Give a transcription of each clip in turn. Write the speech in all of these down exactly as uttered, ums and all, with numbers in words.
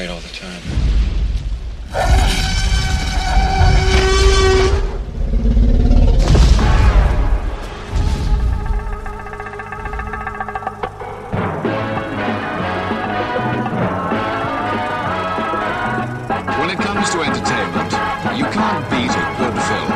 right all the time. When it comes to entertainment, you can't beat a good film.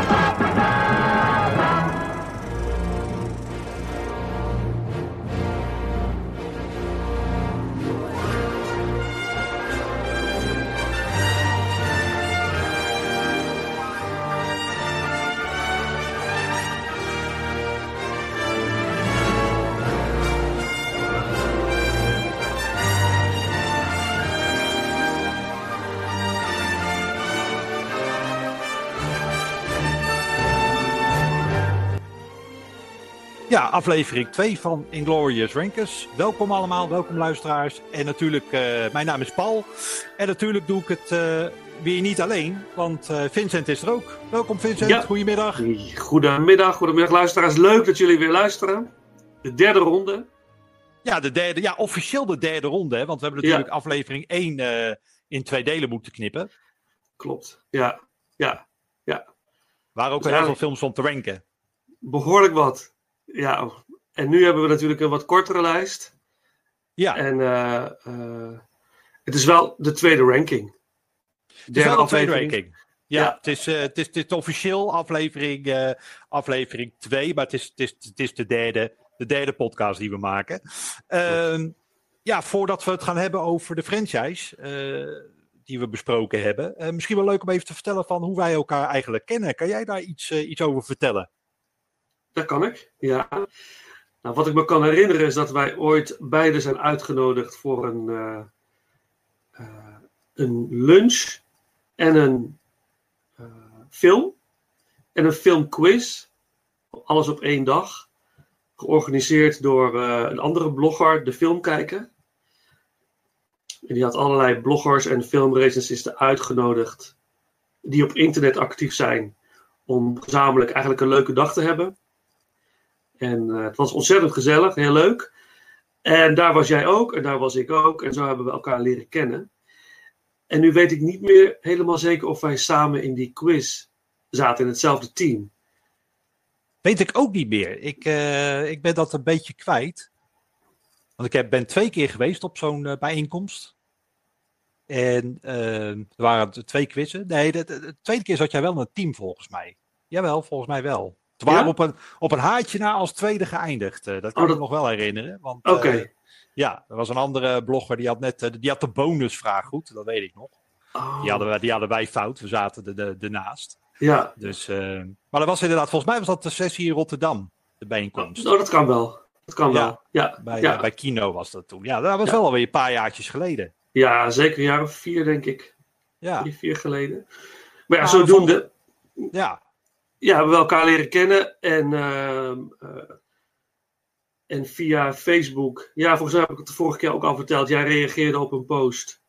Ja, aflevering twee van Inglourious Rankers. Welkom allemaal, welkom luisteraars. En natuurlijk, uh, mijn naam is Paul. En natuurlijk doe ik het uh, weer niet alleen, want uh, Vincent is er ook. Welkom Vincent, ja. Goedemiddag. Goedemiddag, goedemiddag luisteraars. Leuk dat jullie weer luisteren. De derde ronde. Ja, de derde, ja officieel de derde ronde, hè, want we hebben natuurlijk ja. aflevering één uh, in twee delen moeten knippen. Klopt, ja, ja, ja. Waar ook dus heel veel films om te ranken. Behoorlijk wat. Ja, en nu hebben we natuurlijk een wat kortere lijst. Ja. En uh, uh, het is wel de tweede ranking. Het is wel de tweede ranking. Ja, ja. Het, is, uh, het, is, het is officieel aflevering, uh, aflevering twee, maar het is, het, is, het is de, derde, de derde podcast die we maken. Uh, ja, voordat we het gaan hebben over de franchise uh, die we besproken hebben. Uh, misschien wel leuk om even te vertellen van hoe wij elkaar eigenlijk kennen. Kan jij daar iets, uh, iets over vertellen? Dat kan ik, ja. Nou, wat ik me kan herinneren is dat wij ooit beide zijn uitgenodigd voor een, uh, uh, een lunch en een uh, film en een filmquiz. Alles op één dag. Georganiseerd door uh, een andere blogger, De Filmkijker. En die had allerlei bloggers en filmrecensisten uitgenodigd die op internet actief zijn om gezamenlijk eigenlijk een leuke dag te hebben. En uh, het was ontzettend gezellig, heel leuk. En daar was jij ook, en daar was ik ook. En zo hebben we elkaar leren kennen. En nu weet ik niet meer helemaal zeker of wij samen in die quiz zaten, in hetzelfde team. Weet ik ook niet meer. Ik, uh, ik ben dat een beetje kwijt. Want ik heb, ben twee keer geweest op zo'n uh, bijeenkomst. En uh, er waren twee quizzen. Nee, de, de, de tweede keer zat jij wel in een team volgens mij. Jawel, volgens mij wel. We waren ja? op, een, op een haartje na als tweede geëindigd. Uh, dat kan oh, dat... ik me nog wel herinneren. Oké. Okay. Uh, ja, er was een andere blogger die had net uh, die had de bonusvraag goed. Dat weet ik nog. Oh. Die, hadden, die hadden wij fout. We zaten er de, de, ernaast. Ja. Dus, uh, maar dat was inderdaad, volgens mij was dat de sessie in Rotterdam. De bijeenkomst. Oh, dat kan wel. Dat kan ja, wel. Ja. Bij, ja. Uh, bij Kino was dat toen. Ja, dat was ja. wel alweer een paar jaartjes geleden. Ja, zeker een jaar of vier denk ik. Ja. Drie, vier geleden. Maar ja, nou, zodoende... Ja. Ja, hebben we elkaar leren kennen en, uh, uh, en via Facebook. Ja, volgens mij heb ik het de vorige keer ook al verteld. Jij reageerde op een post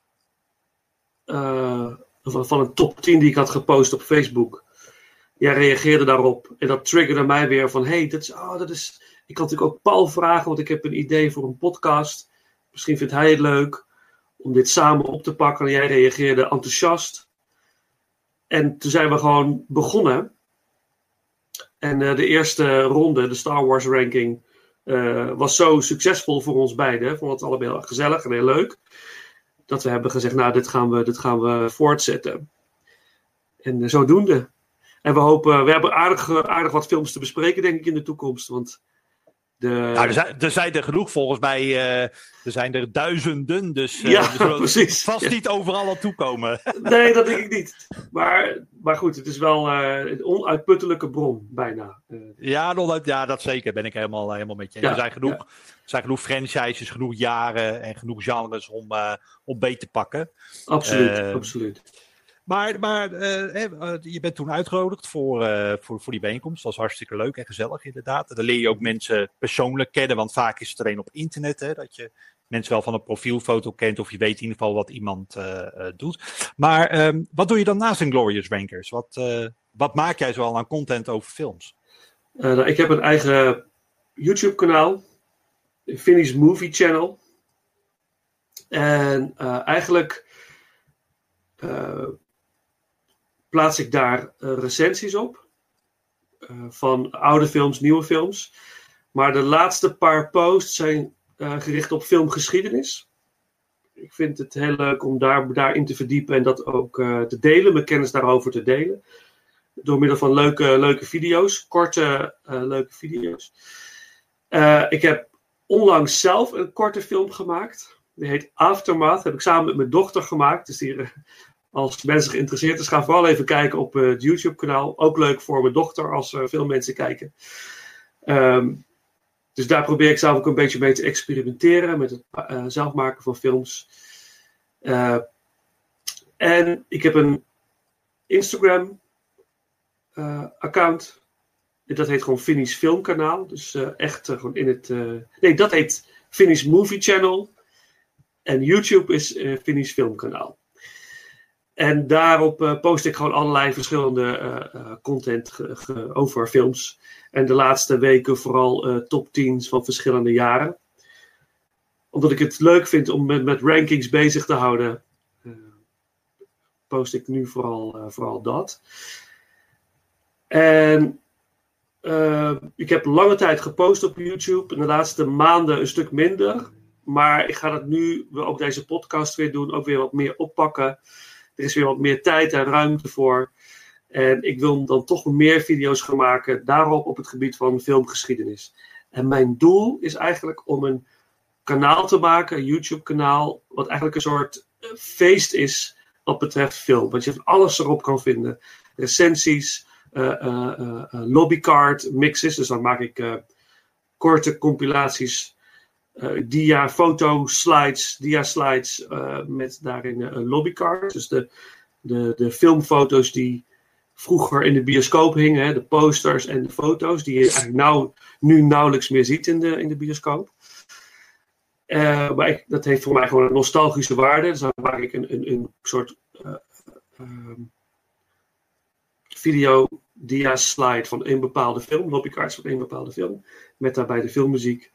uh, van, van een top tien die ik had gepost op Facebook. Jij reageerde daarop en dat triggerde mij weer van... Hey, dat is, oh, dat is, ik kan natuurlijk ook Paul vragen, want ik heb een idee voor een podcast. Misschien vindt hij het leuk om dit samen op te pakken. En jij reageerde enthousiast. En toen zijn we gewoon begonnen... En uh, de eerste ronde, de Star Wars ranking, uh, was zo succesvol voor ons beiden. We vonden het allebei heel gezellig en heel leuk. Dat we hebben gezegd, nou, dit gaan we, dit gaan we voortzetten. En uh, zodoende. En we hopen, we hebben aardig, aardig wat films te bespreken, denk ik, in de toekomst. Want de... Nou, er, zijn, er zijn er genoeg volgens mij. Uh, er zijn er duizenden, dus uh, ja, we zullen precies. vast ja. niet overal aan toekomen. Nee, dat denk ik niet. Maar, maar goed, het is wel uh, een onuitputtelijke bron, bijna. Uh, ja, onuit, ja, dat zeker. Ben ik helemaal, helemaal met je. Ja, er, zijn genoeg, ja. er zijn genoeg franchises, genoeg jaren en genoeg genres om, uh, om beet te pakken. Absoluut, uh, absoluut. Maar, maar uh, uh, je bent toen uitgenodigd voor, uh, voor, voor die bijeenkomst. Dat was hartstikke leuk en gezellig inderdaad. En dan leer je ook mensen persoonlijk kennen. Want vaak is het alleen op internet. Hè, dat je mensen wel van een profielfoto kent. Of je weet in ieder geval wat iemand uh, uh, doet. Maar um, wat doe je dan naast Inglourious Rankers? Wat, uh, wat maak jij zoal aan content over films? Uh, nou, ik heb een eigen YouTube kanaal. Finnish Movie Channel. En uh, eigenlijk... uh, plaats ik daar uh, recensies op. Uh, van oude films, nieuwe films. Maar de laatste paar posts zijn uh, gericht op filmgeschiedenis. Ik vind het heel leuk om daar, daarin te verdiepen en dat ook uh, te delen, mijn kennis daarover te delen. Door middel van leuke, leuke video's, korte uh, leuke video's. Uh, ik heb onlangs zelf een korte film gemaakt. Die heet Aftermath. Heb ik samen met mijn dochter gemaakt. Dus die, uh, als mensen geïnteresseerd zijn, gaan vooral even kijken op uh, het YouTube kanaal. Ook leuk voor mijn dochter als uh, veel mensen kijken. Um, dus daar probeer ik zelf ook een beetje mee te experimenteren. Met het uh, zelf maken van films. Uh, en ik heb een Instagram uh, account. Dat heet gewoon Finish Filmkanaal. Dus uh, echt uh, gewoon in het... Uh, nee, dat heet Finish Movie Channel. En YouTube is uh, Finish Filmkanaal. En daarop uh, post ik gewoon allerlei verschillende uh, uh, content ge, ge, over films. En de laatste weken vooral uh, top tien's van verschillende jaren. Omdat ik het leuk vind om met, met rankings bezig te houden. Uh, post ik nu vooral, uh, vooral dat. En... Uh, ik heb lange tijd gepost op YouTube. In de laatste maanden een stuk minder. Maar ik ga dat nu, we ook deze podcast weer doen, ook weer wat meer oppakken. Er is weer wat meer tijd en ruimte voor. En ik wil dan toch meer video's gaan maken daarop op het gebied van filmgeschiedenis. En mijn doel is eigenlijk om een kanaal te maken, een YouTube kanaal, wat eigenlijk een soort feest is wat betreft film. Want je alles erop kan vinden. Recensies, Uh, uh, uh, lobbycard mixes. Dus dan maak ik uh, korte compilaties, uh, dia, foto, slides, dia slides uh, met daarin uh, een lobbycard. Dus de, de, de filmfoto's die vroeger in de bioscoop hingen, hè, de posters en de foto's, die je eigenlijk nou, nu nauwelijks meer ziet in de, in de bioscoop. Uh, maar ik, dat heeft voor mij gewoon een nostalgische waarde. Dus dan maak ik een, een, een soort uh, uh, video dia slide van een bepaalde film, lobbycards van een bepaalde film, met daarbij de filmmuziek.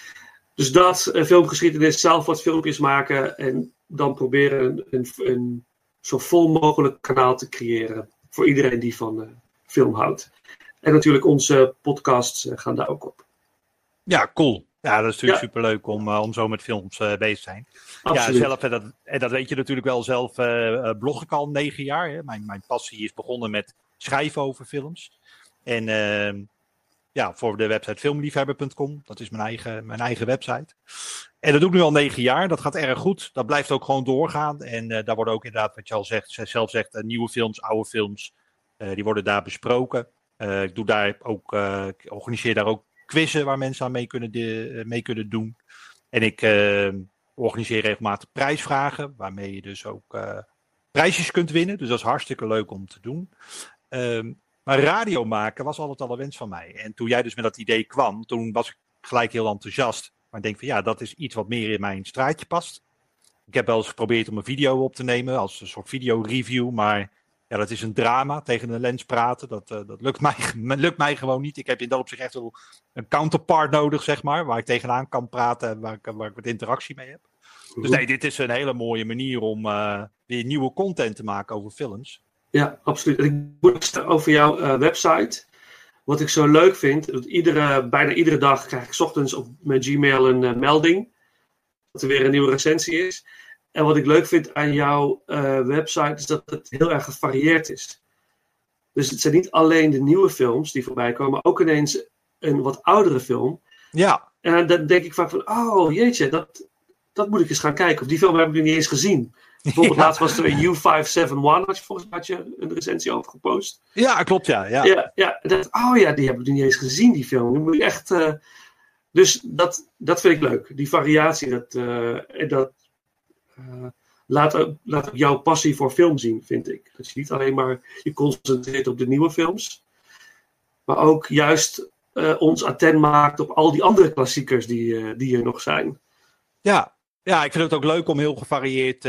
Dus dat, uh, filmgeschiedenis, zelf wat filmpjes maken en dan proberen een, een, een zo vol mogelijk kanaal te creëren voor iedereen die van uh, film houdt. En natuurlijk onze podcasts uh, gaan daar ook op. Ja, cool. Ja, dat is natuurlijk ja. superleuk om, uh, om zo met films uh, bezig te zijn. Absoluut. Ja, zelf, en, dat, en dat weet je natuurlijk wel zelf, uh, blog ik al negen jaar. Hè. Mijn, mijn passie is begonnen met schrijven over films. En uh, ja, voor de website filmliefhebber punt com. Dat is mijn eigen, mijn eigen website. En dat doe ik nu al negen jaar. Dat gaat erg goed. Dat blijft ook gewoon doorgaan. En uh, daar worden ook inderdaad, wat je al zegt, zelf zegt, uh, nieuwe films, oude films. Uh, die worden daar besproken. Uh, ik doe daar ook, uh, ik organiseer daar ook quizzen waar mensen aan mee kunnen, de, mee kunnen doen. En ik uh, organiseer regelmatig prijsvragen, waarmee je dus ook uh, prijsjes kunt winnen. Dus dat is hartstikke leuk om te doen. Um, maar radio maken was altijd al een wens van mij. En toen jij dus met dat idee kwam, toen was ik gelijk heel enthousiast. Maar ik denk van ja, dat is iets wat meer in mijn straatje past. Ik heb wel eens geprobeerd om een video op te nemen als een soort video-review, maar ja, dat is een drama, tegen een lens praten. Dat, uh, dat lukt, mij, lukt mij gewoon niet. Ik heb in dat opzicht echt wel een counterpart nodig, zeg maar, waar ik tegenaan kan praten en waar ik, waar ik wat interactie mee heb. Dus nee, dit is een hele mooie manier om uh, weer nieuwe content te maken over films. Ja, absoluut. En ik moet over jouw uh, website. Wat ik zo leuk vind, dat iedere, bijna iedere dag krijg ik 's ochtends op mijn Gmail een uh, melding dat er weer een nieuwe recensie is. En wat ik leuk vind aan jouw uh, website is dat het heel erg gevarieerd is. Dus het zijn niet alleen de nieuwe films die voorbij komen, maar ook ineens een wat oudere film. Ja. En dan denk ik vaak van, oh jeetje, dat, dat moet ik eens gaan kijken. Of die film heb ik nog niet eens gezien. Bijvoorbeeld ja. Laatst was er een U vijf zeven een, had je volgens mij had je een recensie over gepost. Ja, klopt ja. Ja, ja, ja dat, oh ja, die heb ik nog niet eens gezien, die film. Die moet ik echt, uh, dus dat, dat vind ik leuk. Die variatie, dat, uh, dat uh, laat, ook, laat ook jouw passie voor film zien, vind ik. Dat je niet alleen maar je concentreert op de nieuwe films, maar ook juist uh, ons attent maakt op al die andere klassiekers die, uh, die er nog zijn. Ja. Ja, ik vind het ook leuk om heel gevarieerd uh,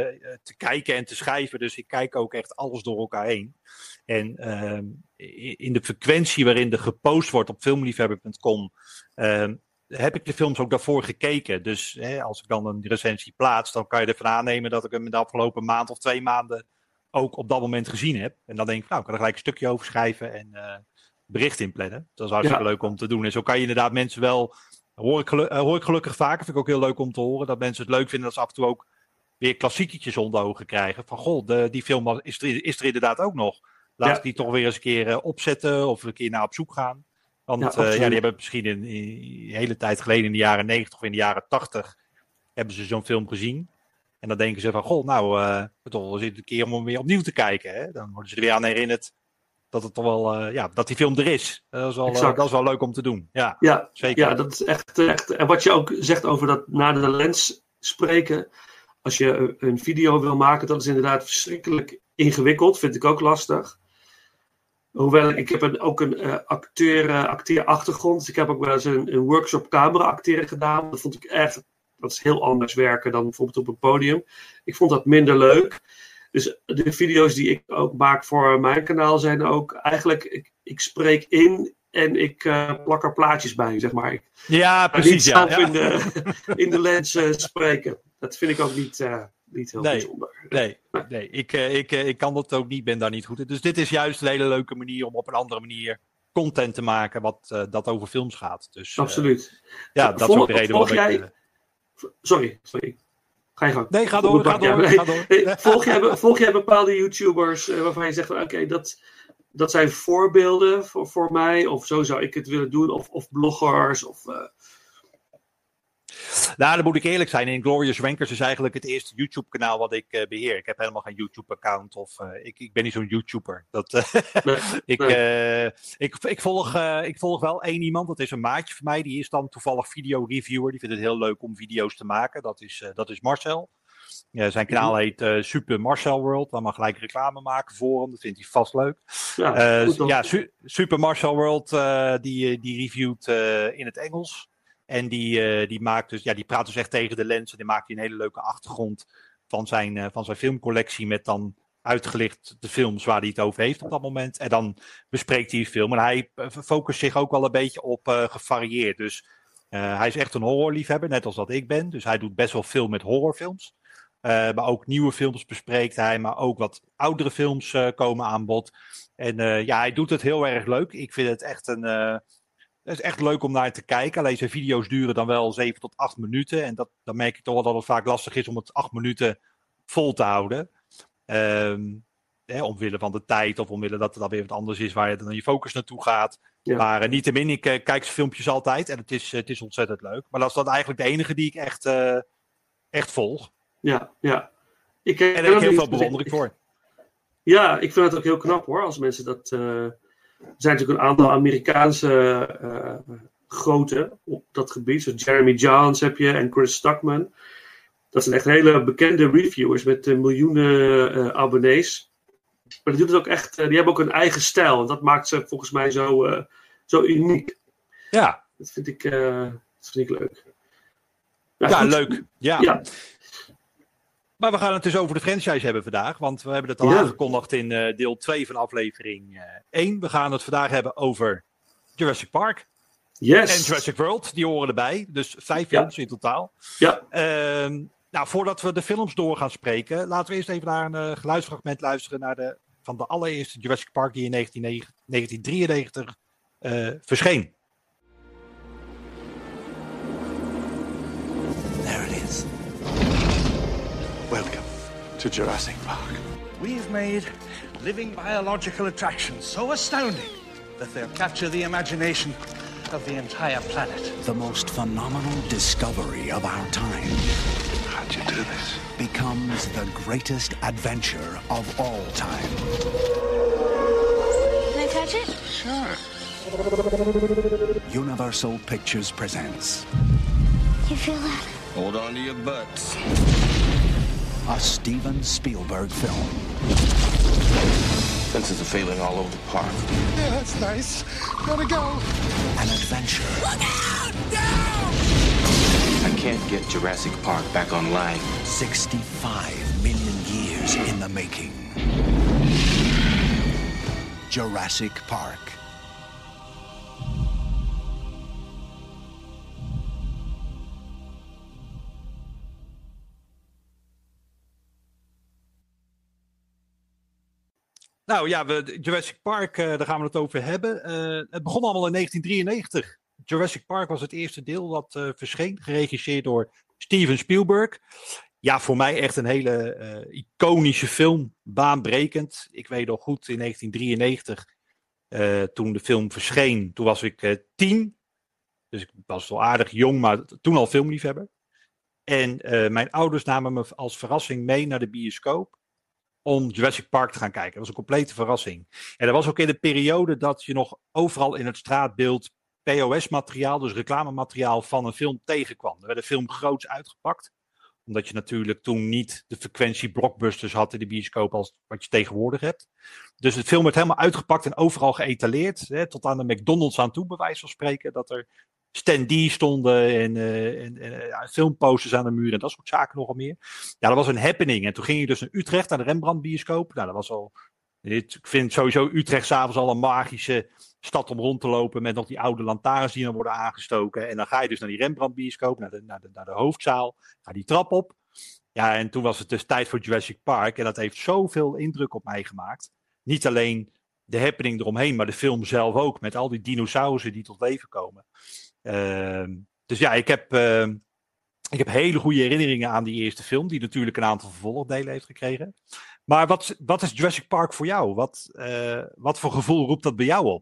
te kijken en te schrijven. Dus ik kijk ook echt alles door elkaar heen. En uh, in de frequentie waarin er gepost wordt op filmliefhebber punt com, uh, heb ik de films ook daarvoor gekeken. Dus hè, als ik dan een recensie plaats, dan kan je ervan aannemen dat ik hem in de afgelopen maand of twee maanden ook op dat moment gezien heb. En dan denk ik, nou, ik kan er gelijk een stukje over schrijven en uh, bericht inplannen. Dat is hartstikke ja. leuk om te doen. En zo kan je inderdaad mensen wel, hoor ik, gelu- uh, hoor ik gelukkig vaker, vind ik ook heel leuk om te horen, dat mensen het leuk vinden dat ze af en toe ook weer klassieketjes onder ogen krijgen. Van, goh, de, die film is er, is er inderdaad ook nog. Laat ja. ik die toch weer eens een keer uh, opzetten of een keer naar op zoek gaan. Want ja, uh, ja, die hebben misschien een, een hele tijd geleden in de jaren negentig of in de jaren tachtig hebben ze zo'n film gezien. En dan denken ze van, goh, nou, uh, toch wel eens een keer om hem weer opnieuw te kijken. Hè? Dan worden ze er weer aan herinnerd dat het toch wel, uh, ja, dat die film er is. Dat is wel, uh, dat is wel leuk om te doen. Ja, ja, zeker. Ja, dat is echt, echt. En wat je ook zegt over dat naar de lens spreken. Als je een video wil maken, dat is inderdaad verschrikkelijk ingewikkeld. Vind ik ook lastig. Hoewel ik, ik heb een, ook een uh, acteur, uh, acteerachtergrond. Dus ik heb ook wel eens een, een workshop camera acteren gedaan. Dat vond ik echt, dat is heel anders werken dan bijvoorbeeld op een podium. Ik vond dat minder leuk. Dus de video's die ik ook maak voor mijn kanaal zijn ook eigenlijk, ik, ik spreek in en ik uh, plak er plaatjes bij, zeg maar. Ik, ja, precies. Niet zelf ja, ja. In, de, in de lens uh, spreken. Dat vind ik ook niet... Uh, Niet heel nee, bijzonder. Nee, nee. Ik, ik, ik kan dat ook niet, ben daar niet goed in. Dus dit is juist een hele leuke manier om op een andere manier content te maken wat uh, dat over films gaat. Dus, absoluut. Uh, ja, dat Vol, is ook de reden waarom jij... ik... Uh... Sorry, sorry. Ga je gang. Nee, ga door, ga door, nee, ga door. Nee, volg, jij, volg jij bepaalde YouTubers uh, waarvan je zegt, oké, okay, dat, dat zijn voorbeelden voor, voor mij, of zo zou ik het willen doen, of, of bloggers, of... Uh... Nou, dan moet ik eerlijk zijn. Inglorious Wankers is eigenlijk het eerste YouTube-kanaal wat ik uh, beheer. Ik heb helemaal geen YouTube-account of uh, ik, ik ben niet zo'n YouTuber. Dat, uh, nee, ik, nee. uh, ik, ik, volg, uh, ik volg wel één iemand, dat is een maatje van mij. Die is dan toevallig video-reviewer. Die vindt het heel leuk om video's te maken. Dat is, uh, dat is Marcel. Uh, zijn kanaal heet uh, Super Marcel World. Daar mag gelijk reclame maken voor hem. Dat vindt hij vast leuk. Ja, uh, ja Su- Super Marcel World uh, die, die reviewt uh, in het Engels. En die, uh, die maakt dus, ja, die praat dus echt tegen de lens. En die maakt een hele leuke achtergrond van zijn, uh, van zijn filmcollectie. Met dan uitgelicht de films waar hij het over heeft op dat moment. En dan bespreekt hij de film. En hij focust zich ook wel een beetje op uh, gevarieerd. Dus uh, hij is echt een horrorliefhebber, net als dat ik ben. Dus hij doet best wel veel met horrorfilms. Uh, maar ook nieuwe films bespreekt hij. Maar ook wat oudere films uh, komen aan bod. En uh, ja, hij doet het heel erg leuk. Ik vind het echt een... Uh, Het is echt leuk om naar te kijken. Alleen zijn video's duren dan wel zeven tot acht minuten. En dat, dan merk ik toch wel dat het vaak lastig is om het acht minuten vol te houden. Um, hè, omwille van de tijd of omwille dat er dan weer wat anders is waar je dan je focus naartoe gaat. Ja. Maar uh, niettemin, ik uh, kijk zijn filmpjes altijd en het is, het is ontzettend leuk. Maar dat is dan eigenlijk de enige die ik echt, uh, echt volg. Ja, ja. Ik, en daar heb ik heel veel bewondering voor. Ja, ik vind het ook heel knap hoor, als mensen dat... Uh... Er zijn natuurlijk een aantal Amerikaanse uh, groten op dat gebied. Zoals Jeremy Jahns heb je en Chris Stuckman. Dat zijn echt hele bekende reviewers met uh, miljoenen uh, abonnees. Maar die doen het ook echt. Uh, die hebben ook een eigen stijl. En dat maakt ze volgens mij zo, uh, zo uniek. Ja. Dat vind ik, uh, dat vind ik leuk. Nou, ja, goed. Leuk. Ja. ja. Maar we gaan het dus over de franchise hebben vandaag. Want we hebben het al ja. aangekondigd in uh, deel twee van aflevering uh, één. We gaan het vandaag hebben over Jurassic Park. Yes. En Jurassic World. Die horen erbij. Dus vijf films ja. in totaal. Ja. Uh, nou, voordat we de films door gaan spreken. Laten we eerst even naar een uh, geluidsfragment luisteren. Naar de, van de allereerste Jurassic Park die in negentien drieënnegentig uh, verscheen. There it is. Welcome to Jurassic Park. We've made living biological attractions so astounding that they'll capture the imagination of the entire planet. The most phenomenal discovery of our time. How'd you do this? Becomes the greatest adventure of all time. Can I touch it? Sure. Universal Pictures presents. You feel that? Hold on to your butts. A Steven Spielberg film. Fences are failing all over the park. Yeah, that's nice. Gotta go. An adventure. Look out! No! I can't get Jurassic Park back online. sixty-five million years in the making. Jurassic Park. Nou ja, we, Jurassic Park, uh, daar gaan we het over hebben. Uh, het begon allemaal in negentien drieënnegentig. Jurassic Park was het eerste deel dat uh, verscheen, geregisseerd door Steven Spielberg. Ja, voor mij echt een hele uh, iconische film, baanbrekend. Ik weet nog goed, in negentien drieënnegentig, uh, toen de film verscheen, toen was ik uh, tien. Dus ik was wel aardig jong, maar toen al filmliefhebber. En uh, mijn ouders namen me als verrassing mee naar de bioscoop om Jurassic Park te gaan kijken. Dat was een complete verrassing. En dat was ook in de periode dat je nog overal in het straatbeeld P O S-materiaal, dus reclamemateriaal van een film tegenkwam. Er werd een film groots uitgepakt, omdat je natuurlijk toen niet de frequentie blockbusters had in de bioscoop als wat je tegenwoordig hebt. Dus het film werd helemaal uitgepakt en overal geëtaleerd, hè, tot aan de McDonald's aan toe, bij wijze van spreken, dat er standees stonden en, uh, en, en uh, filmposters aan de muur en dat soort zaken nogal meer. Ja, dat was een happening. En toen ging je dus naar Utrecht, naar de Rembrandt bioscoop. Nou, dat was al... Ik vind sowieso Utrecht 's avonds al een magische stad om rond te lopen met nog die oude lantaarns die dan worden aangestoken. En dan ga je dus naar die Rembrandt bioscoop, naar de, naar de, naar de hoofdzaal, ga die trap op. Ja, en toen was het dus tijd voor Jurassic Park en dat heeft zoveel indruk op mij gemaakt. Niet alleen de happening eromheen, maar de film zelf ook, met al die dinosaurussen die tot leven komen. Uh, dus ja, ik heb, uh, ik heb hele goede herinneringen aan die eerste film, die natuurlijk een aantal vervolgdelen heeft gekregen. Maar wat, wat is Jurassic Park voor jou? Wat, uh, wat voor gevoel roept dat bij jou op?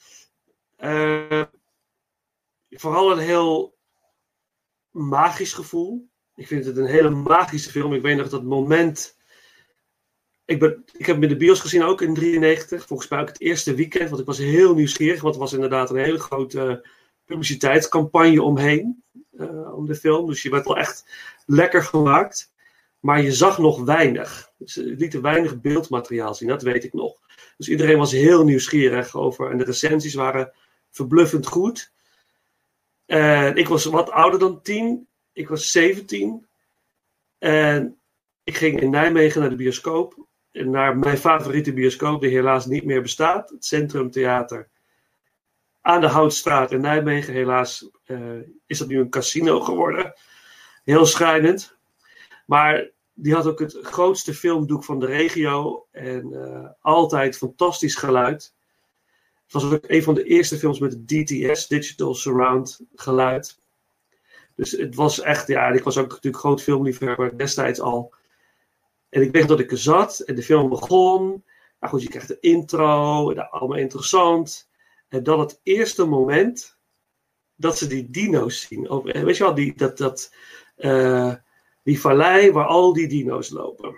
Uh, vooral een heel magisch gevoel. Ik vind het een hele magische film. Ik weet nog dat moment... Ik, ben, ik heb hem in de bios gezien, ook in drieënnegentig. Volgens mij ook het eerste weekend, want ik was heel nieuwsgierig. Want er was inderdaad een hele grote publiciteitscampagne omheen. Uh, om de film. Dus je werd wel echt lekker gemaakt. Maar je zag nog weinig. Ze lieten weinig beeldmateriaal zien, dat weet ik nog. Dus iedereen was heel nieuwsgierig over. En de recensies waren verbluffend goed. En ik was wat ouder dan tien. Ik was zeventien. En ik ging in Nijmegen naar de bioscoop. En naar mijn favoriete bioscoop, die helaas niet meer bestaat. Het Centrum Theater. Aan de Houtstraat in Nijmegen. Helaas uh, is dat nu een casino geworden. Heel schrijnend. Maar die had ook het grootste filmdoek van de regio. En uh, altijd fantastisch geluid. Het was ook een van de eerste films met het D T S, Digital Surround geluid. Dus het was echt, ja, ik was ook natuurlijk groot filmliefhebber destijds al. En ik weet dat ik er zat en de film begon. Nou goed, je krijgt de intro, en allemaal interessant. En dan het eerste moment dat ze die dino's zien. Of, weet je wel, die, dat, dat, uh, die vallei waar al die dino's lopen.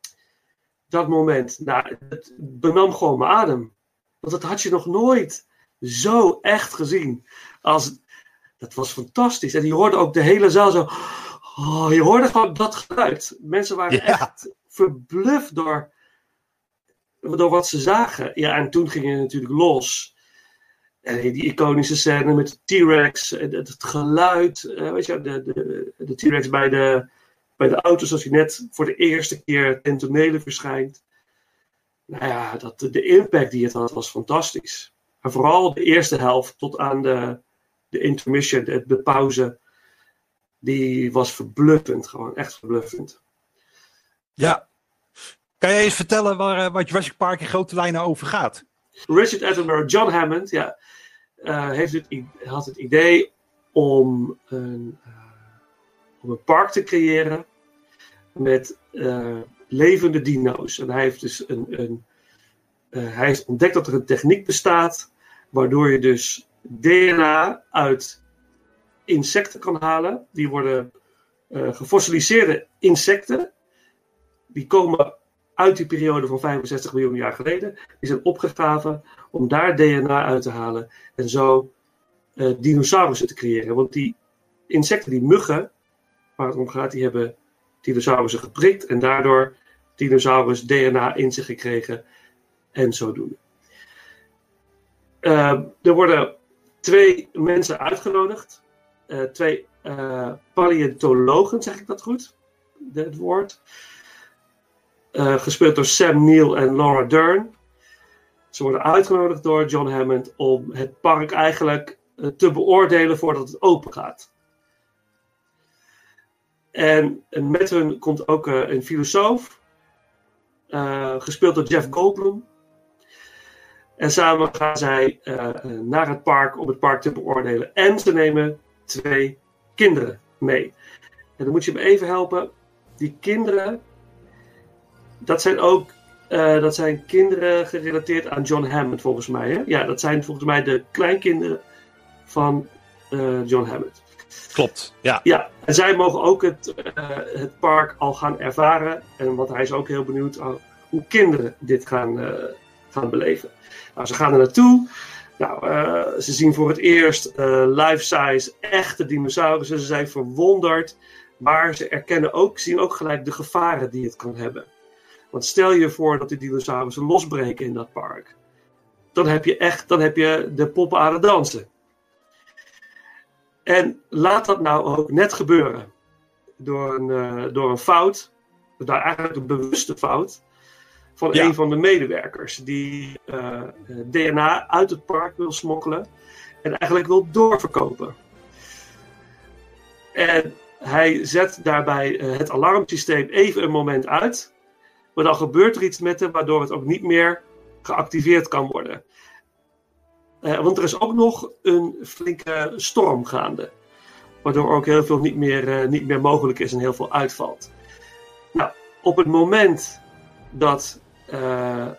Dat moment, nou, het benam gewoon mijn adem. Want dat had je nog nooit zo echt gezien. Als, dat was fantastisch. En je hoorde ook de hele zaal zo... Oh, je hoorde gewoon dat geluid. Mensen waren ja. echt verbluft door, door wat ze zagen. Ja, en toen ging het natuurlijk los. En die iconische scène met de T-Rex. Het, het geluid. Uh, weet je, de, de, de T-Rex bij de, bij de auto's. Als hij net voor de eerste keer ten tonele verschijnt. Nou ja, dat, de impact die het had was fantastisch. En vooral de eerste helft tot aan de, de intermission, de, de pauze. Die was verbluffend, gewoon echt verbluffend. Ja. Kan jij eens vertellen waar, waar Jurassic Park in grote lijnen over gaat? Richard Attenborough, John Hammond, ja, uh, heeft het, had het idee om een, uh, om een park te creëren met uh, levende dino's. En hij heeft dus een, een uh, hij heeft ontdekt dat er een techniek bestaat waardoor je dus D N A uit insecten kan halen. Die worden uh, gefossiliseerde insecten. Die komen uit die periode van vijfenzestig miljoen jaar geleden. Die zijn opgegraven om daar D N A uit te halen. En zo uh, dinosaurussen te creëren. Want die insecten, die muggen, waar het om gaat, die hebben dinosaurussen geprikt. En daardoor dinosaurus D N A in zich gekregen. En zodoende. Uh, er worden twee mensen uitgenodigd. Uh, twee uh, paleontologen, zeg ik dat goed? Het woord. Uh, gespeeld door Sam Neill en Laura Dern. Ze worden uitgenodigd door John Hammond om het park eigenlijk uh, te beoordelen voordat het open gaat. En, en met hun komt ook uh, een filosoof. Uh, gespeeld door Jeff Goldblum. En samen gaan zij uh, naar het park om het park te beoordelen. En ze nemen twee kinderen mee. En dan moet je me even helpen. Die kinderen, dat zijn ook uh, dat zijn kinderen gerelateerd aan John Hammond volgens mij. Hè? Ja, dat zijn volgens mij de kleinkinderen van uh, John Hammond. Klopt, ja. Ja, en zij mogen ook het, uh, het park al gaan ervaren. En want hij is ook heel benieuwd uh, hoe kinderen dit gaan, uh, gaan beleven. Nou, ze gaan er naartoe. Nou, uh, ze zien voor het eerst uh, life-size echte dinosaurussen. Ze zijn verwonderd. Maar ze erkennen ook, zien ook gelijk de gevaren die het kan hebben. Want stel je voor dat die dinosaurussen losbreken in dat park. Dan heb je echt, dan heb je de poppen aan het dansen. En laat dat nou ook net gebeuren. Door een, uh, door een fout, nou eigenlijk een bewuste fout, van ja. een van de medewerkers. Die uh, D N A uit het park wil smokkelen. En eigenlijk wil doorverkopen. En hij zet daarbij uh, het alarmsysteem even een moment uit. Maar dan gebeurt er iets met hem, waardoor het ook niet meer geactiveerd kan worden. Uh, want er is ook nog een flinke storm gaande. Waardoor ook heel veel niet meer, uh, niet meer mogelijk is en heel veel uitvalt. Nou, op het moment dat uh, uh,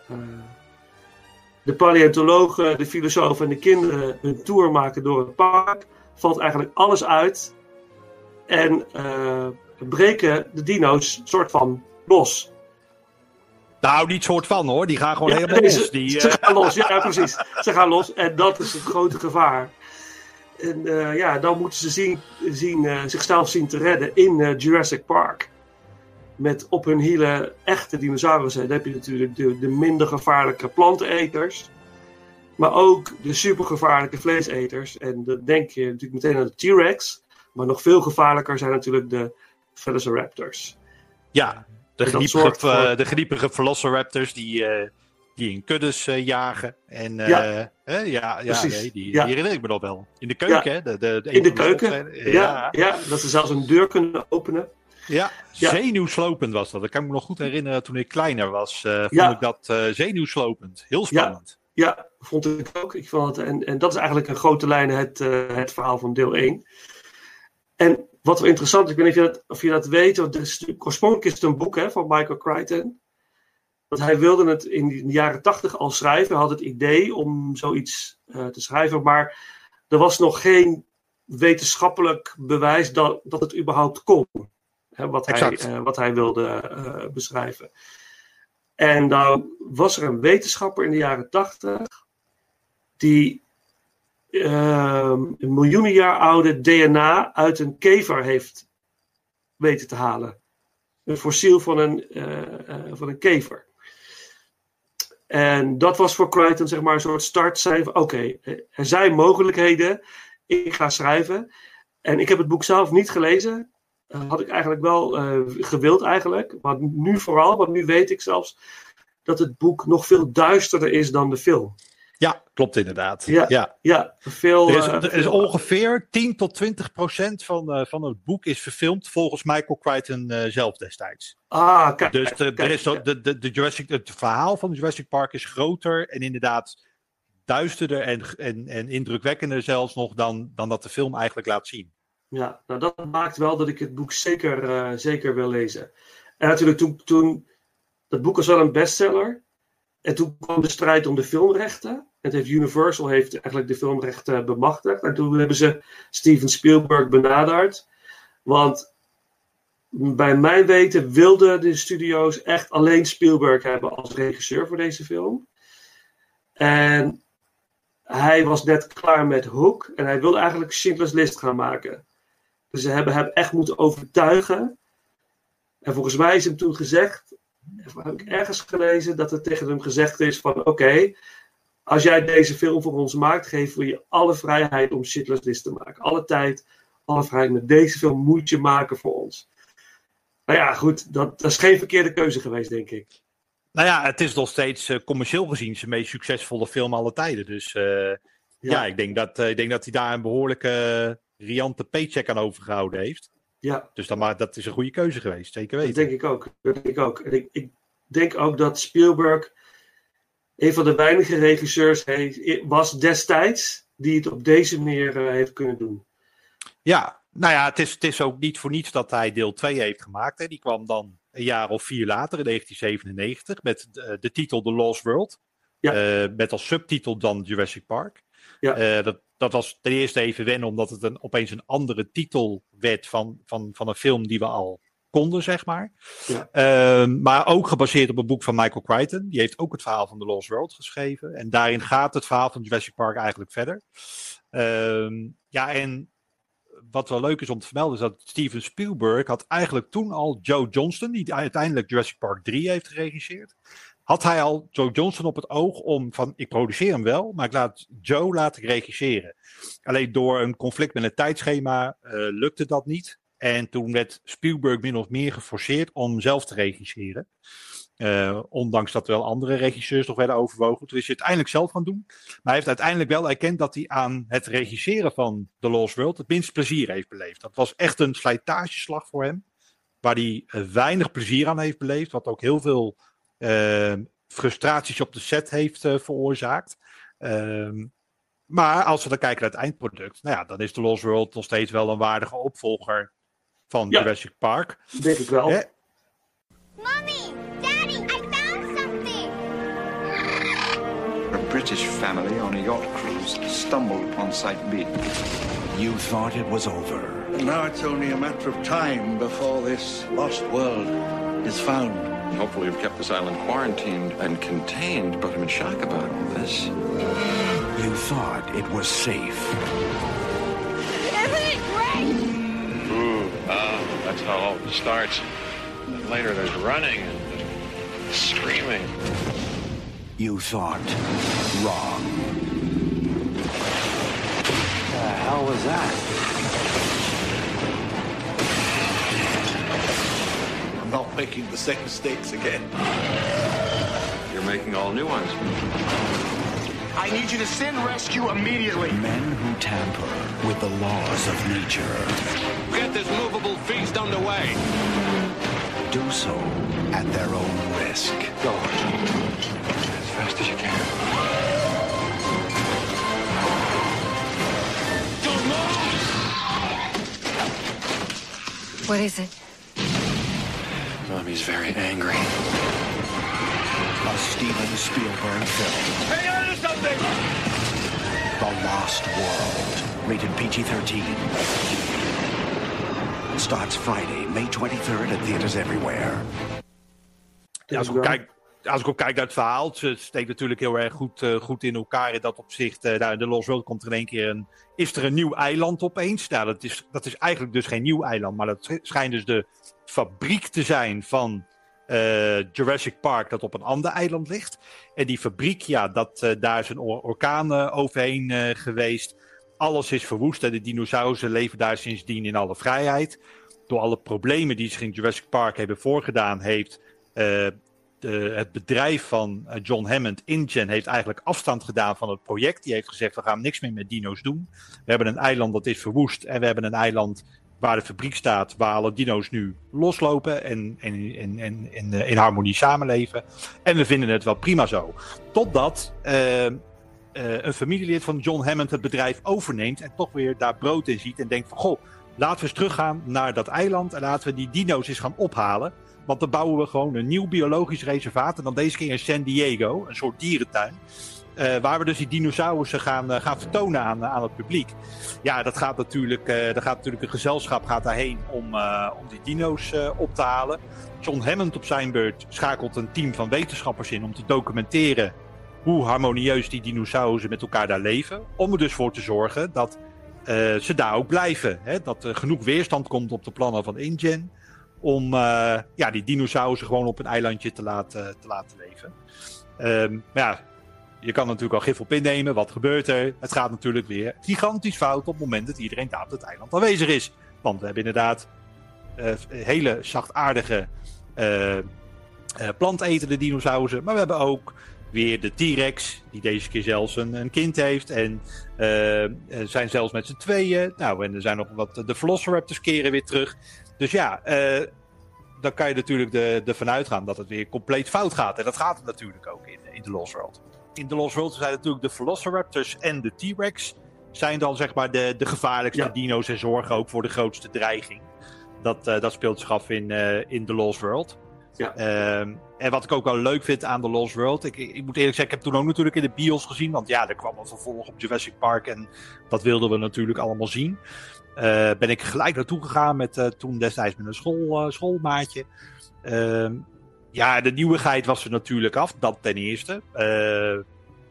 de paleontologen, de filosofen en de kinderen hun tour maken door het park, valt eigenlijk alles uit. En uh, breken de dino's soort van los. Nou, niet soort van hoor. Die gaan gewoon ja, helemaal deze, los. Die, uh... Ze gaan los, ja precies. Ze gaan los en dat is het grote gevaar. En uh, ja, dan moeten ze zien, zien, uh, zichzelf zien te redden in uh, Jurassic Park. Met op hun hielen echte dinosaurussen. Dan heb je natuurlijk de, de minder gevaarlijke planteneters. Maar ook de supergevaarlijke vleeseters. En dan denk je natuurlijk meteen aan de T-Rex. Maar nog veel gevaarlijker zijn natuurlijk de Velociraptors. Ja, de geniepige, voor... de geniepige Velociraptors die, uh, die in kuddes uh, jagen. En, uh, ja, uh, ja, ja nee, die, ja. die herinner ik me nog wel. In de keuken, ja. hè? De, de, de in de keuken, ja, ja. ja. Dat ze zelfs een deur kunnen openen. Ja, ja. Zenuwslopend was dat. Dat kan ik me nog goed herinneren toen ik kleiner was. Uh, vond ja. ik dat uh, zenuwslopend. Heel spannend. Ja, ja, vond ik ook. Ik vond het, en, en dat is eigenlijk in grote lijnen het, uh, het verhaal van deel één. En wat wel interessant is, ik weet niet of je dat, of je dat weet, want het is, oorspronkelijk is het een boek hè, van Michael Crichton. Want hij wilde het in de jaren tachtig al schrijven. Hij had het idee om zoiets uh, te schrijven, maar er was nog geen wetenschappelijk bewijs dat, dat het überhaupt kon. Hè, wat, hij, uh, wat hij wilde uh, beschrijven. En dan was er een wetenschapper in de jaren tachtig die uh, een miljoenen jaar oude D N A uit een kever heeft weten te halen. Een fossiel van een, uh, uh, van een kever. En dat was voor Crichton zeg maar een soort start zijn van oké, okay, er zijn mogelijkheden, ik ga schrijven. En ik heb het boek zelf niet gelezen. Uh, had ik eigenlijk wel uh, gewild eigenlijk. Maar nu vooral, want nu weet ik zelfs dat het boek nog veel duisterder is dan de film. Ja, klopt inderdaad. Ja, ja. ja veel, er is, uh, er is ongeveer tien tot twintig procent van, uh, van het boek is verfilmd volgens Michael Crichton uh, zelf destijds. Ah, kijk. Dus de, kijk, er is kijk. de, de, de Jurassic, het verhaal van Jurassic Park is groter en inderdaad duisterder en, en, en indrukwekkender zelfs nog dan, dan dat de film eigenlijk laat zien. Ja, nou dat maakt wel dat ik het boek zeker, uh, zeker wil lezen. En natuurlijk toen, toen, dat boek was wel een bestseller. En toen kwam de strijd om de filmrechten. Het heeft Universal heeft eigenlijk de filmrechten bemachtigd. En toen hebben ze Steven Spielberg benaderd. Want bij mijn weten wilden de studio's echt alleen Spielberg hebben als regisseur voor deze film. En hij was net klaar met Hook. En hij wilde eigenlijk Schindler's List gaan maken. Dus ze hebben hem echt moeten overtuigen. En volgens mij is hem toen gezegd, heb ik ergens gelezen, dat er tegen hem gezegd is van oké, okay, als jij deze film voor ons maakt, geven we je alle vrijheid om Schindler's List te maken. Alle tijd, alle vrijheid. Met deze film moet je maken voor ons. Nou ja, goed, dat, dat is geen verkeerde keuze geweest, denk ik. Nou ja, het is nog steeds uh, commercieel gezien zijn meest succesvolle film alle tijden. Dus uh, ja. ja, ik denk dat, uh, ik denk dat hij daar een behoorlijke uh, riante paycheck aan overgehouden heeft. Ja. Dus dan, maar dat is een goede keuze geweest, zeker weten. Dat denk ik ook. Dat denk ik ook. En ik, ik denk ook dat Spielberg een van de weinige regisseurs he, was destijds die het op deze manier uh, heeft kunnen doen. Ja, nou ja, het is, het is ook niet voor niets dat hij deel twee heeft gemaakt. Hè. Die kwam dan een jaar of vier later, in negentien zevenennegentig, met de, de titel The Lost World. Ja. Uh, met als subtitel dan Jurassic Park. Ja. Uh, dat, dat was ten eerste even wennen, omdat het een, opeens een andere titel werd van, van, van een film die we al konden, zeg maar. Ja. Uh, maar ook gebaseerd op een boek van Michael Crichton. Die heeft ook het verhaal van The Lost World geschreven. En daarin gaat het verhaal van Jurassic Park eigenlijk verder. Uh, ja, en wat wel leuk is om te vermelden is dat Steven Spielberg had eigenlijk toen al Joe Johnston, die uiteindelijk Jurassic Park drie heeft geregisseerd, had hij al Joe Johnston op het oog om van, ik produceer hem wel, maar ik laat Joe laten regisseren. Alleen door een conflict met het tijdschema uh, lukte dat niet. En toen werd Spielberg min of meer geforceerd om zelf te regisseren. Uh, ondanks dat er wel andere regisseurs nog werden overwogen. Toen is hij het uiteindelijk zelf gaan doen. Maar hij heeft uiteindelijk wel erkend dat hij aan het regisseren van The Lost World het minst plezier heeft beleefd. Dat was echt een slijtageslag voor hem. Waar hij uh, weinig plezier aan heeft beleefd. Wat ook heel veel uh, frustraties op de set heeft uh, veroorzaakt. Uh, maar als we dan kijken naar het eindproduct. Nou ja, dan is The Lost World nog steeds wel een waardige opvolger van ja, Jurassic Park. Denk ik wel. Eh? Mommy! Daddy! I found something! A British family on a yacht cruise stumbled upon Site B. You thought it was over. Now it's only a matter of time before this lost world is found. Hopefully we've kept this island quarantined and contained, but I'm in shock about all this. You thought it was safe. Isn't it great? Ooh, ah, that's how all it starts. Then later there's running and screaming. You thought wrong. What the hell was that? I'm not making the same mistakes again. You're making all new ones. I need you to send rescue immediately. Men who tamper with the laws of nature. Get this movable feast underway. Do so at their own risk. Go. As fast as you can. What is it? Mommy's very angry. A Steven Spielberg film. Hey, there's something! The Lost World. Rated P G thirteen. Starts Friday, May twenty-third at theaters everywhere. Ja, als, ik ook kijk, als ik ook kijk naar het verhaal, het steekt natuurlijk heel erg goed, uh, goed in elkaar in dat opzicht. Uh, nou, in The Lost World komt er in één keer een, is er een nieuw eiland opeens. Nou, dat is, dat is eigenlijk dus geen nieuw eiland, maar dat schijnt dus de fabriek te zijn van uh, Jurassic Park dat op een ander eiland ligt. En die fabriek, ja, dat, uh, daar is een or- orkaan uh, overheen uh, geweest. Alles is verwoest en de dinosaurussen leven daar sindsdien in alle vrijheid. Door alle problemen die zich in Jurassic Park hebben voorgedaan, heeft uh, de, het bedrijf van uh, John Hammond, InGen, heeft eigenlijk afstand gedaan van het project. Die heeft gezegd, we gaan niks meer met dino's doen. We hebben een eiland dat is verwoest en we hebben een eiland waar de fabriek staat, waar alle dino's nu loslopen en, en, en, en, en uh, in harmonie samenleven. En we vinden het wel prima zo. Totdat Uh, Uh, een familielid van John Hammond het bedrijf overneemt en toch weer daar brood in ziet en denkt van, goh, laten we eens teruggaan naar dat eiland en laten we die dino's eens gaan ophalen. Want dan bouwen we gewoon een nieuw biologisch reservaat en dan deze keer in San Diego, een soort dierentuin, uh, waar we dus die dinosaurussen gaan, uh, gaan vertonen aan, uh, aan het publiek. Ja, dat gaat natuurlijk, uh, dat gaat natuurlijk een gezelschap gaat daarheen om, uh, om die dino's uh, op te halen. John Hammond op zijn beurt schakelt een team van wetenschappers in om te documenteren hoe harmonieus die dinosaurussen met elkaar daar leven. Om er dus voor te zorgen dat uh, ze daar ook blijven. Hè? Dat er genoeg weerstand komt op de plannen van InGen. Om uh, ja, die dinosaurussen gewoon op een eilandje te laten, te laten leven. Um, maar ja, je kan natuurlijk al gif op innemen. Wat gebeurt er? Het gaat natuurlijk weer gigantisch fout op het moment dat iedereen daar op het eiland aanwezig is. Want we hebben inderdaad uh, hele zachtaardige uh, uh, plantetende dinosaurussen. Maar we hebben ook weer de T-Rex, die deze keer zelfs een, een kind heeft. En uh, zijn zelfs met z'n tweeën. Nou, en er zijn nog wat. De Velociraptors keren weer terug. Dus ja, uh, dan kan je natuurlijk de, ervan uitgaan dat het weer compleet fout gaat. En dat gaat het natuurlijk ook in, in The Lost World. In The Lost World zijn natuurlijk de Velociraptors en de T-Rex zijn dan zeg maar de, de gevaarlijkste ja. dino's en zorgen ook voor de grootste dreiging. Dat, uh, dat speelt zich af in, uh, in The Lost World. Ja. Um, en wat ik ook wel leuk vind aan The Lost World, ik, ik moet eerlijk zeggen, ik heb toen ook natuurlijk in de bios gezien, want ja, er kwam een vervolg op Jurassic Park en dat wilden we natuurlijk allemaal zien. Uh, ben ik gelijk naartoe gegaan met uh, toen destijds met een school, uh, schoolmaatje. Uh, ja, de nieuwigheid was er natuurlijk af, dat ten eerste. Uh,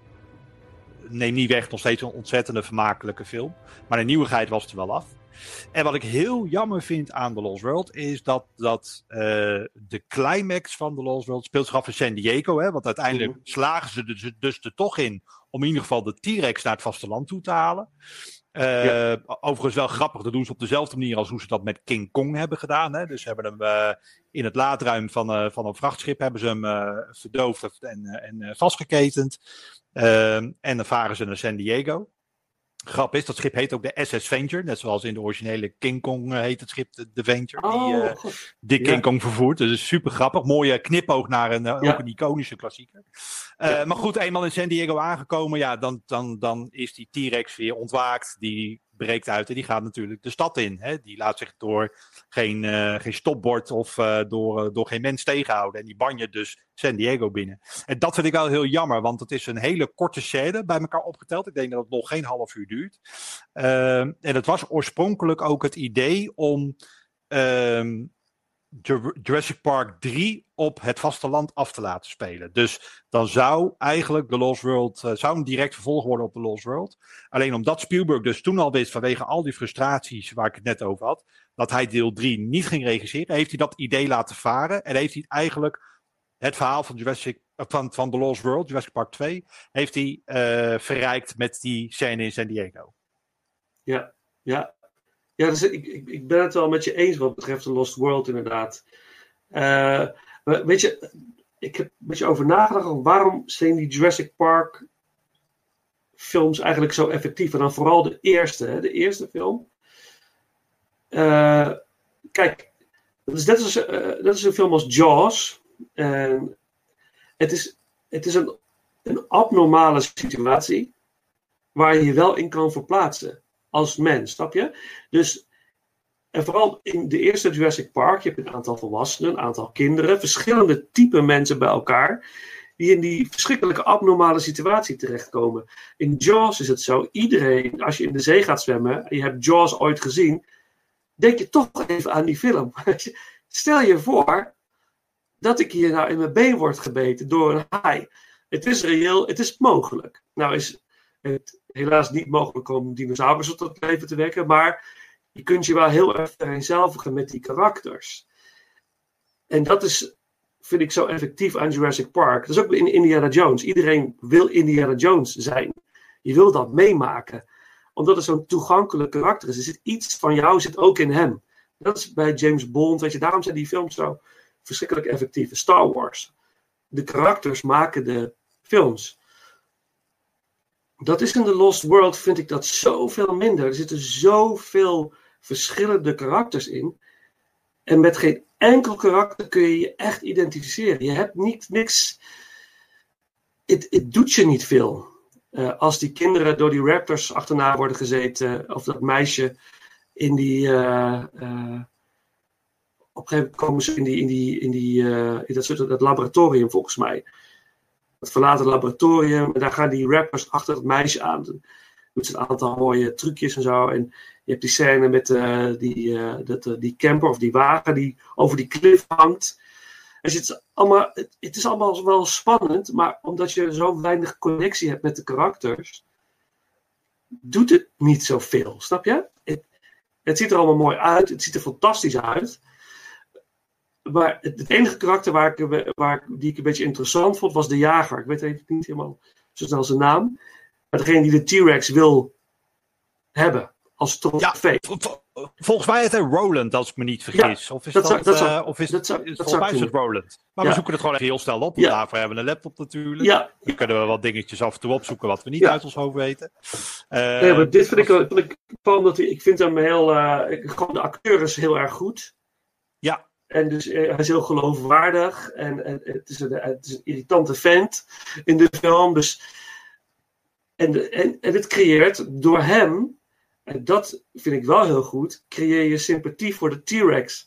neem niet weg, nog steeds een ontzettende vermakelijke film. Maar de nieuwigheid was er wel af. En wat ik heel jammer vind aan The Lost World is dat, dat uh, de climax van The Lost World speelt zich af in San Diego. Hè, want uiteindelijk mm. slagen ze dus, dus er toch in om in ieder geval de T-Rex naar het vasteland toe te halen. Uh, ja. Overigens wel grappig, dat doen ze op dezelfde manier als hoe ze dat met King Kong hebben gedaan. Hè. Dus ze hebben hem uh, in het laadruim van, uh, van een vrachtschip hebben ze hem uh, verdoofd en, uh, en uh, vastgeketend. Uh, en dan varen ze naar San Diego. Grap is, dat schip heet ook de S S Venture. Net zoals in de originele King Kong uh, heet het schip de, de Venture. Oh, die uh, die King ja. Kong vervoert. Dus super grappig. Mooie knipoog naar een, uh, ja. ook een iconische klassieker. Uh, ja. Maar goed, eenmaal in San Diego aangekomen. Ja, dan, dan, dan is die T-Rex weer ontwaakt. Die breekt uit en die gaat natuurlijk de stad in. Hè? Die laat zich door geen, uh, geen stopbord of uh, door, uh, door geen mens tegenhouden. En die banje dus San Diego binnen. En dat vind ik wel heel jammer, want het is een hele korte scène bij elkaar opgeteld. Ik denk dat het nog geen half uur duurt. Uh, en het was oorspronkelijk ook het idee om uh, Jurassic Park drie op het vasteland af te laten spelen. Dus dan zou eigenlijk The Lost World uh, zou een direct vervolg worden op The Lost World. Alleen omdat Spielberg dus toen al wist, vanwege al die frustraties waar ik het net over had, dat hij deel drie niet ging regisseren, heeft hij dat idee laten varen en heeft hij eigenlijk het verhaal van Jurassic van, van The Lost World, Jurassic Park twee, heeft hij uh, verrijkt met die scène in San Diego. Ja, ja. Ja, dus ik, ik, ik ben het wel met je eens wat betreft The Lost World inderdaad. Uh, weet je, ik heb een beetje over nagedacht, waarom zijn die Jurassic Park films eigenlijk zo effectief? En dan vooral de eerste, hè, de eerste film. Uh, kijk, dat is net als, uh, dat is een film als Jaws. En het is, het is een, een abnormale situatie waar je je wel in kan verplaatsen. Als mens, snap je? Dus, en vooral in de eerste Jurassic Park, je hebt een aantal volwassenen, een aantal kinderen, verschillende typen mensen bij elkaar, die in die verschrikkelijke abnormale situatie terechtkomen. In Jaws is het zo, iedereen, als je in de zee gaat zwemmen, en je hebt Jaws ooit gezien, denk je toch even aan die film. Stel je voor dat ik hier nou in mijn been word gebeten door een haai. Het is reëel, het is mogelijk. Nou is het helaas niet mogelijk om dinosaurussen tot leven te wekken, maar je kunt je wel heel erg vereenzelvigen met die karakters. En dat is, vind ik zo effectief aan Jurassic Park. Dat is ook in Indiana Jones. Iedereen wil Indiana Jones zijn. Je wil dat meemaken. Omdat het zo'n toegankelijk karakter is. Er zit iets van jou, zit ook in hem. Dat is bij James Bond, weet je, daarom zijn die films zo verschrikkelijk effectief. Star Wars. De karakters maken de films. Dat is in The Lost World, vind ik dat zoveel minder. Er zitten zoveel verschillende karakters in. En met geen enkel karakter kun je je echt identificeren. Je hebt niet, niks. Het, het doet je niet veel. Uh, als die kinderen door die raptors achterna worden gezeten. Of dat meisje in die. Uh, uh, op een gegeven moment komen ze in, die, in, die, in, die, uh, in dat, soort, dat laboratorium volgens mij. Het verlaten laboratorium. En daar gaan die rappers achter het meisje aan. Dan doet ze een aantal mooie trucjes en zo. En je hebt die scène met uh, die, uh, dat, uh, die camper of die wagen die over die klif hangt. En het, is allemaal, het, het is allemaal wel spannend. Maar omdat je zo weinig connectie hebt met de karakters. Doet het niet zoveel. Snap je? Het, het ziet er allemaal mooi uit. Het ziet er fantastisch uit. Maar het, het enige karakter waar ik, waar ik, die ik een beetje interessant vond, was de jager. Ik weet even niet helemaal zo snel zijn naam. Maar degene die de T-Rex wil hebben als trofee. Ja, v- volgens mij is het Roland, als ik me niet vergis. Ja, of is dat, dat, dat zou, uh, of is, dat zou, is, dat volgens mij is het Roland. Maar ja. We zoeken het gewoon even heel snel op. Ja. Daarvoor hebben we een laptop natuurlijk. Ja. Dan kunnen we wat dingetjes af en toe opzoeken wat we niet ja. uit ons hoofd weten. Uh, nee, maar dit vind ik, vind ik van dat ik vind hem heel. Uh, gewoon de acteur is heel erg goed. Ja. En dus uh, hij is heel geloofwaardig. En, en het, is een, het is een irritante vent in de film. Dus, en, de, en, en het creëert door hem, en dat vind ik wel heel goed, creëer je sympathie voor de T-Rex.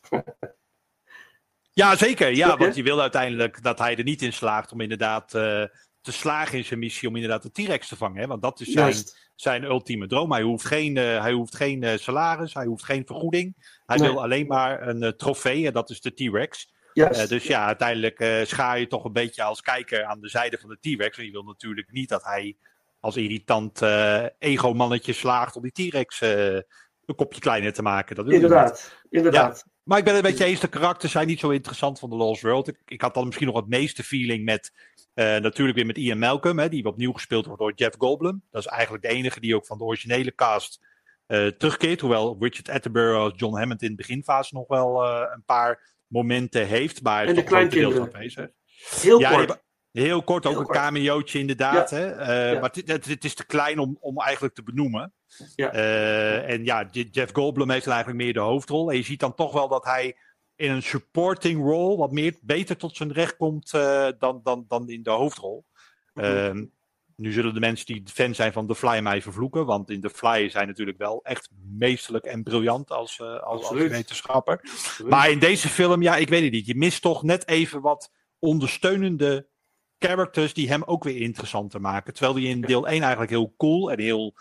Ja, zeker. Ja, want je wil uiteindelijk dat hij er niet in slaagt om inderdaad uh, te slagen in zijn missie om inderdaad de T-Rex te vangen. Hè? Want dat is zijn, zijn ultieme droom. Hij hoeft geen, uh, hij hoeft geen uh, salaris, hij hoeft geen vergoeding. Hij nee. wil alleen maar een uh, trofee en dat is de T-Rex. Uh, dus ja, uiteindelijk uh, schaar je toch een beetje als kijker aan de zijde van de T-Rex. En je wil natuurlijk niet dat hij als irritant uh, ego-mannetje slaagt om die T-Rex uh, een kopje kleiner te maken. Dat wil inderdaad, inderdaad. Ja. Maar ik ben het met je eens, de karakters zijn niet zo interessant van The Lost World. Ik, ik had dan misschien nog het meeste feeling met, uh, natuurlijk weer met Ian Malcolm, hè, die opnieuw gespeeld wordt door Jeff Goldblum. Dat is eigenlijk de enige die ook van de originele cast uh, terugkeert. Hoewel Richard Attenborough als John Hammond in de beginfase nog wel uh, een paar momenten heeft. Maar en de kleinkinderen. Afwezig. Heel ja, kort. Heel kort, ook Heel een kort. cameootje inderdaad. Ja. Hè? Uh, ja. Maar het, het, het is te klein om, om eigenlijk te benoemen. Ja. Uh, en ja, Jeff Goldblum heeft dan eigenlijk meer de hoofdrol. En je ziet dan toch wel dat hij in een supporting role wat meer, beter tot zijn recht komt uh, dan, dan, dan in de hoofdrol. Mm-hmm. Uh, nu zullen de mensen die fan zijn van The Fly mij vervloeken. Want in The Fly zijn natuurlijk wel echt meesterlijk en briljant als, uh, als, als wetenschapper. Absoluut. Maar in deze film, ja, ik weet het niet. Je mist toch net even wat ondersteunende characters die hem ook weer interessanter maken. Terwijl die in deel één eigenlijk heel cool en heel...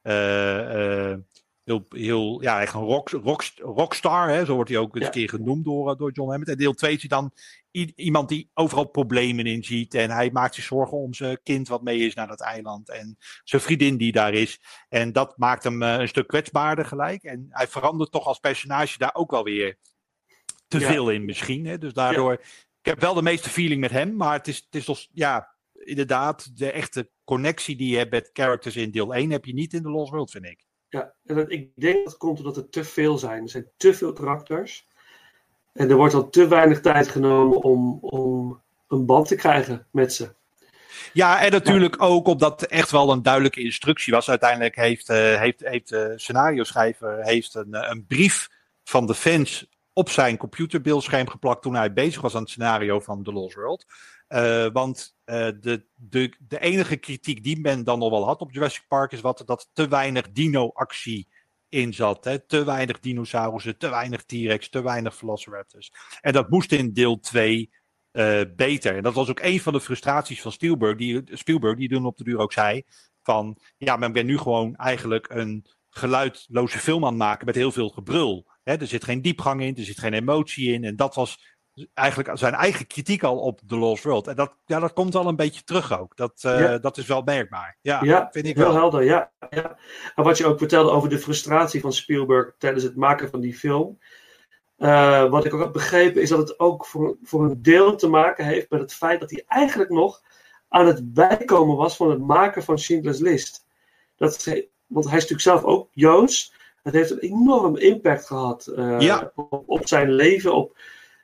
Uh, uh, heel, heel ja, echt een rock, rock, rockstar, hè? Zo wordt hij ook eens ja. een keer genoemd door, door John Hammond. En deel twee is hij dan i- iemand die overal problemen in ziet. En hij maakt zich zorgen om zijn kind wat mee is naar dat eiland. En zijn vriendin die daar is. En dat maakt hem uh, een stuk kwetsbaarder gelijk. En hij verandert toch als personage daar ook wel weer te ja. veel in misschien. Hè? Dus daardoor... Ja. Ik heb wel de meeste feeling met hem, maar het is, het is toch, ja, inderdaad, de echte connectie die je hebt met characters in deel één heb je niet in The Lost World, vind ik. Ja, en dat, ik denk dat het komt omdat er te veel zijn. Er zijn te veel karakters. En er wordt al te weinig tijd genomen om, om een band te krijgen met ze. Ja, en natuurlijk ja. ook omdat er echt wel een duidelijke instructie was. Uiteindelijk heeft, uh, heeft, heeft de scenario-schrijver heeft een, een brief van de fans op zijn computerbeeldscherm geplakt toen hij bezig was aan het scenario van The Lost World. Uh, want uh, de, de, de enige kritiek die men dan nog wel had op Jurassic Park is wat, dat er te weinig dino-actie in zat. Hè? Te weinig dinosaurussen, te weinig T-Rex, te weinig Velociraptors. En dat moest in deel twee uh, beter. En dat was ook een van de frustraties van Spielberg, die, Spielberg, die toen op de duur ook zei van, ja, maar ik ben nu gewoon eigenlijk een geluidloze film aan het maken met heel veel gebrul. He, er zit geen diepgang in, er zit geen emotie in. En dat was eigenlijk zijn eigen kritiek al op The Lost World. En dat, ja, dat komt wel een beetje terug ook. Dat, uh, ja. dat is wel merkbaar. Ja, ja vind ik heel wel. helder. Ja, ja. En wat je ook vertelde over de frustratie van Spielberg tijdens het maken van die film. Uh, wat ik ook heb begrepen is dat het ook voor, voor een deel te maken heeft met het feit dat hij eigenlijk nog aan het bijkomen was van het maken van Schindler's List. Dat, want hij is natuurlijk zelf ook Joods. Het heeft een enorm impact gehad uh, ja. op, op zijn leven. Op,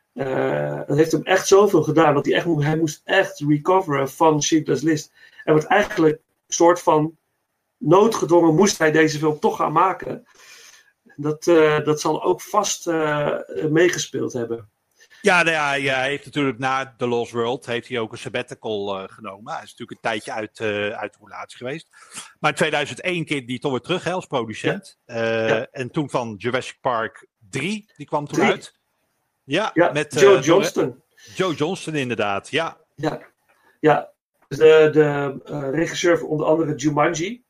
uh, het heeft hem echt zoveel gedaan. Dat hij, echt, hij moest echt recoveren van Schindler's List. En wat eigenlijk een soort van noodgedwongen moest hij deze film toch gaan maken. Dat, uh, dat zal ook vast uh, meegespeeld hebben. Ja, nou ja, ja, hij heeft natuurlijk na The Lost World heeft hij ook een sabbatical uh, genomen. Hij is natuurlijk een tijdje uit, uh, uit de relatie geweest. Maar in tweeduizend één keerde hij toch weer terug hè, als producent. Ja. Uh, ja. En toen van Jurassic Park drie, die kwam toen drie. uit. Ja, ja met Joe uh, Johnston. Joe Johnston inderdaad, ja. Ja, ja. De, de uh, regisseur van onder andere Jumanji.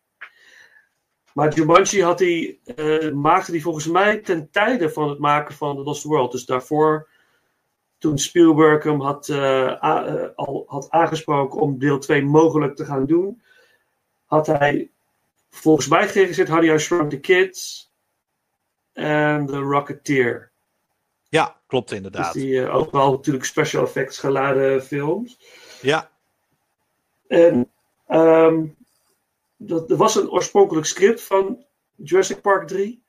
Maar Jumanji had hij, uh, maakte hij volgens mij ten tijde van het maken van The Lost World. Dus daarvoor, toen Spielberg hem had, uh, a, uh, al had aangesproken om deel twee mogelijk te gaan doen, had hij volgens mij geregisseerd Honey, I Shrunk the Kids en The Rocketeer. Ja, klopt inderdaad. Dus die uh, ook wel natuurlijk special effects geladen films. Ja. En um, dat, er was een oorspronkelijk script van Jurassic Park drie.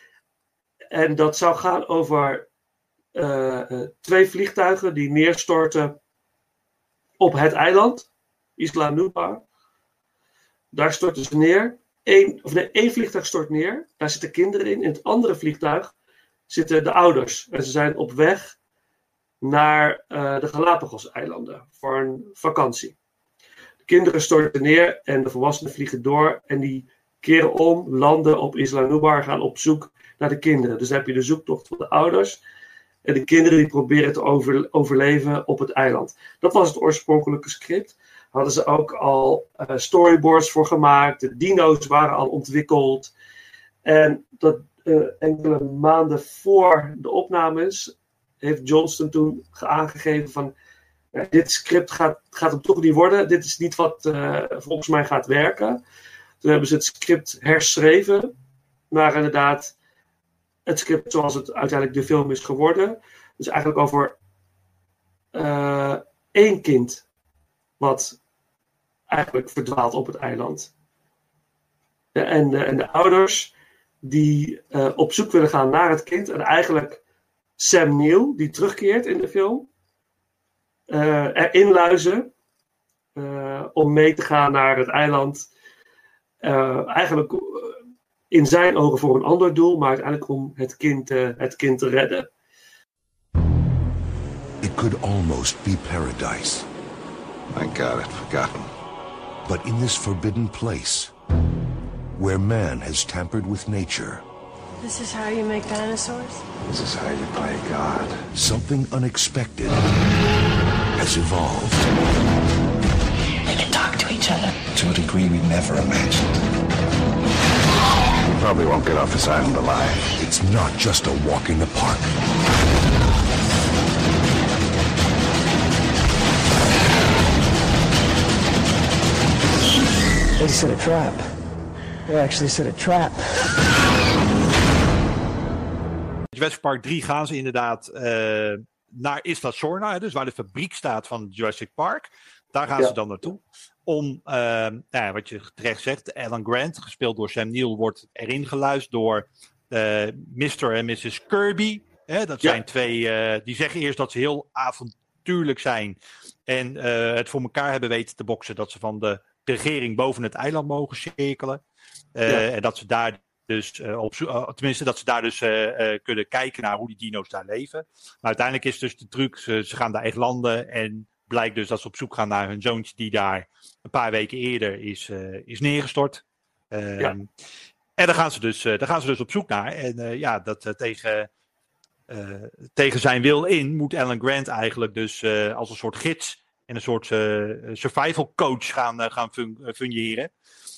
En dat zou gaan over uh, uh, twee vliegtuigen die neerstorten op het eiland. Isla Nublar. Daar storten ze neer. Eén, of nee, één vliegtuig stort neer. Daar zitten kinderen in. In het andere vliegtuig zitten de ouders. En ze zijn op weg naar uh, de Galapagos-eilanden voor een vakantie. De kinderen storten neer en de volwassenen vliegen door en die keren om, landen op Isla Nublar, gaan op zoek naar de kinderen. Dus dan heb je de zoektocht van de ouders en de kinderen die proberen te over, overleven op het eiland. Dat was het oorspronkelijke script. Hadden ze ook al uh, storyboards voor gemaakt. De dino's waren al ontwikkeld. En dat uh, enkele maanden voor de opnames heeft Johnston toen aangegeven van uh, dit script gaat, gaat hem toch niet worden. Dit is niet wat uh, volgens mij gaat werken. Toen hebben ze het script herschreven naar inderdaad het script zoals het uiteindelijk de film is geworden. Dus eigenlijk over uh, één kind wat eigenlijk verdwaalt op het eiland. Ja, en, de, en de ouders die uh, op zoek willen gaan naar het kind. En eigenlijk Sam Neill, die terugkeert in de film, uh, erin luizen uh, om mee te gaan naar het eiland. Uh, eigenlijk uh, in zijn ogen voor een ander doel, maar uiteindelijk om het kind, uh, het kind te redden. It could almost be paradise. Thank God I'd forgotten. But in this forbidden place, where man has tampered with nature, this is how you make dinosaurs? This is how you play God. Something unexpected has evolved. They can talk to each other. To a degree we never imagined. He probably won't get off this island alive. It's not just a walk in the park. They set a trap. They actually set a trap. Jurassic Park drie gaan ze inderdaad uh, naar Isla Sorna, dus waar de fabriek staat van Jurassic Park. Daar gaan ja. ze dan naartoe. Om, uh, nou ja, wat je terecht zegt, Alan Grant, gespeeld door Sam Neill, wordt erin geluisterd door uh, mister en missus Kirby. Hè, dat zijn ja. twee, uh, die zeggen eerst dat ze heel avontuurlijk zijn. En uh, het voor elkaar hebben weten te boksen dat ze van de regering boven het eiland mogen cirkelen. Uh, ja. En dat ze daar dus, uh, op, uh, tenminste dat ze daar dus uh, uh, kunnen kijken naar hoe die dino's daar leven. Maar uiteindelijk is dus de truc, ze, ze gaan daar echt landen en blijkt dus dat ze op zoek gaan naar hun zoontje die daar een paar weken eerder is, uh, is neergestort. Uh, ja. En daar gaan, ze dus, uh, daar gaan ze dus op zoek naar. En uh, ja, dat uh, tegen, uh, tegen zijn wil in moet Alan Grant eigenlijk dus uh, als een soort gids en een soort uh, survival coach gaan, uh, gaan fun- fungeren.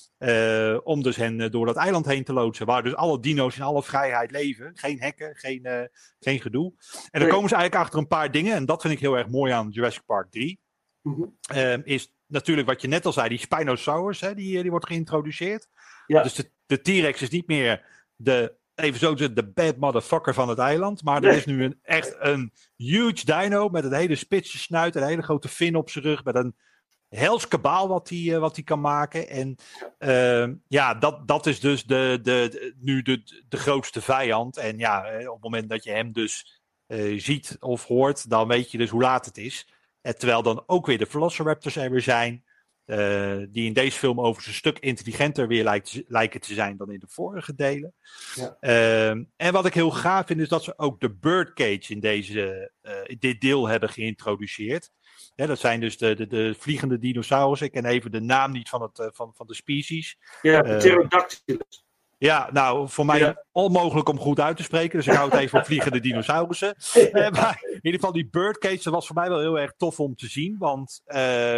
Uh, om dus hen uh, door dat eiland heen te loodsen. Waar dus alle dino's in alle vrijheid leven. Geen hekken, geen, uh, geen gedoe. En dan nee. komen ze eigenlijk achter een paar dingen. En dat vind ik heel erg mooi aan Jurassic Park drie. Mm-hmm. Uh, is natuurlijk wat je net al zei. Die Spinosaurus, hè, die, die wordt geïntroduceerd. Ja. Dus de, de T-Rex is niet meer de, even zo de bad motherfucker van het eiland. Maar nee. er is nu een, echt een huge dino. Met een hele spitse snuit. En een hele grote vin op zijn rug. Met een hels kabaal wat hij uh, wat hij kan maken. En uh, ja, dat, dat is dus de, de, de, nu de, de grootste vijand. En ja, op het moment dat je hem dus uh, ziet of hoort, dan weet je dus hoe laat het is. En terwijl dan ook weer de Velociraptors er weer zijn. Uh, die in deze film overigens een stuk intelligenter weer lijkt, lijken te zijn dan in de vorige delen. Ja. Uh, en wat ik heel gaaf vind is dat ze ook de birdcage in, deze, uh, in dit deel hebben geïntroduceerd. Ja, dat zijn dus de, de, de vliegende dinosaurussen. Ik ken even de naam niet van, het, van, van de species. Ja, de Pterodactylus. Uh, ja, nou, voor mij ja. onmogelijk om goed uit te spreken. Dus ik hou het even op vliegende dinosaurussen. Uh, maar in ieder geval die birdcage, dat was voor mij wel heel erg tof om te zien. Want uh,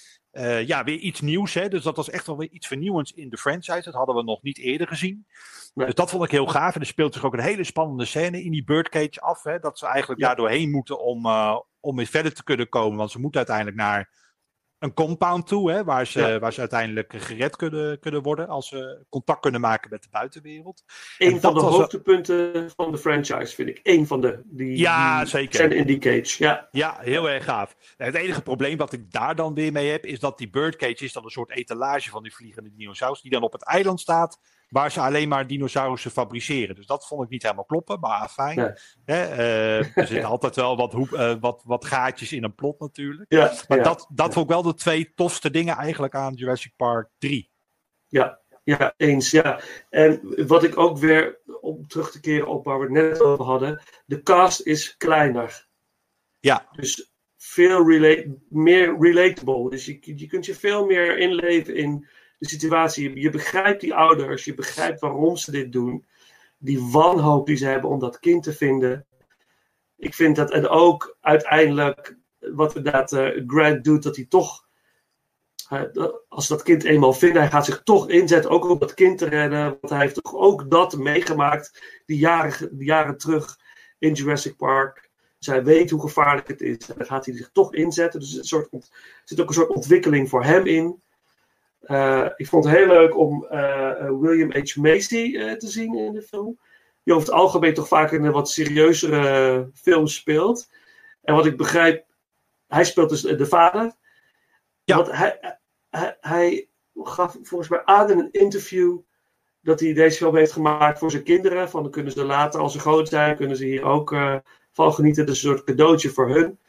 uh, ja, weer iets nieuws. Hè? Dus dat was echt wel weer iets vernieuwends in de franchise. Dat hadden we nog niet eerder gezien. Nee. Dus dat vond ik heel gaaf. En er speelt zich ook een hele spannende scène in die birdcage af. Hè? Dat ze eigenlijk ja. daar doorheen moeten om... Uh, om weer verder te kunnen komen. Want ze moeten uiteindelijk naar een compound toe. Hè, waar, ze, ja. waar ze uiteindelijk gered kunnen, kunnen worden. Als ze contact kunnen maken met de buitenwereld. Eén van de hoogtepunten een... van de franchise vind ik. Eén van de. Die, ja, die zeker. Zijn in die cage. Ja. ja, heel erg gaaf. Het enige probleem wat ik daar dan weer mee heb. Is dat die birdcage is dan een soort etalage van die vliegende dinosaurus. Die dan op het eiland staat. Waar ze alleen maar dinosaurussen fabriceren. Dus dat vond ik niet helemaal kloppen, maar fijn. Nee. Hè, uh, er zitten altijd wel wat, hoep, uh, wat, wat gaatjes in een plot natuurlijk. Ja, maar ja, dat, dat ja. vond ik wel de twee tofste dingen eigenlijk aan Jurassic Park drie. Ja, ja, eens. Ja. En wat ik ook weer, om terug te keren op waar we het net over hadden. De cast is kleiner. Ja. Dus veel relate, meer relatable. Dus je, je kunt je veel meer inleven in de situatie. Je, je begrijpt die ouders, je begrijpt waarom ze dit doen. Die wanhoop die ze hebben om dat kind te vinden. Ik vind dat, en ook uiteindelijk, wat inderdaad uh, Grant doet, dat hij toch, uh, als dat kind eenmaal vindt, hij gaat zich toch inzetten, ook om dat kind te redden. Want hij heeft toch ook dat meegemaakt, die jaren, die jaren terug in Jurassic Park. Dus hij weet hoe gevaarlijk het is. En dan gaat hij zich toch inzetten. Dus er, een soort, er zit ook een soort ontwikkeling voor hem in. Uh, ik vond het heel leuk om uh, William H. Macy uh, te zien in de film. Die over het algemeen toch vaak in een wat serieuzere films speelt. En wat ik begrijp, hij speelt dus de vader. Ja. Want hij, hij, hij gaf volgens mij aan in een interview dat hij deze film heeft gemaakt voor zijn kinderen. Van dan kunnen ze later, als ze groot zijn, kunnen ze hier ook uh, van genieten. Dus een soort cadeautje voor hun.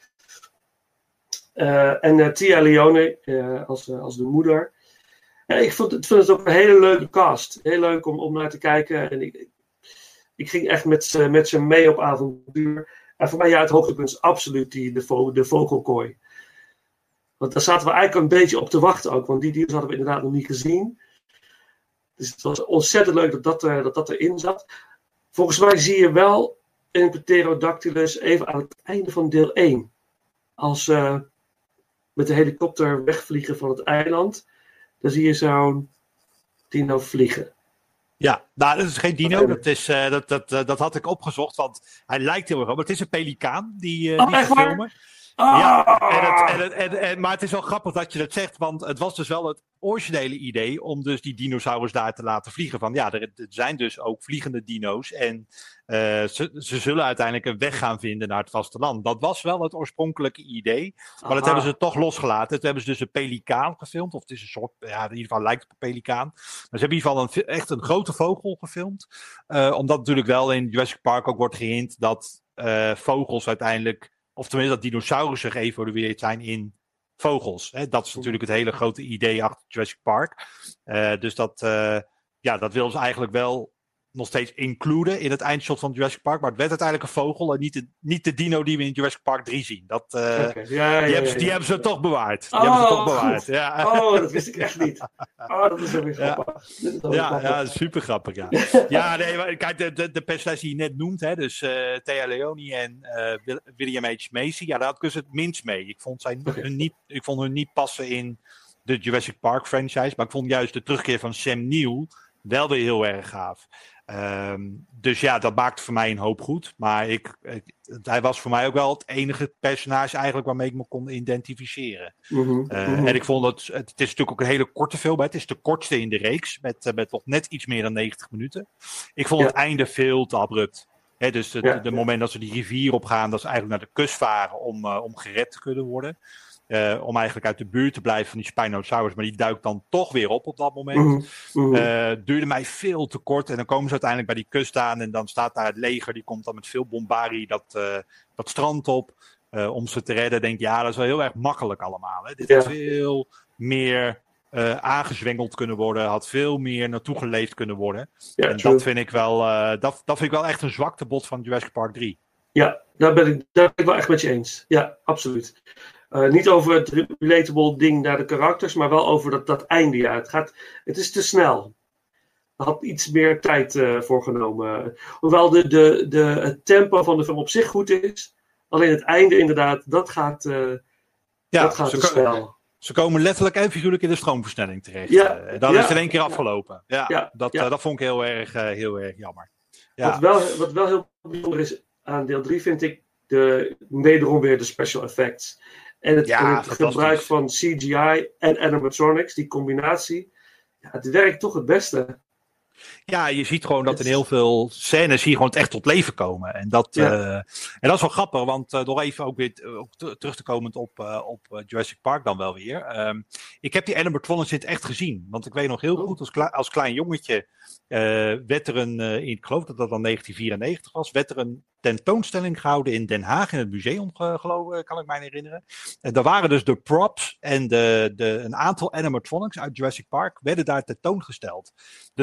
Uh, en uh, Tia Leone uh, als, uh, als de moeder. Ja, ik vond het, vind het ook een hele leuke cast. Heel leuk om, om naar te kijken. En ik, ik ging echt met ze, met ze mee op avontuur. En voor mij, ja, het hoogtepunt is absoluut die, de, vo, de vogelkooi. Want daar zaten we eigenlijk een beetje op te wachten ook. Want die dieren hadden we inderdaad nog niet gezien. Dus het was ontzettend leuk dat dat, er, dat, dat erin zat. Volgens mij zie je wel in Pterodactylus even aan het einde van deel één. Als ze uh, met de helikopter wegvliegen van het eiland. Dan zie je zo'n dino vliegen. Ja, nou, dat is geen dino. Dat, is, uh, dat, dat, uh, dat had ik opgezocht, want hij lijkt heel erg op. Maar het is een pelikaan die, uh, oh, die ze filmen. Ah. Ja, en het, en het, en, en, maar het is wel grappig dat je dat zegt, want het was dus wel het originele idee om dus die dinosaurus daar te laten vliegen. Van ja, er, er zijn dus ook vliegende dino's en uh, ze, ze zullen uiteindelijk een weg gaan vinden naar het vasteland. Dat was wel het oorspronkelijke idee, maar Aha. dat hebben ze toch losgelaten. Toen hebben ze dus een pelikaan gefilmd, of het is een soort, ja, in ieder geval lijkt het op een pelikaan. Maar ze hebben in ieder geval een, echt een grote vogel gefilmd, uh, omdat natuurlijk wel in Jurassic Park ook wordt gehint dat uh, vogels uiteindelijk, of tenminste dat dinosaurussen geëvolueerd zijn in vogels. Hè? Dat is natuurlijk het hele grote idee achter Jurassic Park. Uh, dus dat, uh, ja, dat willen ze eigenlijk wel nog steeds includen in het eindshot van Jurassic Park. Maar het werd uiteindelijk een vogel en niet de, niet de dino die we in Jurassic Park drie zien. Dat, uh, okay. ja, ja, die, ja, hebben ze, die ja. hebben ze toch bewaard. Die oh, hebben ze toch bewaard. Ja. Oh, dat wist ik echt niet. Oh, dat is wel weer grappig. Ja, ja, ja, super grappig. Ja, ja nee, maar kijk, de, de, de personages die je net noemt, hè, dus uh, Tia Leone en uh, William H. Macy, ja, daar had ik dus het minst mee. Ik vond, zij okay. hun niet, ik vond hun niet passen in de Jurassic Park franchise, maar ik vond juist de terugkeer van Sam Neill wel weer heel erg gaaf. Um, dus ja, dat maakte voor mij een hoop goed. Maar ik, ik, hij was voor mij ook wel het enige personage eigenlijk waarmee ik me kon identificeren. Mm-hmm, uh, mm-hmm. En ik vond dat, het is natuurlijk ook een hele korte film. Hè? Het is de kortste in de reeks, met, met nog net iets meer dan negentig minuten. Ik vond ja. het einde veel te abrupt. Hè, dus het ja, de ja. moment dat ze die rivier opgaan, dat ze eigenlijk naar de kust varen om, uh, om gered te kunnen worden. Uh, om eigenlijk uit de buurt te blijven van die Spinosaurus. Maar die duikt dan toch weer op op dat moment. Mm-hmm. Mm-hmm. Uh, duurde mij veel te kort. En dan komen ze uiteindelijk bij die kust aan. En dan staat daar het leger. Die komt dan met veel bombarie dat, uh, dat strand op. Uh, om ze te redden. Denk ja, dat is wel heel erg makkelijk allemaal. Hè. Dit ja. had veel meer uh, aangezwengeld kunnen worden. Had veel meer naartoe geleefd kunnen worden. Ja, en true. dat vind ik wel uh, dat, dat vind ik wel echt een zwaktebod van Jurassic Park drie. Ja, daar ben ik, daar ben ik wel echt met je eens. Ja, absoluut. Uh, niet over het relatable ding naar de karakters, maar wel over dat, dat einde. Ja. Het, gaat, het is te snel. Er had iets meer tijd uh, voor genomen. Hoewel de, de, de, het tempo van de film op zich goed is. Alleen het einde inderdaad, dat gaat, uh, ja, dat gaat te snel. Ze komen letterlijk en figuurlijk in de stroomversnelling terecht. Ja, uh, dan ja, is het in één keer afgelopen. Ja, ja, dat, ja. Uh, dat vond ik heel erg, uh, heel erg jammer. Ja. Wat, wel, wat wel heel bijzonder is aan deel drie vind ik de, wederom weer de special effects. En het, ja, en het gebruik van C G I en animatronics, die combinatie, ja, het werkt toch het beste. Ja, je ziet gewoon dat in heel veel scènes hier gewoon het echt tot leven komen. En dat, ja. uh, en dat is wel grappig, want uh, nog even ook weer ook t- terug te komen op, uh, op Jurassic Park dan wel weer. Um, ik heb die animatronics in het echt gezien. Want ik weet nog heel goed, als, kle- als klein jongetje uh, werd er een, uh, in, ik geloof dat dat dan negentien vierennegentig was, werd er een tentoonstelling gehouden in Den Haag, in het museum, geloof ik, kan ik mij herinneren. En daar waren dus de props en de, de, een aantal animatronics uit Jurassic Park werden daar tentoongesteld. Dus wat, wat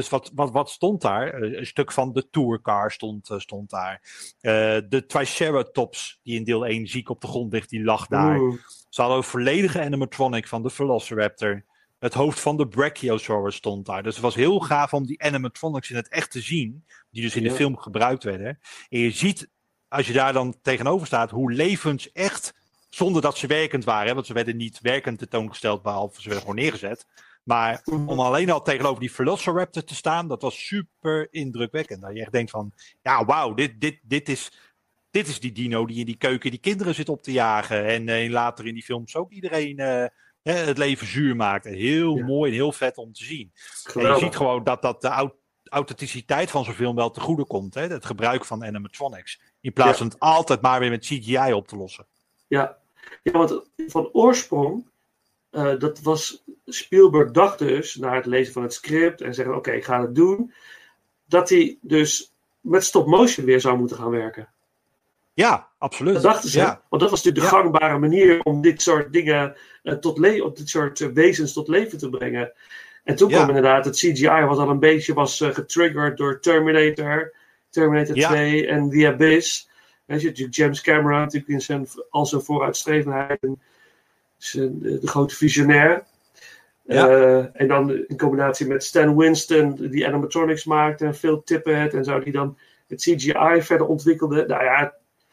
wat, wat stond daar? Uh, een stuk van de Tourcar stond, uh, stond daar. Uh, de Triceratops, die in deel één ziek op de grond ligt, die lag daar. Oeh. Ze hadden een volledige animatronic van de Velociraptor. Het hoofd van de Brachiosaurus stond daar. Dus het was heel gaaf om die animatronics in het echt te zien. Die dus in ja. de film gebruikt werden. En je ziet, als je daar dan tegenover staat, hoe levensecht, zonder dat ze werkend waren. Hè, want ze werden niet werkend tentoongesteld, behalve ze werden gewoon neergezet. Maar om alleen al tegenover die Velociraptor te staan, dat was super indrukwekkend. Dat je echt denkt van, ja wauw, dit, dit, dit, is, dit is die dino die in die keuken die kinderen zit op te jagen. En uh, later in die films ook iedereen uh, het leven zuur maakt. Heel ja. mooi en heel vet om te zien. En je ziet gewoon dat, dat de aut- authenticiteit van zo'n film wel te goede komt. Hè? Het gebruik van animatronics. In plaats ja. van het altijd maar weer met C G I op te lossen. Ja, ja want van oorsprong, uh, dat was... Spielberg dacht dus, na het lezen van het script en zeggen, oké, okay, ik ga het doen, dat hij dus met stop-motion weer zou moeten gaan werken. Ja, absoluut. Dat dachten ze, ja. Want dat was natuurlijk de ja. gangbare manier om dit soort dingen, uh, tot le- om dit soort uh, wezens tot leven te brengen. En toen ja. kwam inderdaad het C G I, wat al een beetje was uh, getriggerd door Terminator, Terminator ja. twee en The Abyss. Weet je, James Cameron natuurlijk in zijn, al zijn vooruitstrevendheid, en zijn, de, de grote visionair. Ja. Uh, en dan in combinatie met Stan Winston, die animatronics maakte, en Phil Tippett, en zo, die dan het C G I verder ontwikkelde. Nou ja,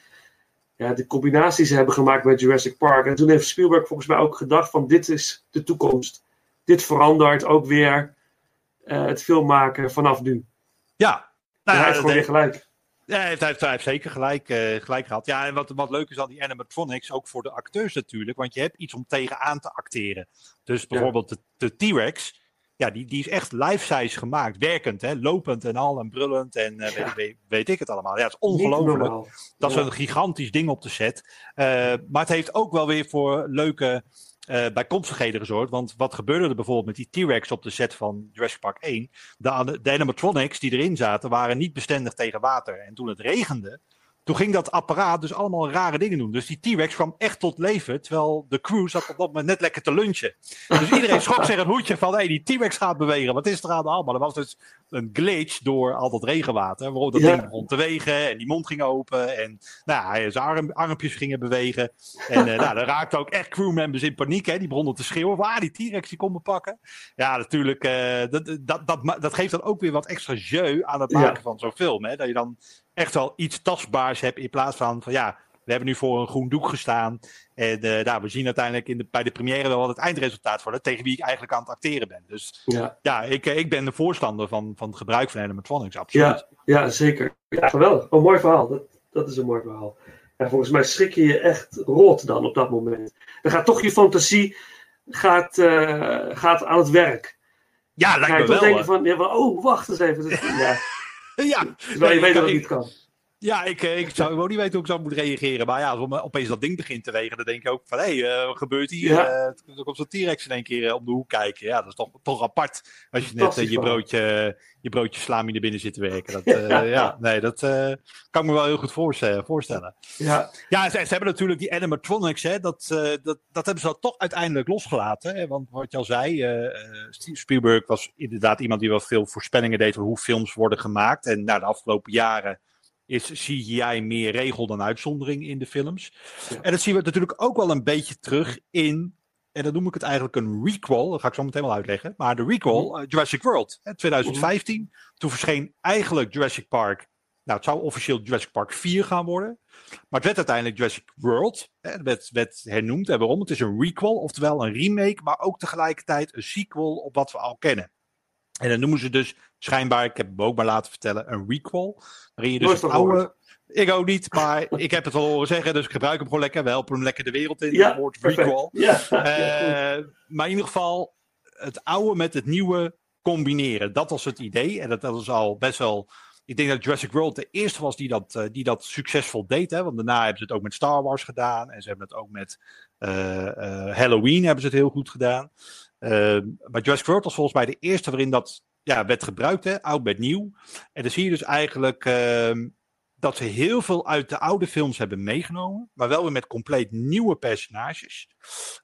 ja, de combinaties die ze hebben gemaakt met Jurassic Park. En toen heeft Spielberg volgens mij ook gedacht van, dit is de toekomst. Dit verandert ook weer uh, het filmmaken vanaf nu. Ja. Nou, hij heeft gewoon weer gelijk. Ja, hij heeft, hij heeft, hij heeft zeker gelijk, uh, gelijk gehad. Ja, en wat, wat leuk is aan die animatronics, ook voor de acteurs natuurlijk, want je hebt iets om tegenaan te acteren. Dus bijvoorbeeld ja. de, de T-Rex, ja, die, die is echt life-size gemaakt, werkend, hè, lopend en al en brullend en uh, ja. weet, weet, weet ik het allemaal. Ja, het is ongelooflijk. Dat is ja. een gigantisch ding op de set. Uh, maar het heeft ook wel weer voor leuke uh, bijkomstigheden gezorgd, want wat gebeurde er bijvoorbeeld met die T-Rex op de set van Jurassic Park één? De, de animatronics die erin zaten waren niet bestendig tegen water. En toen het regende, toen ging dat apparaat dus allemaal rare dingen doen. Dus die T-Rex kwam echt tot leven, terwijl de crew zat op dat moment net lekker te lunchen. Dus iedereen schrok zich een hoedje van, hé, hey, die T-Rex gaat bewegen, wat is er aan de hand? Maar er was dus een glitch door al dat regenwater, waarop dat ja. ding begon te wegen en die mond ging open en nou, zijn arm, armpjes gingen bewegen. En uh, nou, dan raakten ook echt crewmembers in paniek, hè? Die begonnen te schreeuwen van, ah, die T-Rex die komt me pakken. Ja, natuurlijk, uh, dat, dat, dat, dat geeft dan ook weer wat extra jeu aan het maken ja. van zo'n film, hè? Dat je dan echt wel iets tastbaars hebt in plaats van, van ja, we hebben nu voor een groen doek gestaan. En uh, nou, we zien uiteindelijk in de, bij de première wel wat het eindresultaat voor tegen wie ik eigenlijk aan het acteren ben. Dus ja, ja ik, ik ben de voorstander van, van het gebruik van animatronics, absoluut. Ja, ja zeker. Ja, geweldig. Een mooi verhaal. Dat, dat is een mooi verhaal. En volgens mij schrik je je echt rot dan op dat moment. Dan gaat toch je fantasie gaat, uh, gaat aan het werk. Ja, lijkt me wel. Dan ga je toch denken van, ja, van, oh, wacht eens even. Dat, ja. Ja, terwijl je weet dat het niet kan. Ja, ik, ik zou ook niet weten hoe ik zou moeten reageren. Maar ja, als opeens dat ding begint te wegen, dan denk je ook van, hé, hey, uh, wat gebeurt hier? Ja. Uh, er komt zo'n T-Rex in één keer uh, om de hoek kijken. Ja, dat is toch, toch apart. Als je net uh, je, broodje, je broodje salami naar binnen zit te werken. Dat, uh, ja. ja, nee, dat uh, kan ik me wel heel goed voorstellen. Ja, ja ze, ze hebben natuurlijk die animatronics, hè, dat, uh, dat, dat hebben ze dan toch uiteindelijk losgelaten. Hè, want wat je al zei, uh, Steve Spielberg was inderdaad iemand die wel veel voorspellingen deed over hoe films worden gemaakt. En nou, de afgelopen jaren is C G I meer regel dan uitzondering in de films. Ja. En dat zien we natuurlijk ook wel een beetje terug in, en dan noem ik het eigenlijk een requel, dat ga ik zo meteen wel uitleggen, maar de requel, mm-hmm. uh, Jurassic World, hè, twintig vijftien, mm-hmm. toen verscheen eigenlijk Jurassic Park, nou het zou officieel Jurassic Park vier gaan worden, maar het werd uiteindelijk Jurassic World, hè, het werd, werd hernoemd, en waarom? Het is een requel, oftewel een remake, maar ook tegelijkertijd een sequel op wat we al kennen. En dan noemen ze dus schijnbaar, ik heb het me ook maar laten vertellen, een requel. Waarin je dus het oude... Ik ook niet, maar ik heb het wel horen zeggen, dus ik gebruik hem gewoon lekker. We helpen hem lekker de wereld in, ja, het woord requel. Ja, uh, ja, maar in ieder geval, het oude met het nieuwe combineren. Dat was het idee. En dat, dat was al best wel... Ik denk dat Jurassic World de eerste was die dat, uh, die dat succesvol deed. Hè? Want daarna hebben ze het ook met Star Wars gedaan. En ze hebben het ook met uh, uh, Halloween hebben ze het heel goed gedaan. Uh, maar Jurassic World was volgens mij de eerste waarin dat ja, werd gebruikt. Hè? Oud met nieuw. En dan zie je dus eigenlijk uh, dat ze heel veel uit de oude films hebben meegenomen. Maar wel weer met compleet nieuwe personages.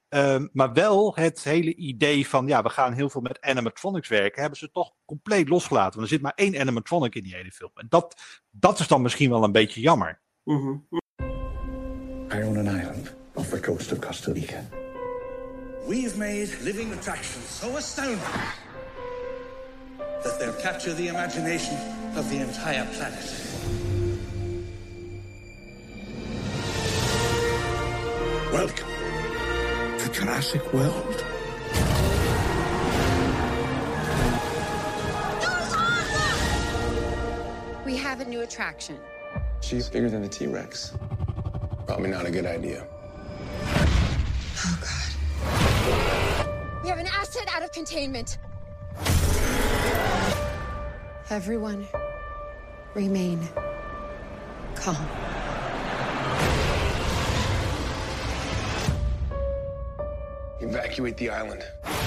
Um, maar wel het hele idee van, ja, we gaan heel veel met animatronics werken, hebben ze toch compleet losgelaten. Want er zit maar één animatronic in die hele film. En dat, dat is dan misschien wel een beetje jammer. Mm-hmm. I own an island off the coast of Costa Rica. We've made living attractions so astounding that they'll capture the imagination of the entire planet. Welcome to Jurassic World. We have a new attraction. She's bigger than the T-Rex. Probably not a good idea. Oh, God. We have an asset out of containment. Everyone, remain calm. Evacuate the island.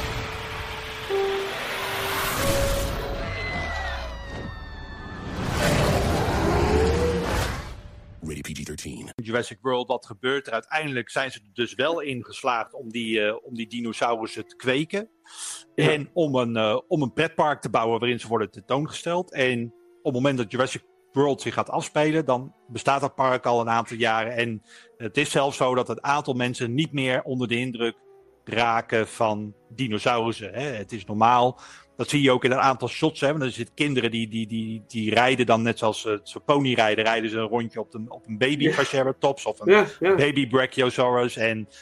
Rated P G thirteen. Jurassic World, wat gebeurt er? Uiteindelijk zijn ze er dus wel in geslaagd om die, uh, om die dinosaurussen te kweken. Ja. En om een, uh, om een pretpark te bouwen waarin ze worden tentoongesteld. En op het moment dat Jurassic World zich gaat afspelen, dan bestaat dat park al een aantal jaren. En het is zelfs zo dat het aantal mensen niet meer onder de indruk raken van dinosaurussen. Hè. Het is normaal. Dat zie je ook in een aantal shots. Hè. Want er zitten kinderen die, die, die, die rijden dan net zoals uh, zo ponyrijden, rijden ze een rondje op, de, op een baby ja. Triceratops of een ja, ja. baby Brachiosaurus. En uh,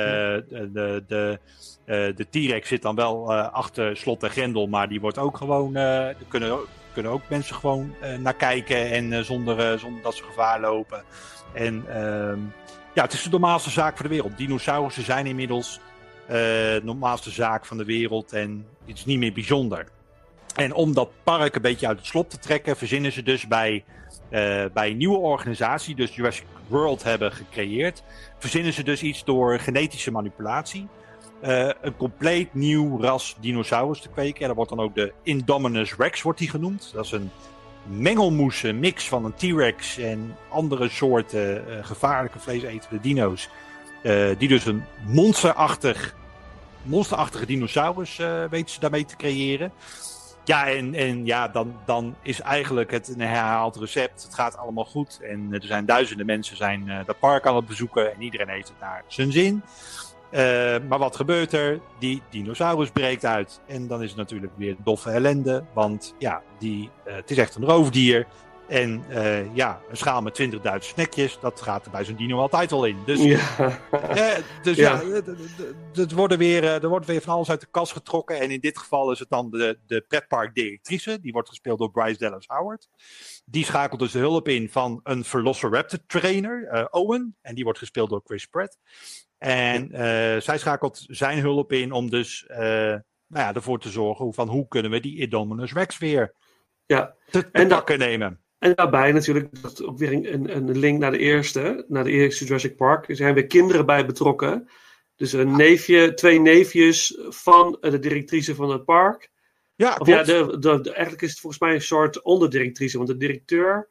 de, de, de, uh, de T-Rex zit dan wel uh, achter slot en grendel, maar die wordt ook gewoon, uh, er kunnen, kunnen ook mensen gewoon uh, naar kijken en uh, zonder, uh, zonder dat ze gevaar lopen. En uh, ja, het is de normaalste zaak voor de wereld. Dinosaurussen zijn inmiddels Uh, de normaalste zaak van de wereld en het is niet meer bijzonder. En om dat park een beetje uit het slop te trekken, verzinnen ze dus bij, uh, bij een nieuwe organisatie, dus Jurassic World hebben gecreëerd, verzinnen ze dus iets door genetische manipulatie. Uh, een compleet nieuw ras dinosaurus te kweken. En dat wordt dan ook de Indominus Rex wordt die genoemd. Dat is een mengelmoes, een mix van een T-Rex en andere soorten uh, gevaarlijke vleesetende dino's. Uh, die dus een monsterachtig, monsterachtige dinosaurus uh, weten ze daarmee te creëren. Ja, en, en ja, dan, dan is eigenlijk het een herhaald recept. Het gaat allemaal goed. En uh, er zijn duizenden mensen zijn uh, dat park aan het bezoeken. En iedereen heeft het naar zijn zin. Uh, maar wat gebeurt er? Die dinosaurus breekt uit. En dan is het natuurlijk weer doffe ellende. Want ja, die, uh, het is echt een roofdier. En uh, ja, een schaal met twintigduizend snackjes, dat gaat er bij zo'n dino altijd wel in. Dus ja, eh, dus ja. ja het worden weer, er wordt weer van alles uit de kast getrokken. En in dit geval is het dan de, de pretparkdirectrice. Die wordt gespeeld door Bryce Dallas Howard. Die schakelt dus de hulp in van een Velociraptor trainer, uh, Owen. En die wordt gespeeld door Chris Pratt. En uh, zij schakelt zijn hulp in om dus uh, nou ja, ervoor te zorgen van hoe kunnen we die Indominus Rex weer ja. te, te en pakken da- nemen. En daarbij natuurlijk dat ook weer een, een link naar de eerste, naar de eerste Jurassic Park. Er zijn weer kinderen bij betrokken. Dus een neefje, twee neefjes van de directrice van het park. Ja, of ja, de, de, de, eigenlijk is het volgens mij een soort onderdirectrice, want de directeur.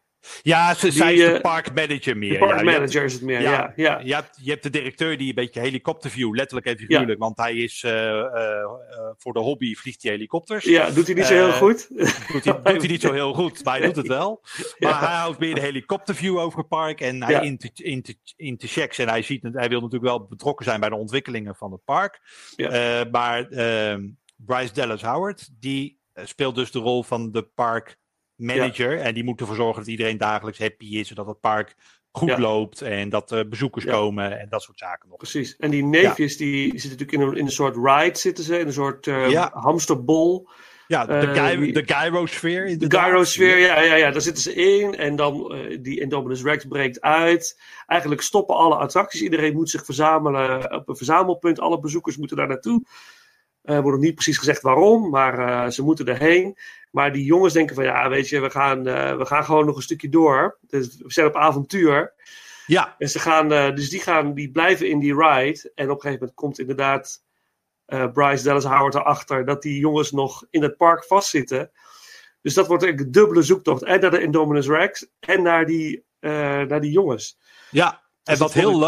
Ja, ze, die, zij is de uh, parkmanager meer. De parkmanager ja, is het meer, ja. ja. ja. Je, hebt, je hebt de directeur die een beetje helikopterview, letterlijk en figuurlijk, ja. want hij is uh, uh, uh, voor de hobby vliegt hij helikopters. Ja, doet hij niet zo heel uh, goed? Doet hij, doet hij niet zo heel goed, maar hij doet het wel. Maar ja. hij houdt weer de helikopterview over het park en hij ja. interchecks en hij, ziet, hij wil natuurlijk wel betrokken zijn bij de ontwikkelingen van het park. Ja. Uh, maar uh, Bryce Dallas Howard, die speelt dus de rol van de park manager. Ja. En die moet ervoor zorgen dat iedereen dagelijks happy is. Zodat het park goed ja. loopt. En dat er uh, bezoekers ja. komen. En dat soort zaken nog. Precies. En die neefjes ja. die zitten natuurlijk in een, in een soort ride zitten ze. In een soort uh, ja. hamsterbol. Ja, de, uh, gy- de gyrosfeer. De gyrosfeer, ja, ja, ja. Daar zitten ze in. En dan uh, die Indominus Rex breekt uit. Eigenlijk stoppen alle attracties. Iedereen moet zich verzamelen op een verzamelpunt. Alle bezoekers moeten daar naartoe. Er uh, wordt nog niet precies gezegd waarom, maar uh, ze moeten erheen. Maar die jongens denken van, ja, weet je, we gaan, uh, we gaan gewoon nog een stukje door. Dus we zijn op avontuur. Ja. En ze gaan, uh, dus die, gaan, die blijven in die ride. En op een gegeven moment komt inderdaad uh, Bryce Dallas Howard erachter dat die jongens nog in het park vastzitten. Dus dat wordt een dubbele zoektocht. En naar de Indominus Rex en naar die, uh, naar die jongens. Ja, en dus wat heel... Le-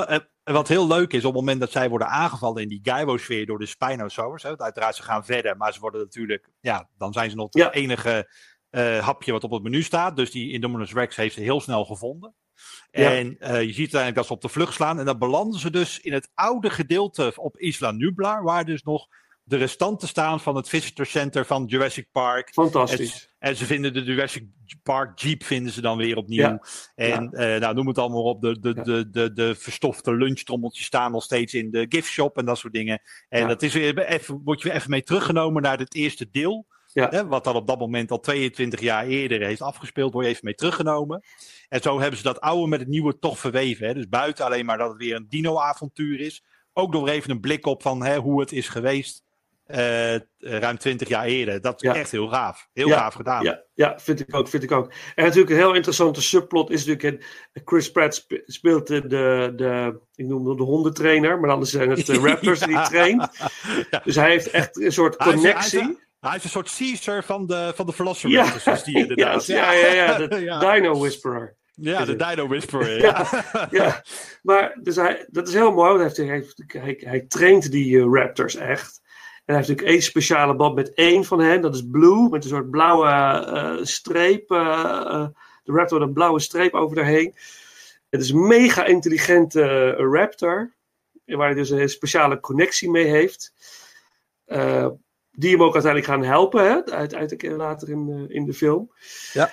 En wat heel leuk is, op het moment dat zij worden aangevallen in die gyro-sfeer door de Spinosaurus. Hè, uiteraard, ze gaan verder, maar ze worden natuurlijk, ja, dan zijn ze nog Ja. het enige uh, hapje wat op het menu staat. Dus die Indominus Rex heeft ze heel snel gevonden. Ja. En uh, je ziet uiteindelijk dat ze op de vlucht slaan. En dan belanden ze dus in het oude gedeelte op Isla Nublar, waar dus nog de restanten staan van het Visitor Center van Jurassic Park. Fantastisch. En, en ze vinden de Jurassic Park Jeep vinden ze dan weer opnieuw. Ja. En Ja. uh, nou, noem het allemaal op. De, de, Ja. de, de, de verstofte lunchtrommeltjes staan nog steeds in de gift shop en dat soort dingen. En Ja. dat is weer even, word je weer even mee teruggenomen naar het eerste deel. Ja. Hè, wat dan op dat moment al tweeëntwintig jaar eerder heeft afgespeeld, word je even mee teruggenomen. En zo hebben ze dat oude met het nieuwe toch verweven. Hè. Dus buiten alleen maar dat het weer een dino-avontuur is. Ook nog even een blik op van hè, hoe het is geweest uh, ruim twintig jaar eerder. Dat is Ja. echt heel gaaf. Heel Ja, gaaf gedaan. Ja, ja, vind ik ook, vind ik ook. En natuurlijk een heel interessante subplot is natuurlijk... in- Chris Pratt spe- speelt de, de, de ik noem hem de hondentrainer, maar dan zijn het de Raptors die Ja. hij traint. Ja. Dus hij heeft echt een soort Hij is- connectie. Hij is, hij is een soort Caesar van de, van de Velociraptors. Ja, is die inderdaad. ja, ja, ja, de Ja. Dino Whisperer. Ja, de Dino Whisperer. Ja, Ja. ja. Maar dus hij, dat is heel mooi. want Hij, heeft, hij, hij, hij traint die eh, Raptors echt. En hij heeft natuurlijk één speciale band met één van hen. Dat is Blue, met een soort blauwe eh, streep. eh, eh, de Raptor met een blauwe streep over daarheen. Het is een mega intelligente eh, Raptor. Waar hij dus een speciale connectie mee heeft. Eh, die hem ook uiteindelijk gaan helpen. Hè? Uiteindelijk later in, uh, in de film. Ja.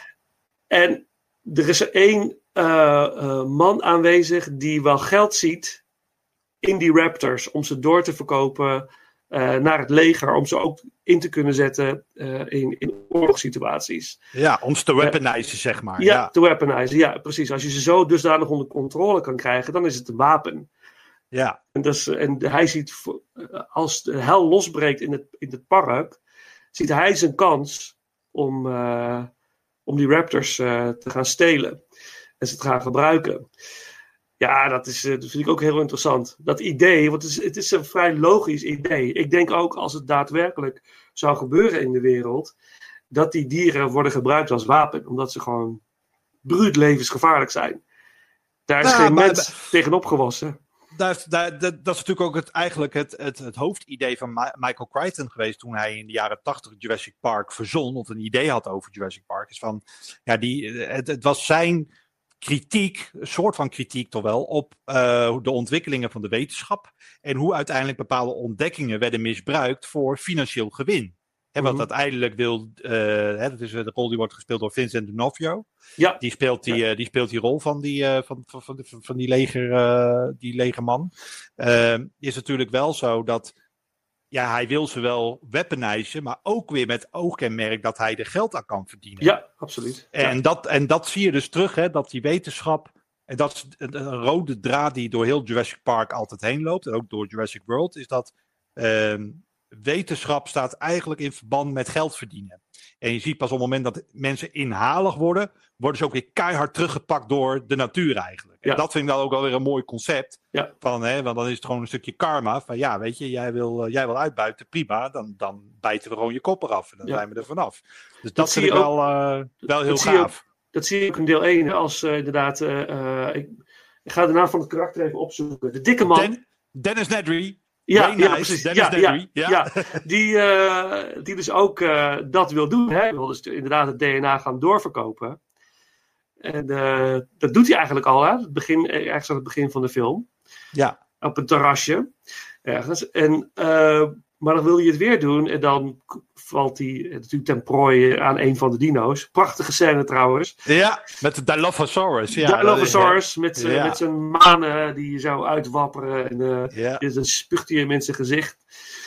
En er is er één uh, uh, man aanwezig die wel geld ziet in die Raptors. Om ze door te verkopen uh, naar het leger. Om ze ook in te kunnen zetten uh, in, in oorlogssituaties. Ja, om ze te weaponizen, zeg maar. Ja, Ja. te weaponizen. Ja, precies. Als je ze zo dusdanig onder controle kan krijgen, dan is het een wapen. Ja. En, dat is, en hij ziet, als de hel losbreekt in het, in het park, ziet hij zijn kans om, uh, om die Raptors uh, te gaan stelen. En ze te gaan gebruiken. Ja, dat, is, dat vind ik ook heel interessant. Dat idee, want het is, het is een vrij logisch idee. Ik denk ook als het daadwerkelijk zou gebeuren in de wereld, dat die dieren worden gebruikt als wapen. Omdat ze gewoon bruut levensgevaarlijk zijn. Daar is Ja, geen maar- mens tegen opgewassen. Daar, is- daar, dat, dat is natuurlijk ook het, eigenlijk het, het, het hoofdidee van Ma- Michael Crichton geweest toen hij in de jaren tachtig Jurassic Park verzon, of een idee had over Jurassic Park. Is van, ja, die, het, het was zijn kritiek, een soort van kritiek toch wel, op uh, de ontwikkelingen van de wetenschap en hoe uiteindelijk bepaalde ontdekkingen werden misbruikt voor financieel gewin. Hè, wat Mhm. uiteindelijk wil, uh, hè, dat is de rol die wordt gespeeld door Vincent D'Onofrio. Ja. Die speelt die, uh, die speelt die rol van die, uh, van, van, van, van, van die, leger, uh, die legerman. Uh, is natuurlijk wel zo dat ja, hij wil ze wel weaponizen, maar ook weer met oogkenmerk dat hij er geld aan kan verdienen. Ja, absoluut. En, Ja. dat, en dat zie je dus terug, hè, dat die wetenschap, en dat is een, een rode draad die door heel Jurassic Park altijd heen loopt, en ook door Jurassic World, is dat uh, wetenschap staat eigenlijk in verband met geld verdienen. En je ziet pas op het moment dat mensen inhalig worden, worden ze ook weer keihard teruggepakt door de natuur eigenlijk. Ja. En dat vind ik dan ook wel weer een mooi concept. Ja. Van, hè, want dan is het gewoon een stukje karma. Van ja, weet je, jij wil, uh, jij wil uitbuiten, prima. Dan, dan bijten we gewoon je kop eraf en dan Ja. zijn we er vanaf. Dus dat, Dat vind zie ik je ook- wel, uh, wel heel dat zie je gaaf. ook- Dat zie je ook in deel één, als uh, inderdaad... Uh, uh, ik, ik ga de naam van het karakter even opzoeken. De dikke man. Den- Dennis Nedry. Ja, Very ja, nice. precies. Dennis Ja, Nedry. ja, Ja. ja. Die, uh, die dus ook uh, dat wil doen. Hij wil dus inderdaad het D N A gaan doorverkopen. En uh, dat doet hij eigenlijk al, hè? Het begin, ergens aan het begin van de film. Ja. Op een terrasje. Ergens. En, uh, maar dan wil hij het weer doen. En dan valt hij uh, natuurlijk ten prooi aan een van de dino's. Prachtige scène trouwens. Ja, met de Dilophosaurus. Ja, Dilophosaurus met, ja. ja. met zijn manen die je zou uitwapperen. En uh, ja. dan spuugt hij hem in zijn gezicht.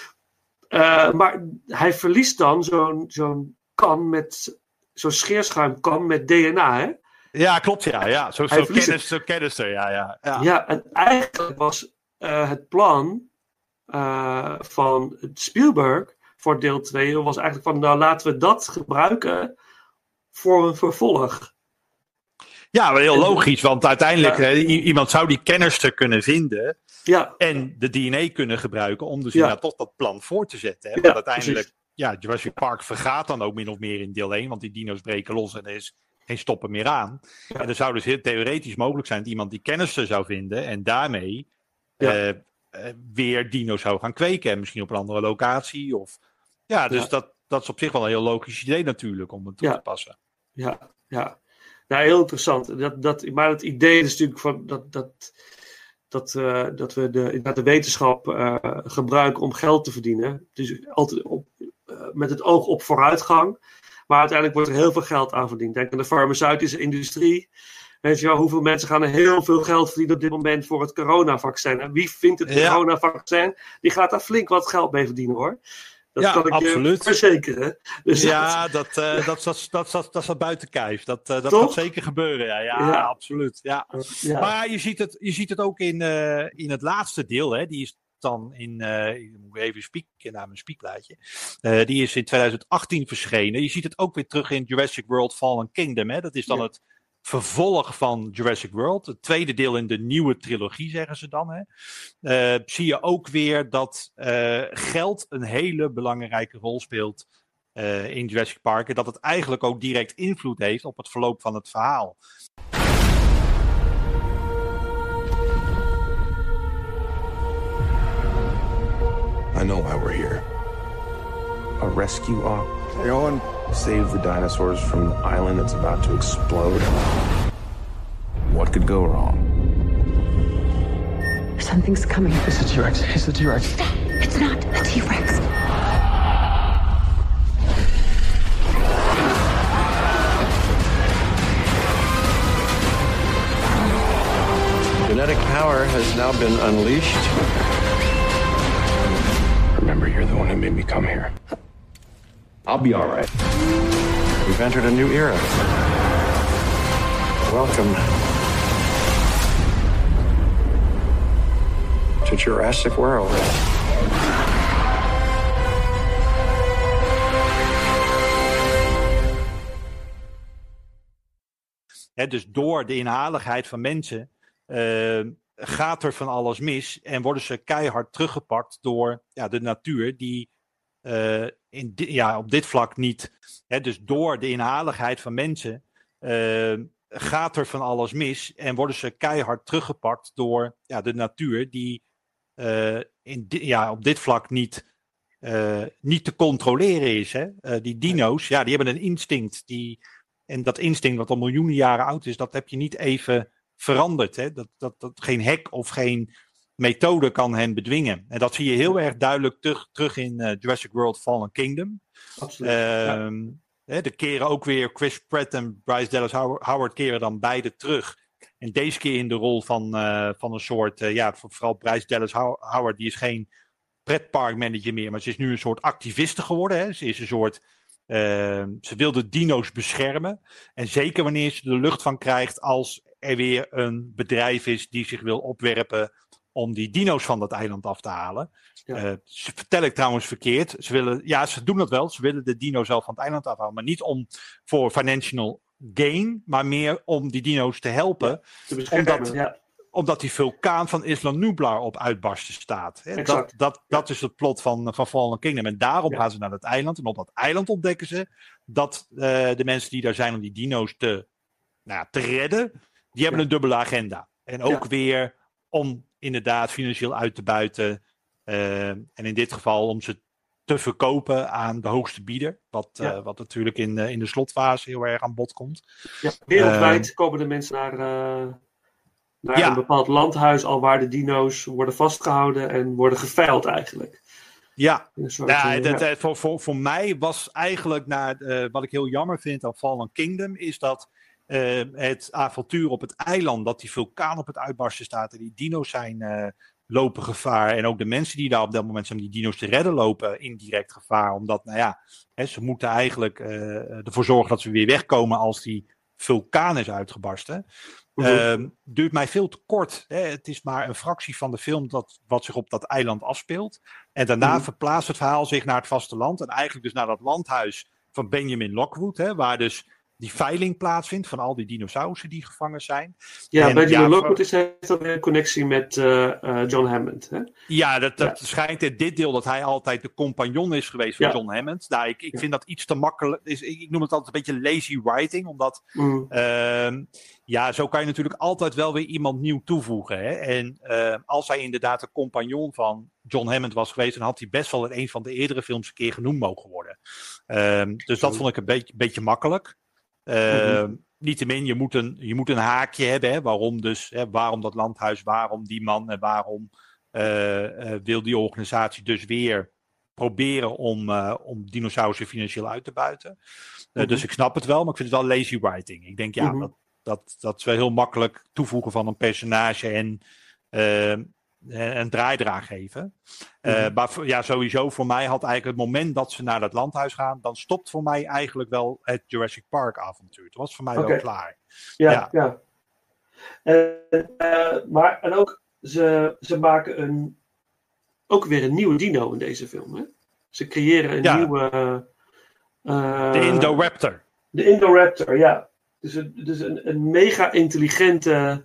Uh, maar hij verliest dan zo'n zo'n kan met... Zo'n scheerschuimkan met D N A, hè? Ja, klopt, ja. ja. Zo, zo, kennis, zo kennister, ja, ja. Ja, ja en eigenlijk was uh, het plan uh, van Spielberg voor deel twee... was eigenlijk van, nou laten we dat gebruiken voor een vervolg. Ja, maar heel logisch, want uiteindelijk Ja. uh, iemand zou die kennister kunnen vinden ja. en de D N A kunnen gebruiken om dus ja. inderdaad toch dat plan voor te zetten. Hè? Want Ja, uiteindelijk, precies. ja, Jurassic Park vergaat dan ook min of meer in deel één, want die dino's breken los en er is geen stoppen meer aan. Ja. En er zou dus heel theoretisch mogelijk zijn dat iemand die kennister zou vinden en daarmee ja. uh, uh, weer dino's zou gaan kweken. En misschien op een andere locatie. Of... Ja, dus ja. Dat, dat is op zich wel een heel logisch idee natuurlijk om het toe ja. te passen. Ja, ja. Nou, heel interessant. Dat, dat, maar het idee is natuurlijk van dat, dat, dat, uh, dat we de, dat de wetenschap uh, gebruiken om geld te verdienen. Dus altijd op, uh, met het oog op vooruitgang. Maar uiteindelijk wordt er heel veel geld aan verdiend. Denk aan de farmaceutische industrie. Weet je wel, hoeveel mensen gaan er heel veel geld verdienen op dit moment voor het coronavaccin. En wie vindt het ja. coronavaccin? Die gaat daar flink wat geld mee verdienen hoor. Dat ja, kan ik absoluut. je verzekeren. Dus ja, dat, uh, dat, dat, dat, dat, dat staat buiten kijf. Dat, uh, dat gaat zeker gebeuren. Ja, ja, ja. absoluut. Ja. Ja. Maar je ziet, het, je ziet het ook in, uh, in het laatste deel. Hè. Die is dan in, uh, ik moet even spieken naar mijn spiekplaatje. Uh, die is in twintig achttien verschenen. Je ziet het ook weer terug in Jurassic World Fallen Kingdom. Hè. Dat is dan ja. het vervolg van Jurassic World. Het tweede deel in de nieuwe trilogie, zeggen ze dan. Hè. Uh, zie je ook weer dat uh, geld een hele belangrijke rol speelt uh, in Jurassic Park. En dat het eigenlijk ook direct invloed heeft op het verloop van het verhaal. I know why we're here. A rescue op. No one save the dinosaurs from the island that's about to explode. What could go wrong? Something's coming. It's a T-Rex. It's a T-Rex. Stop. It's not a T-Rex. Genetic power has now been unleashed. Remember, you're the one who made me come here. I'll be all right. We've entered a new era. Welcome to Jurassic World. He, dus door de inhaligheid van mensen uh, gaat er van alles mis en worden ze keihard teruggepakt door ja, de natuur die uh, in di- ja, op dit vlak niet. He, dus door de inhaligheid van mensen uh, gaat er van alles mis en worden ze keihard teruggepakt door ja, de natuur die uh, in di- ja, op dit vlak niet, uh, niet te controleren is. Hè? Uh, die dino's, ja, die hebben een instinct. Die, en dat instinct wat al miljoenen jaren oud is, dat heb je niet even veranderd. Hè? Dat, dat, dat geen hek of geen methode kan hen bedwingen. En dat zie je heel erg duidelijk terug, terug in uh, Jurassic World Fallen Kingdom. Absoluut. Uh, ja. hè, de keren ook weer Chris Pratt en Bryce Dallas Howard keren dan beide terug. En deze keer in de rol van, uh, van een soort, uh, ja, vooral Bryce Dallas Howard, die is geen pretparkmanager meer, maar ze is nu een soort activiste geworden. Hè? Ze is een soort, uh, ze wil de dino's beschermen. En zeker wanneer ze de lucht van krijgt als er weer een bedrijf is die zich wil opwerpen om die dino's van dat eiland af te halen. Ja. Uh, ze vertel ik trouwens verkeerd. Ze willen, ja, ze doen dat wel. Ze willen de dino's zelf van het eiland afhalen, maar niet om voor financial gain, maar meer om die dino's te helpen. Ja, te omdat, ja. omdat die vulkaan van Isla Nublar op uitbarsten staat. Hè? Dat, dat, dat is het plot van, van Fallen Kingdom. En daarom ja. gaan ze naar dat eiland. En op dat eiland ontdekken ze dat uh, de mensen die daar zijn om die dino's te, nou ja, te redden, die hebben ja. een dubbele agenda. En ook ja. weer om inderdaad financieel uit te buiten. Uh, en in dit geval om ze te verkopen aan de hoogste bieder. Wat, ja. uh, wat natuurlijk in, uh, in de slotfase heel erg aan bod komt. Ja, wereldwijd uh, komen de mensen naar, uh, naar ja. een bepaald landhuis al waar de dino's worden vastgehouden en worden geveild eigenlijk. Ja, soort, ja, uh, dat, ja. Voor, voor, voor mij was eigenlijk, naar, uh, wat ik heel jammer vind aan Fallen Kingdom, is dat uh, het avontuur op het eiland, dat die vulkaan op het uitbarsten staat en die dino's zijn... Uh, lopen gevaar. En ook de mensen die daar op dat moment zijn om die dino's te redden, lopen indirect gevaar. Omdat, nou ja, hè, ze moeten eigenlijk uh, ervoor zorgen dat ze weer wegkomen als die vulkaan is uitgebarsten. Mm-hmm. Uh, duurt mij veel te kort. Hè. Het is maar een fractie van de film dat, wat zich op dat eiland afspeelt. En daarna mm-hmm. verplaatst het verhaal zich naar het vasteland. En eigenlijk dus naar dat landhuis van Benjamin Lockwood. Hè, waar dus die veiling plaatsvindt van al die dinosaurussen die gevangen zijn. Ja, en, bij Dino ja, Lockwood is hij dan weer een connectie met uh, uh, John Hammond. Hè? Ja, dat, dat ja. schijnt in dit deel dat hij altijd de compagnon is geweest van ja. John Hammond. Nou, ik, ik ja. vind dat iets te makkelijk. Is, ik noem het altijd een beetje lazy writing, omdat mm. uh, ja, zo kan je natuurlijk altijd wel weer iemand nieuw toevoegen. Hè? En uh, als hij inderdaad de compagnon van John Hammond was geweest, dan had hij best wel in een van de eerdere films een keer genoemd mogen worden. Uh, dus dat vond ik een beetje, beetje makkelijk. Uh, mm-hmm. Niettemin, je moet een, je moet een haakje hebben. Hè? Waarom dus, hè? Waarom dat landhuis, waarom die man en waarom uh, uh, wil die organisatie dus weer proberen om, uh, om dinosaurussen financieel uit te buiten. Uh, mm-hmm. Dus ik snap het wel, maar ik vind het wel lazy writing. Ik denk, ja, mm-hmm. dat, dat, dat is wel heel makkelijk toevoegen van een personage en uh, een draaidraad geven. Uh, mm-hmm. Maar ja, sowieso voor mij had eigenlijk het moment dat ze naar dat landhuis gaan, dan stopt voor mij eigenlijk wel het Jurassic Park avontuur. Het was voor mij okay. wel klaar. Ja, ja. ja. Uh, uh, maar en ook, ze, ze maken een, ook weer een nieuwe dino in deze film. Hè? Ze creëren een ja. nieuwe... Uh, de Indoraptor. De Indoraptor, ja. Dus een, dus een, een mega intelligente,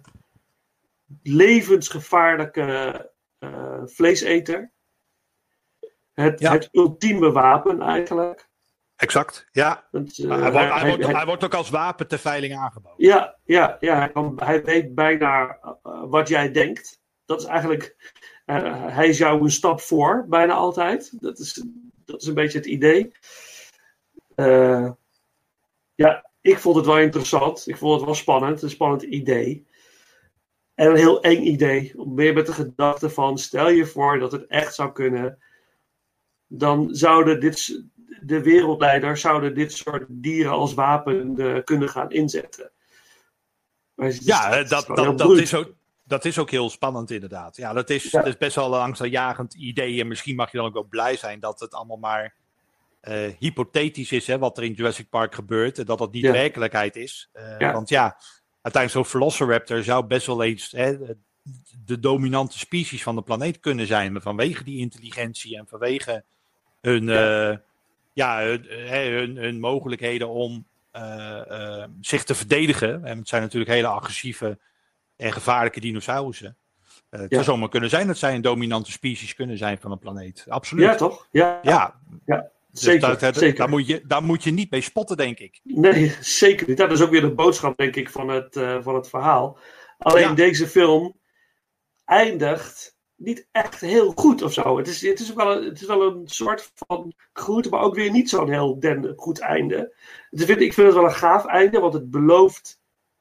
levensgevaarlijke uh, vleeseter. Het, ja. het ultieme wapen eigenlijk. Exact, ja. Want, uh, hij, hij, hij, wordt, hij, hij wordt ook als wapen ter veiling aangeboden. Ja, ja, ja hij, kan, hij weet bijna uh, wat jij denkt. Dat is eigenlijk... Uh, hij is jou een stap voor, bijna altijd. Dat is, dat is een beetje het idee. Uh, ja, ik vond het wel interessant. Ik vond het wel spannend. Een spannend idee. En een heel eng idee. Meer met de gedachte van, stel je voor dat het echt zou kunnen. Dan zouden dit, de wereldleiders zouden dit soort dieren als wapen uh, kunnen gaan inzetten. Maar ja, dat, dat, dat, dat, is ook, dat is ook heel spannend inderdaad. Ja, dat is, ja. dat is best wel een angstaanjagend idee. En misschien mag je dan ook wel blij zijn dat het allemaal maar uh, hypothetisch is, hè, wat er in Jurassic Park gebeurt. En dat dat niet ja. werkelijkheid is. Uh, ja. Want ja, uiteindelijk zo'n Velociraptor zou best wel eens hè, de dominante species van de planeet kunnen zijn. Maar vanwege die intelligentie en vanwege hun, ja. Uh, ja, hun, hun, hun mogelijkheden om uh, uh, zich te verdedigen. En het zijn natuurlijk hele agressieve en gevaarlijke dinosaurussen. Uh, het ja. zou zomaar kunnen zijn dat zij een dominante species kunnen zijn van een planeet. Absoluut. Ja, toch? Ja, ja. ja. Dus zeker. Dat, dat, zeker. Daar, moet je, daar moet je niet mee spotten, denk ik. Nee, zeker niet. Dat is ook weer de boodschap, denk ik, van het, uh, van het verhaal. Alleen ja. deze film eindigt niet echt heel goed of zo. Het is, het is, wel, een, het is wel een soort van goed, maar ook weer niet zo'n heel den, goed einde. Dus vind, ik vind het wel een gaaf einde, want het belooft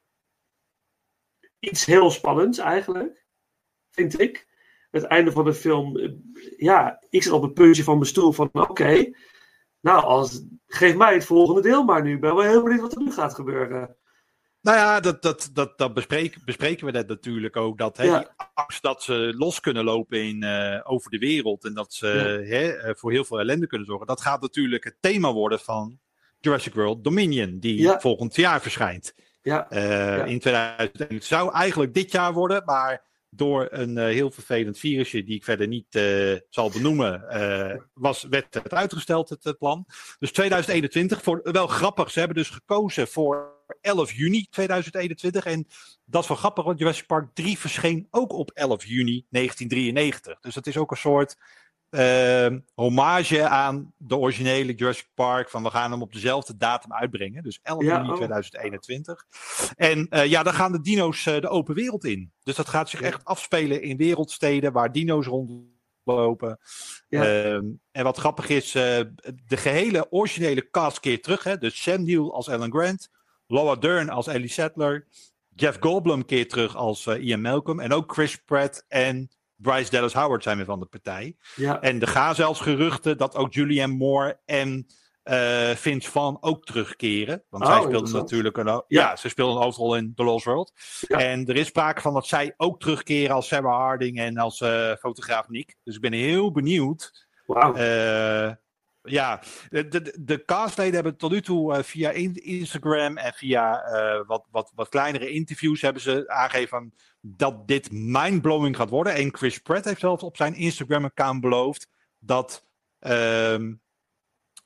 iets heel spannends eigenlijk, vind ik. Het einde van de film, ja, ik zit op het puntje van mijn stoel van oké, okay, nou, als, geef mij het volgende deel maar nu. Ik ben wel heel benieuwd wat er nu gaat gebeuren. Nou ja, dat, dat, dat, dat bespreken, bespreken we net natuurlijk ook. Dat hè, ja. die angst dat ze los kunnen lopen in, uh, over de wereld. En dat ze ja. hè, voor heel veel ellende kunnen zorgen. Dat gaat natuurlijk het thema worden van Jurassic World Dominion. Die ja. volgend jaar verschijnt. Ja. Uh, ja. In tweeduizend één. Het zou eigenlijk dit jaar worden. Maar door een uh, heel vervelend virusje. Die ik verder niet uh, zal benoemen. Uh, was, werd het uitgesteld het, het plan. Dus tweeduizend eenentwintig. Voor, wel grappig. Ze hebben dus gekozen voor elf juni tweeduizend eenentwintig. En dat is wel grappig, want Jurassic Park drie verscheen ook op elf juni negentien drieënnegentig. Dus dat is ook een soort uh, hommage aan de originele Jurassic Park. Van we gaan hem op dezelfde datum uitbrengen. Dus elf juni ja, oh. tweeduizend eenentwintig. En uh, ja, dan gaan de dino's uh, de open wereld in. Dus dat gaat zich ja. echt afspelen in wereldsteden waar dino's rondlopen. Ja. Um, en wat grappig is, uh, de gehele originele cast keert terug. Hè? Dus Sam Neill als Alan Grant. Laura Dern als Ellie Sattler. Jeff Goldblum keert terug als uh, Ian Malcolm. En ook Chris Pratt en Bryce Dallas Howard zijn weer van de partij. Ja. En er gaan zelfs geruchten dat ook Julianne Moore en uh, Vince Vaughn ook terugkeren. Want oh, zij speelden natuurlijk een, ja. ja, ze speelden een hoofdrol in The Lost World. Ja. En er is sprake van dat zij ook terugkeren als Sarah Harding en als uh, fotograaf Nick. Dus ik ben heel benieuwd. Wauw. Uh, Ja, de, de, de castleden hebben tot nu toe uh, via Instagram en via uh, wat, wat, wat kleinere interviews hebben ze aangegeven dat dit mindblowing gaat worden. En Chris Pratt heeft zelfs op zijn Instagram-account beloofd dat, uh,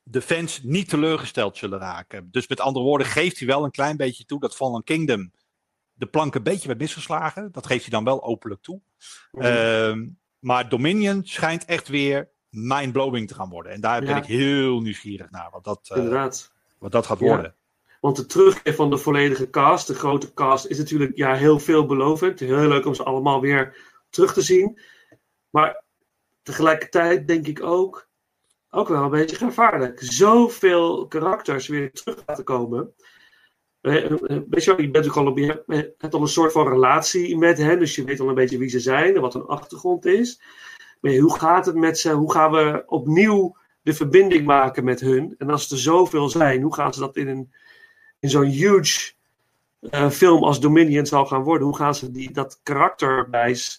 de fans niet teleurgesteld zullen raken. Dus met andere woorden geeft hij wel een klein beetje toe dat Fallen Kingdom de plank een beetje werd misgeslagen. Dat geeft hij dan wel openlijk toe. Mm-hmm. Uh, maar Dominion schijnt echt weer mindblowing te gaan worden. En daar ja. ben ik heel nieuwsgierig naar. Wat dat, uh, Inderdaad. Wat dat gaat worden. Ja. Want de terugkeer van de volledige cast, de grote cast, is natuurlijk ja, heel veelbelovend. Heel leuk om ze allemaal weer terug te zien. Maar tegelijkertijd denk ik ook, ook wel een beetje gevaarlijk. Zoveel karakters weer terug laten komen. Weet je wel, je, bent al een, je hebt al een soort van relatie met hen. Dus je weet al een beetje wie ze zijn en wat hun achtergrond is. Maar hoe gaat het met ze? Hoe gaan we opnieuw de verbinding maken met hun? En als er zoveel zijn, hoe gaan ze dat in, een, in zo'n huge uh, film als Dominion zal gaan worden? Hoe gaan ze die, dat karakterwijs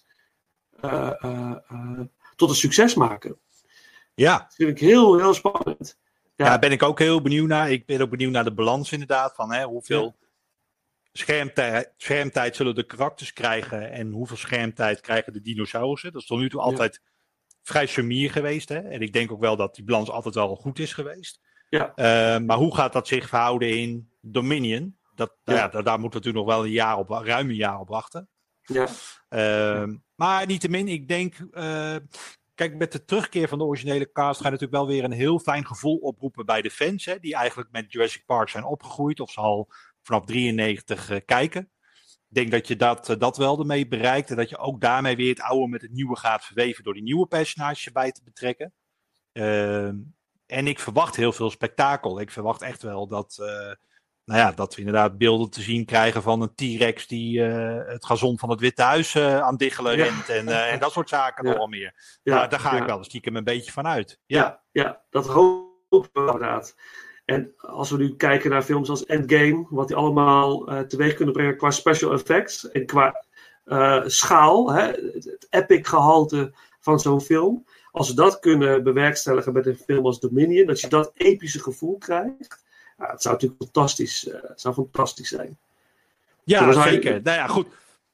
uh, uh, uh, tot een succes maken? Ja. Dat vind ik heel, heel spannend. Ja. ja, ben ik ook heel benieuwd naar. Ik ben ook benieuwd naar de balans inderdaad. Van hè, hoeveel ja. schermtijd, schermtijd zullen de karakters krijgen. En hoeveel schermtijd krijgen de dinosaurussen. Dat is tot nu toe altijd ja. vrij sumier geweest. Hè? En ik denk ook wel dat die balans altijd wel goed is geweest. Ja. Uh, maar hoe gaat dat zich verhouden in Dominion? Dat, ja. Ja, daar, daar moeten we natuurlijk nog wel een jaar op, ruim een jaar op wachten. Ja. Uh, ja. Maar niettemin, ik denk... Uh, Kijk, met de terugkeer van de originele cast ga je natuurlijk wel weer een heel fijn gevoel oproepen bij de fans. Hè, die eigenlijk met Jurassic Park zijn opgegroeid. Of ze al vanaf drieënnegentig uh, kijken. Ik denk dat je dat, uh, dat wel ermee bereikt. En dat je ook daarmee weer het oude met het nieuwe gaat verweven. Door die nieuwe personages erbij te betrekken. Uh, en ik verwacht heel veel spektakel. Ik verwacht echt wel dat... Uh, Nou ja, dat we inderdaad beelden te zien krijgen van een T-Rex die uh, het gazon van het Witte Huis uh, aan diggelen ja. rent en, uh, en dat soort zaken ja. nogal meer. Ja. Daar, daar ga ja. ik wel stiekem een beetje van uit. Ja, ja, ja dat hoop ik inderdaad. En als we nu kijken naar films als Endgame, wat die allemaal uh, teweeg kunnen brengen qua special effects en qua uh, schaal, hè, het, het epic gehalte van zo'n film. Als we dat kunnen bewerkstelligen met een film als Dominion, dat je dat epische gevoel krijgt. Ja, het zou natuurlijk fantastisch, uh, het zou fantastisch zijn. Ja, zeker. Je... Nou ja, goed.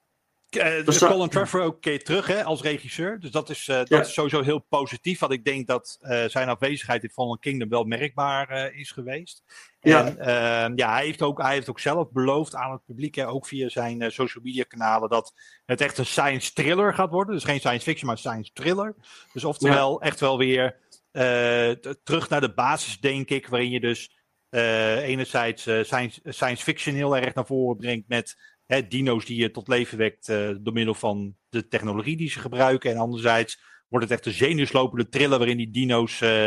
Uh, dus Colin Trevorrow ook keer terug hè, als regisseur. Dus dat, is, uh, dat ja. is sowieso heel positief. Want ik denk dat uh, zijn afwezigheid in Fallen Kingdom wel merkbaar uh, is geweest. Ja. En uh, ja, hij, heeft ook, hij heeft ook zelf beloofd aan het publiek, hè, ook via zijn uh, social media kanalen, dat het echt een science thriller gaat worden. Dus geen science fiction, maar science thriller. Dus oftewel ja. echt wel weer uh, t- terug naar de basis, denk ik, waarin je dus Uh, enerzijds uh, science, science fiction heel erg naar voren brengt met hè, dino's die je tot leven wekt uh, door middel van de technologie die ze gebruiken. En anderzijds wordt het echt een zenuwslopende thriller waarin die dino's uh,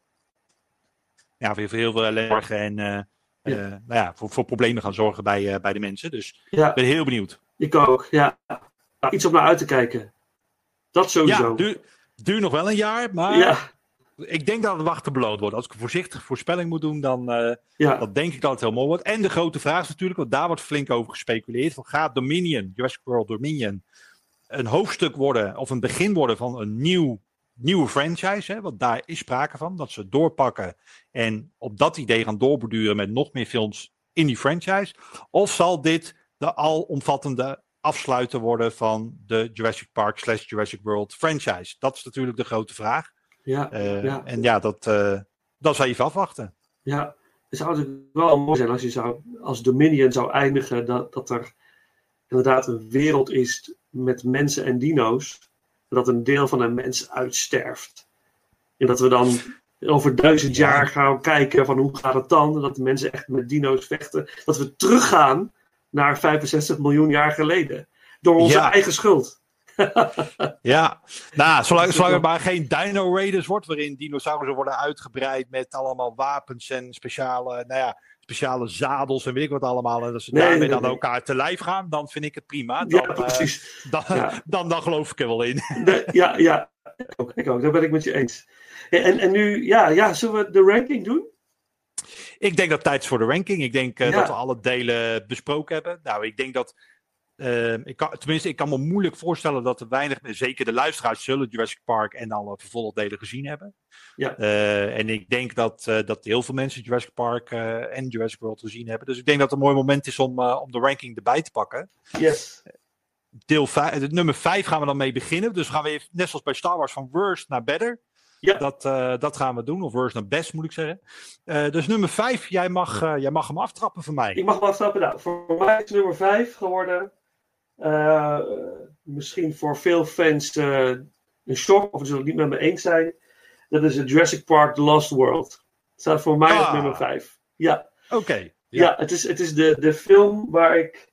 ja, voor heel veel ellende en uh, uh, nou ja, voor, voor problemen gaan zorgen bij, uh, bij de mensen. Dus ja. ik ben heel benieuwd. Ik ook, ja. Nou, iets om naar uit te kijken. Dat sowieso. Ja, duur, duur nog wel een jaar, maar... Ja. Ik denk dat het wachten beloond wordt. Als ik een voorzichtige voorspelling moet doen, dan, uh, ja. dan denk ik dat het heel mooi wordt. En de grote vraag is natuurlijk, want daar wordt flink over gespeculeerd. Van, gaat Dominion, Jurassic World Dominion, een hoofdstuk worden, of een begin worden van een nieuw, nieuwe franchise? Hè? Want daar is sprake van, dat ze doorpakken en op dat idee gaan doorborduren met nog meer films in die franchise. Of zal dit de alomvattende afsluiter worden van de Jurassic Park slash Jurassic World franchise? Dat is natuurlijk de grote vraag. Ja, uh, ja. En ja, dat, uh, dat zou je even afwachten. Ja, het zou natuurlijk wel mooi zijn als je zou, als Dominion zou eindigen, dat, dat er inderdaad een wereld is met mensen en dino's, dat een deel van de mens uitsterft. En dat we dan over duizend ja. jaar gaan kijken van hoe gaat het dan, en dat de mensen echt met dino's vechten. Dat we teruggaan naar vijfenzestig miljoen jaar geleden. Door onze ja. eigen schuld. Ja, nou, zolang, zolang het maar geen Dino Raiders wordt, waarin dinosaurussen worden uitgebreid met allemaal wapens en speciale, nou ja, speciale zadels en weet ik wat allemaal, en dat ze nee, daarmee nee, dan nee. elkaar te lijf gaan, dan vind ik het prima. Dan, ja, precies. Uh, dan, ja. dan, dan, dan geloof ik er wel in. Nee, ja, ja, ik ook, ik ook, daar ben ik met je eens. En, en nu, ja, ja, zullen we de ranking doen? Ik denk dat het tijd is voor de ranking. Ik denk uh, ja. dat we alle delen besproken hebben. Nou, ik denk dat Uh, ik kan, tenminste, ik kan me moeilijk voorstellen dat er weinig, zeker de luisteraars zullen Jurassic Park en alle vervolgdelen gezien hebben. Ja. Uh, en ik denk dat, uh, dat heel veel mensen Jurassic Park uh, en Jurassic World gezien hebben. Dus ik denk dat het een mooi moment is om, uh, om de ranking erbij te pakken. Yes. Deel vijf, nummer vijf gaan we dan mee beginnen. Dus gaan we even, net zoals bij Star Wars, van worst naar better. Ja. Dat, uh, dat gaan we doen. Of worst naar best, moet ik zeggen. Uh, dus nummer vijf, jij mag, uh, jij mag hem aftrappen voor mij. Ik mag hem aftrappen. Nou, voor mij is nummer vijf geworden. Uh, misschien voor veel fans uh, een shock, of ze zullen het niet met me eens zijn. Dat is Jurassic Park The Lost World. Het staat voor mij ah. op nummer vijf. Ja. Oké. Okay. Ja, ja het, is, het is de, de film waar ik...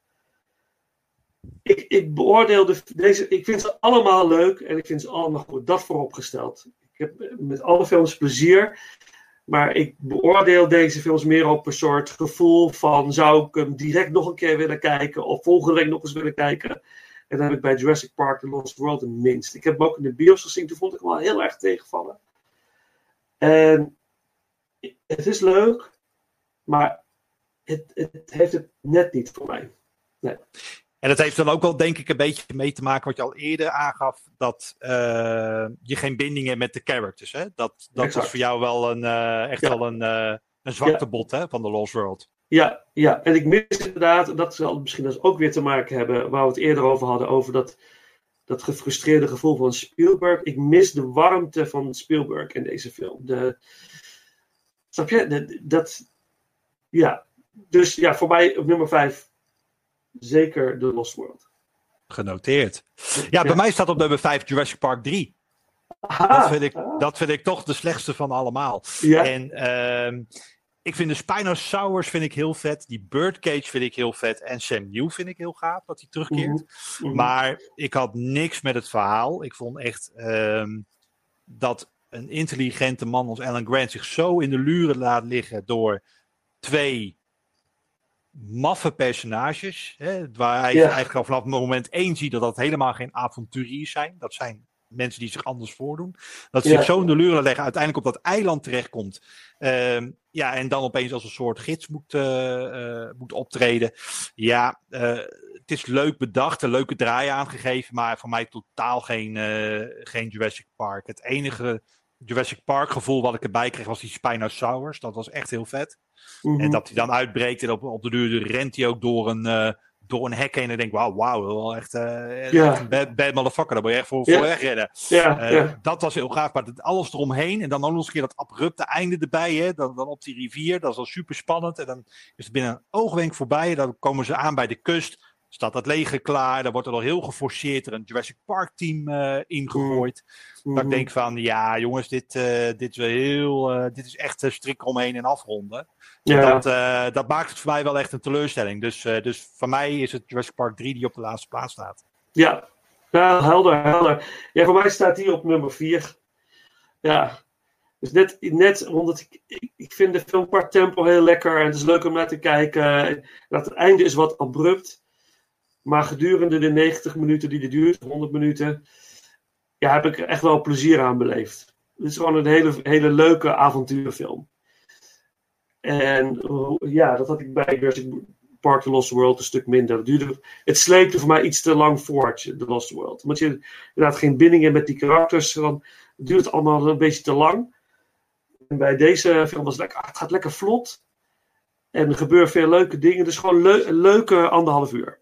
Ik, ik beoordeel de, deze... Ik vind ze allemaal leuk en ik vind ze allemaal goed. Dat vooropgesteld. Ik heb met alle films plezier. Maar ik beoordeel deze films meer op een soort gevoel van... Zou ik hem direct nog een keer willen kijken? Of volgende week nog eens willen kijken? En dan heb ik bij Jurassic Park The Lost World het minst. Ik heb hem ook in de bios gezien. Toen vond ik hem wel heel erg tegenvallen. En het is leuk. Maar het, het heeft het net niet voor mij. Nee. En dat heeft dan ook wel, denk ik, een beetje mee te maken wat je al eerder aangaf. Dat uh, je geen binding hebt met de characters. Hè? Dat, dat is voor jou wel een, uh, echt ja. wel een, uh, een zwakte ja. bot, hè, van The Lost World. Ja, ja, en ik mis inderdaad, dat zal misschien dus ook weer te maken hebben, waar we het eerder over hadden, over dat, dat gefrustreerde gevoel van Spielberg. Ik mis de warmte van Spielberg in deze film. De, snap je? De, dat, ja. Dus ja, voor mij op nummer vijf zeker The Lost World. Genoteerd. Ja, ja. Bij mij staat op nummer vijf Jurassic Park drie. Aha, dat, vind ik, ah. dat vind ik toch de slechtste van allemaal. Ja. En uh, ik vind de Spinosaurus vind ik heel vet. Die Birdcage vind ik heel vet. En Sam Neill vind ik heel gaaf dat hij terugkeert. Mm-hmm. Mm-hmm. Maar ik had niks met het verhaal. Ik vond echt um, dat een intelligente man als Alan Grant zich zo in de luren laat liggen door twee maffe personages. Hè, waar hij ja. eigenlijk al vanaf moment één ziet dat dat helemaal geen avonturiers zijn. Dat zijn mensen die zich anders voordoen. Dat ze ja. zich zo in de luren leggen, uiteindelijk op dat eiland terechtkomt. Uh, ja, en dan opeens als een soort gids moet, uh, uh, moet optreden. Ja, uh, het is leuk bedacht, een leuke draai aangegeven, maar voor mij totaal geen, uh, geen Jurassic Park. Het enige Jurassic Park gevoel wat ik erbij kreeg was die Spinosaurus. Dat was echt heel vet. Mm-hmm. En dat hij dan uitbreekt en op, op de duur rent hij ook door een... Uh, door een hek heen en denk, wauw, wauw, wel echt, uh, ja. echt een bad, bad motherfucker, daar moet je echt voor, ja. voor wegrennen. Ja, uh, ja. Dat was heel gaaf, maar het, alles eromheen en dan ook nog eens een keer dat abrupte einde erbij, hè, dan, dan op die rivier, dat is al super spannend en dan is het binnen een oogwenk voorbij, dan komen ze aan bij de kust, staat dat leger klaar, dan wordt er al heel geforceerd er een Jurassic Park team uh, ingegooid. Mm. Dat ik denk van, ja jongens, dit, uh, dit is wel heel, uh, dit is echt uh, strik omheen en afronden. Ja. Dat, uh, dat maakt het voor mij wel echt een teleurstelling. Dus, uh, dus voor mij is het Jurassic Park drie die op de laatste plaats staat. Ja, ja helder, helder. Ja, voor mij staat die op nummer vier. Ja, dus net, net omdat ik, ik, ik vind de film qua tempo heel lekker en het is leuk om naar te kijken. Dat het einde is wat abrupt. Maar gedurende de negentig minuten die het duurt, honderd minuten, ja, heb ik er echt wel plezier aan beleefd. Het is gewoon een hele, hele leuke avonturenfilm. En ja, dat had ik bij Jurassic Park The Lost World een stuk minder. Het, duurde, het sleepte voor mij iets te lang voort, The Lost World. Omdat je inderdaad geen binding hebt met die karakters, dan duurt het allemaal een beetje te lang. En bij deze film was het lekker, ah, het gaat lekker vlot. En er gebeuren veel leuke dingen. Dus gewoon le- een leuke anderhalf uur.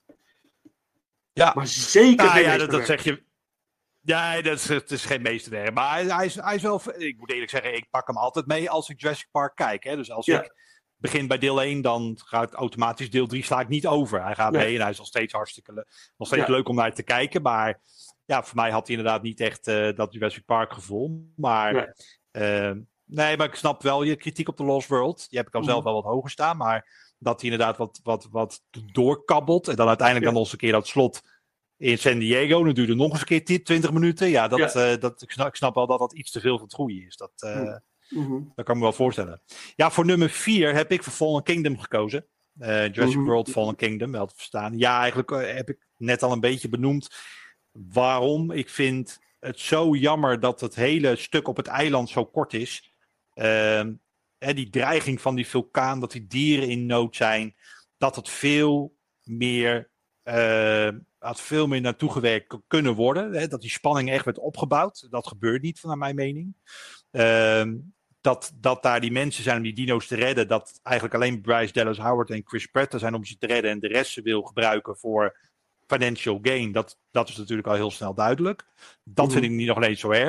Ja, maar zeker nou, geen ja, dat, dat zeg je. Ja, dat is, het is geen meesterwerk. Maar hij, hij, is, hij is wel... Ik moet eerlijk zeggen, ik pak hem altijd mee als ik Jurassic Park kijk. Hè. Dus als ja. ik begin bij deel één, dan gaat automatisch deel drie sla ik niet over. Hij gaat nee. mee en hij is nog steeds hartstikke le- nog steeds ja. leuk om naar te kijken. Maar ja, voor mij had hij inderdaad niet echt uh, dat Jurassic Park gevoel. Maar nee. Uh, nee, maar ik snap wel je kritiek op The Lost World. Die heb ik al mm. zelf wel wat hoger staan. Maar dat hij inderdaad wat, wat, wat doorkabbelt. En dan uiteindelijk ja. dan nog eens een keer dat slot in San Diego. Dan duurde nog eens een keer twintig minuten. Ja, dat, ja. Uh, dat, ik, snap, ik snap wel dat dat iets te veel van het goede is. Dat, uh, mm-hmm. dat kan ik me wel voorstellen. Ja, voor nummer vier heb ik voor Fallen Kingdom gekozen. Uh, Jurassic mm-hmm. World Fallen Kingdom, wel te verstaan. Ja, eigenlijk uh, heb ik net al een beetje benoemd waarom. Ik vind het zo jammer dat het hele stuk op het eiland zo kort is. Uh, hè, die dreiging van die vulkaan, dat die dieren in nood zijn. Dat het veel meer... Uh, had veel meer naartoe gewerkt kunnen worden. Hè, dat die spanning echt werd opgebouwd. Dat gebeurt niet, naar mijn mening. Uh, dat, dat daar die mensen zijn om die dino's te redden. Dat eigenlijk alleen Bryce Dallas Howard en Chris Pratt er zijn om ze te redden. En de rest ze wil gebruiken voor financial gain. Dat, dat is natuurlijk al heel snel duidelijk. Dat mm. vind ik niet nog ineens zo erg.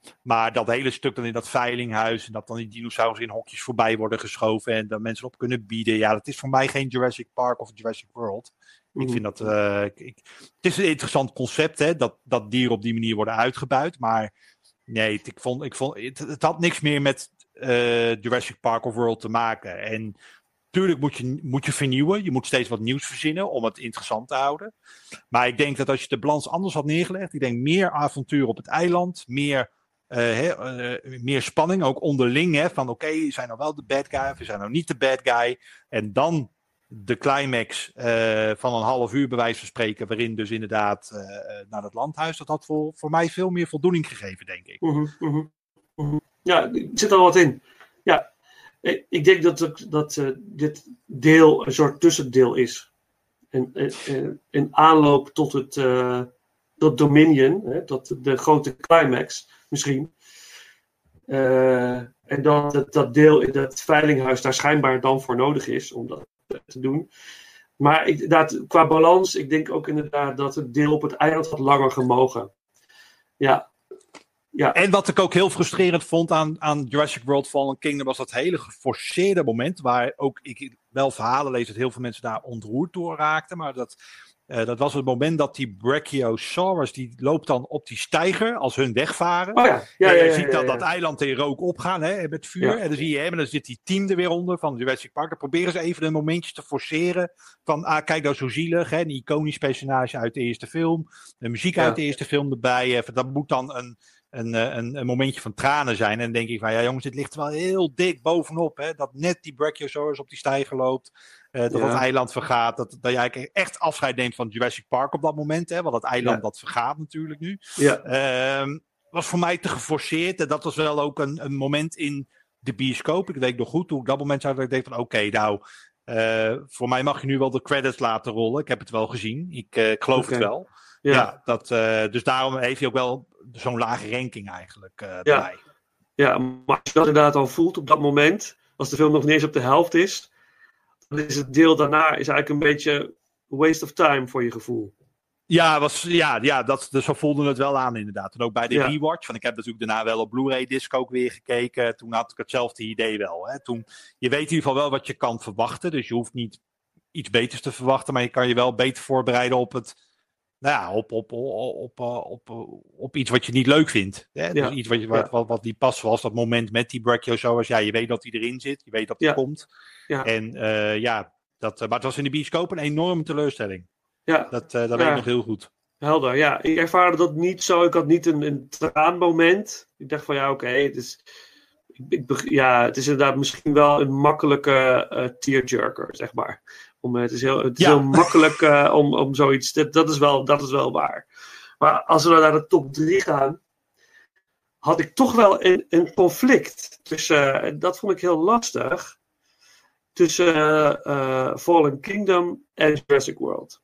Maar dat hele stuk dan in dat veilinghuis en dat dan die dinosaurussen in hokjes voorbij worden geschoven en dat mensen op kunnen bieden. Ja, dat is voor mij geen Jurassic Park of Jurassic World. Ik vind dat... Uh, ik, ik, het is een interessant concept, hè, dat, dat dieren op die manier worden uitgebuit. Maar nee, ik vond, ik vond, het, het had niks meer met uh, Jurassic Park of World te maken. En tuurlijk moet je, moet je vernieuwen. Je moet steeds wat nieuws verzinnen om het interessant te houden. Maar ik denk dat als je de balans anders had neergelegd. Ik denk meer avontuur op het eiland. Meer, uh, he, uh, meer spanning, ook onderling. Hè, van oké, okay, zijn nou wel de bad guy of we zijn nou niet de bad guy. En dan de climax uh, van een half uur bij wijze van spreken. Waarin dus inderdaad uh, naar het landhuis. Dat had voor, voor mij veel meer voldoening gegeven, denk ik. Mm-hmm, mm-hmm. Ja, er zit al wat in. Ja. Ik denk dat, dat uh, dit deel een soort tussendeel is. En, en, en aanloop tot het uh, tot Dominion, hè, tot de grote climax misschien. Uh, en dat het, dat deel in dat veilinghuis daar schijnbaar dan voor nodig is om dat te doen. Maar ik, dat, qua balans, ik denk ook inderdaad dat het deel op het eiland had langer gemogen. Ja. Ja. En wat ik ook heel frustrerend vond aan, aan Jurassic World Fallen Kingdom was dat hele geforceerde moment waar ook ik wel verhalen lees dat heel veel mensen daar ontroerd door raakten. Maar dat, uh, dat was het moment dat die Brachiosaurus, die loopt dan op die steiger als hun wegvaren. Oh ja. Ja, en je ja, ja, ziet dan ja, ja. dat eiland in rook opgaan hè, met vuur. Ja. En dan zie je hem en dan zit die team er weer onder van Jurassic Park. Dan proberen ze even een momentje te forceren van ah, kijk nou zo zielig. Hè, een iconisch personage uit de eerste film. De muziek Ja. uit de eerste film erbij. Even, dat moet dan een... Een, een, een momentje van tranen zijn. En dan denk ik van, ja jongens, dit ligt er wel heel dik bovenop. Hè? Dat net die Brachiosaurus op die steiger loopt. Uh, dat Ja. het eiland vergaat. Dat, dat je eigenlijk echt afscheid neemt van Jurassic Park op dat moment. Hè? Want dat eiland Ja. dat vergaat natuurlijk nu. Ja. Uh, was voor mij te geforceerd. En dat was wel ook een, een moment in de bioscoop. Ik weet nog goed hoe ik dat moment zou dat ik denk van, oké, okay, nou... Uh, voor mij mag je nu wel de credits laten rollen. Ik heb het wel gezien. Ik, uh, ik geloof Okay. het wel. Ja. Ja, dat, uh, dus daarom heeft hij ook wel zo'n lage ranking eigenlijk uh, bij Ja. mij. Ja, maar als je dat inderdaad al voelt op dat moment, als de film nog niet eens op de helft is, dan is het deel daarna is eigenlijk een beetje waste of time voor je gevoel. Ja, was, ja, ja dat, dus zo voelde het wel aan inderdaad. En ook bij de Ja. rewatch, want ik heb natuurlijk daarna wel op Blu-ray disc ook weer gekeken. Toen had ik hetzelfde idee wel. Hè. Toen, je weet in ieder geval wel wat je kan verwachten, dus je hoeft niet iets beters te verwachten, maar je kan je wel beter voorbereiden op het... Nou ja, op, op, op, op, op, op iets wat je niet leuk vindt. Hè? Ja. Dus iets wat, je, wat, Ja. wat, wat niet past, zoals dat moment met die Brachiosaurus. Ja, je weet dat hij erin zit, je weet dat hij Ja. komt. Ja. En uh, ja, dat, maar het was in de bioscoop een enorme teleurstelling. Ja. Dat, uh, dat Ja. weet ik nog heel goed. Helder, ja. Ik ervaarde dat niet zo. Ik had niet een, een traanmoment. Ik dacht van ja, oké, okay, het is... Ik, ik, beg- ja, het is inderdaad misschien wel een makkelijke uh, tearjerker, zeg maar. Om, het is heel, het is Ja. heel makkelijk uh, om, om zoiets... Dat, dat, is wel, dat is wel waar. Maar als we dan naar de top drie gaan... had ik toch wel een, een conflict. Tussen, uh, dat vond ik heel lastig. Tussen uh, uh, Fallen Kingdom en Jurassic World.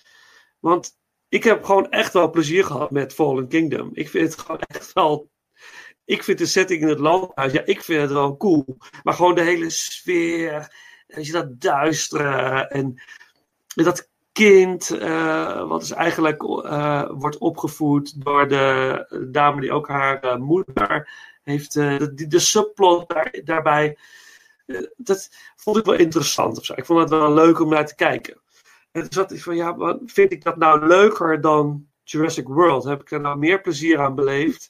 Want ik heb gewoon echt wel plezier gehad met Fallen Kingdom. Ik vind het gewoon echt wel... Ik vind de setting in het landhuis, ja, ik vind het wel cool. Maar gewoon de hele sfeer, weet je, dat duistere en dat kind, uh, wat is eigenlijk uh, wordt opgevoed door de dame die ook haar uh, moeder heeft. Uh, de, de subplot daar, daarbij, uh, dat vond ik wel interessant of zo. Ik vond het wel leuk om naar te kijken. En toen zat ik van, ja, wat, vind ik dat nou leuker dan Jurassic World? Heb ik er nou meer plezier aan beleefd?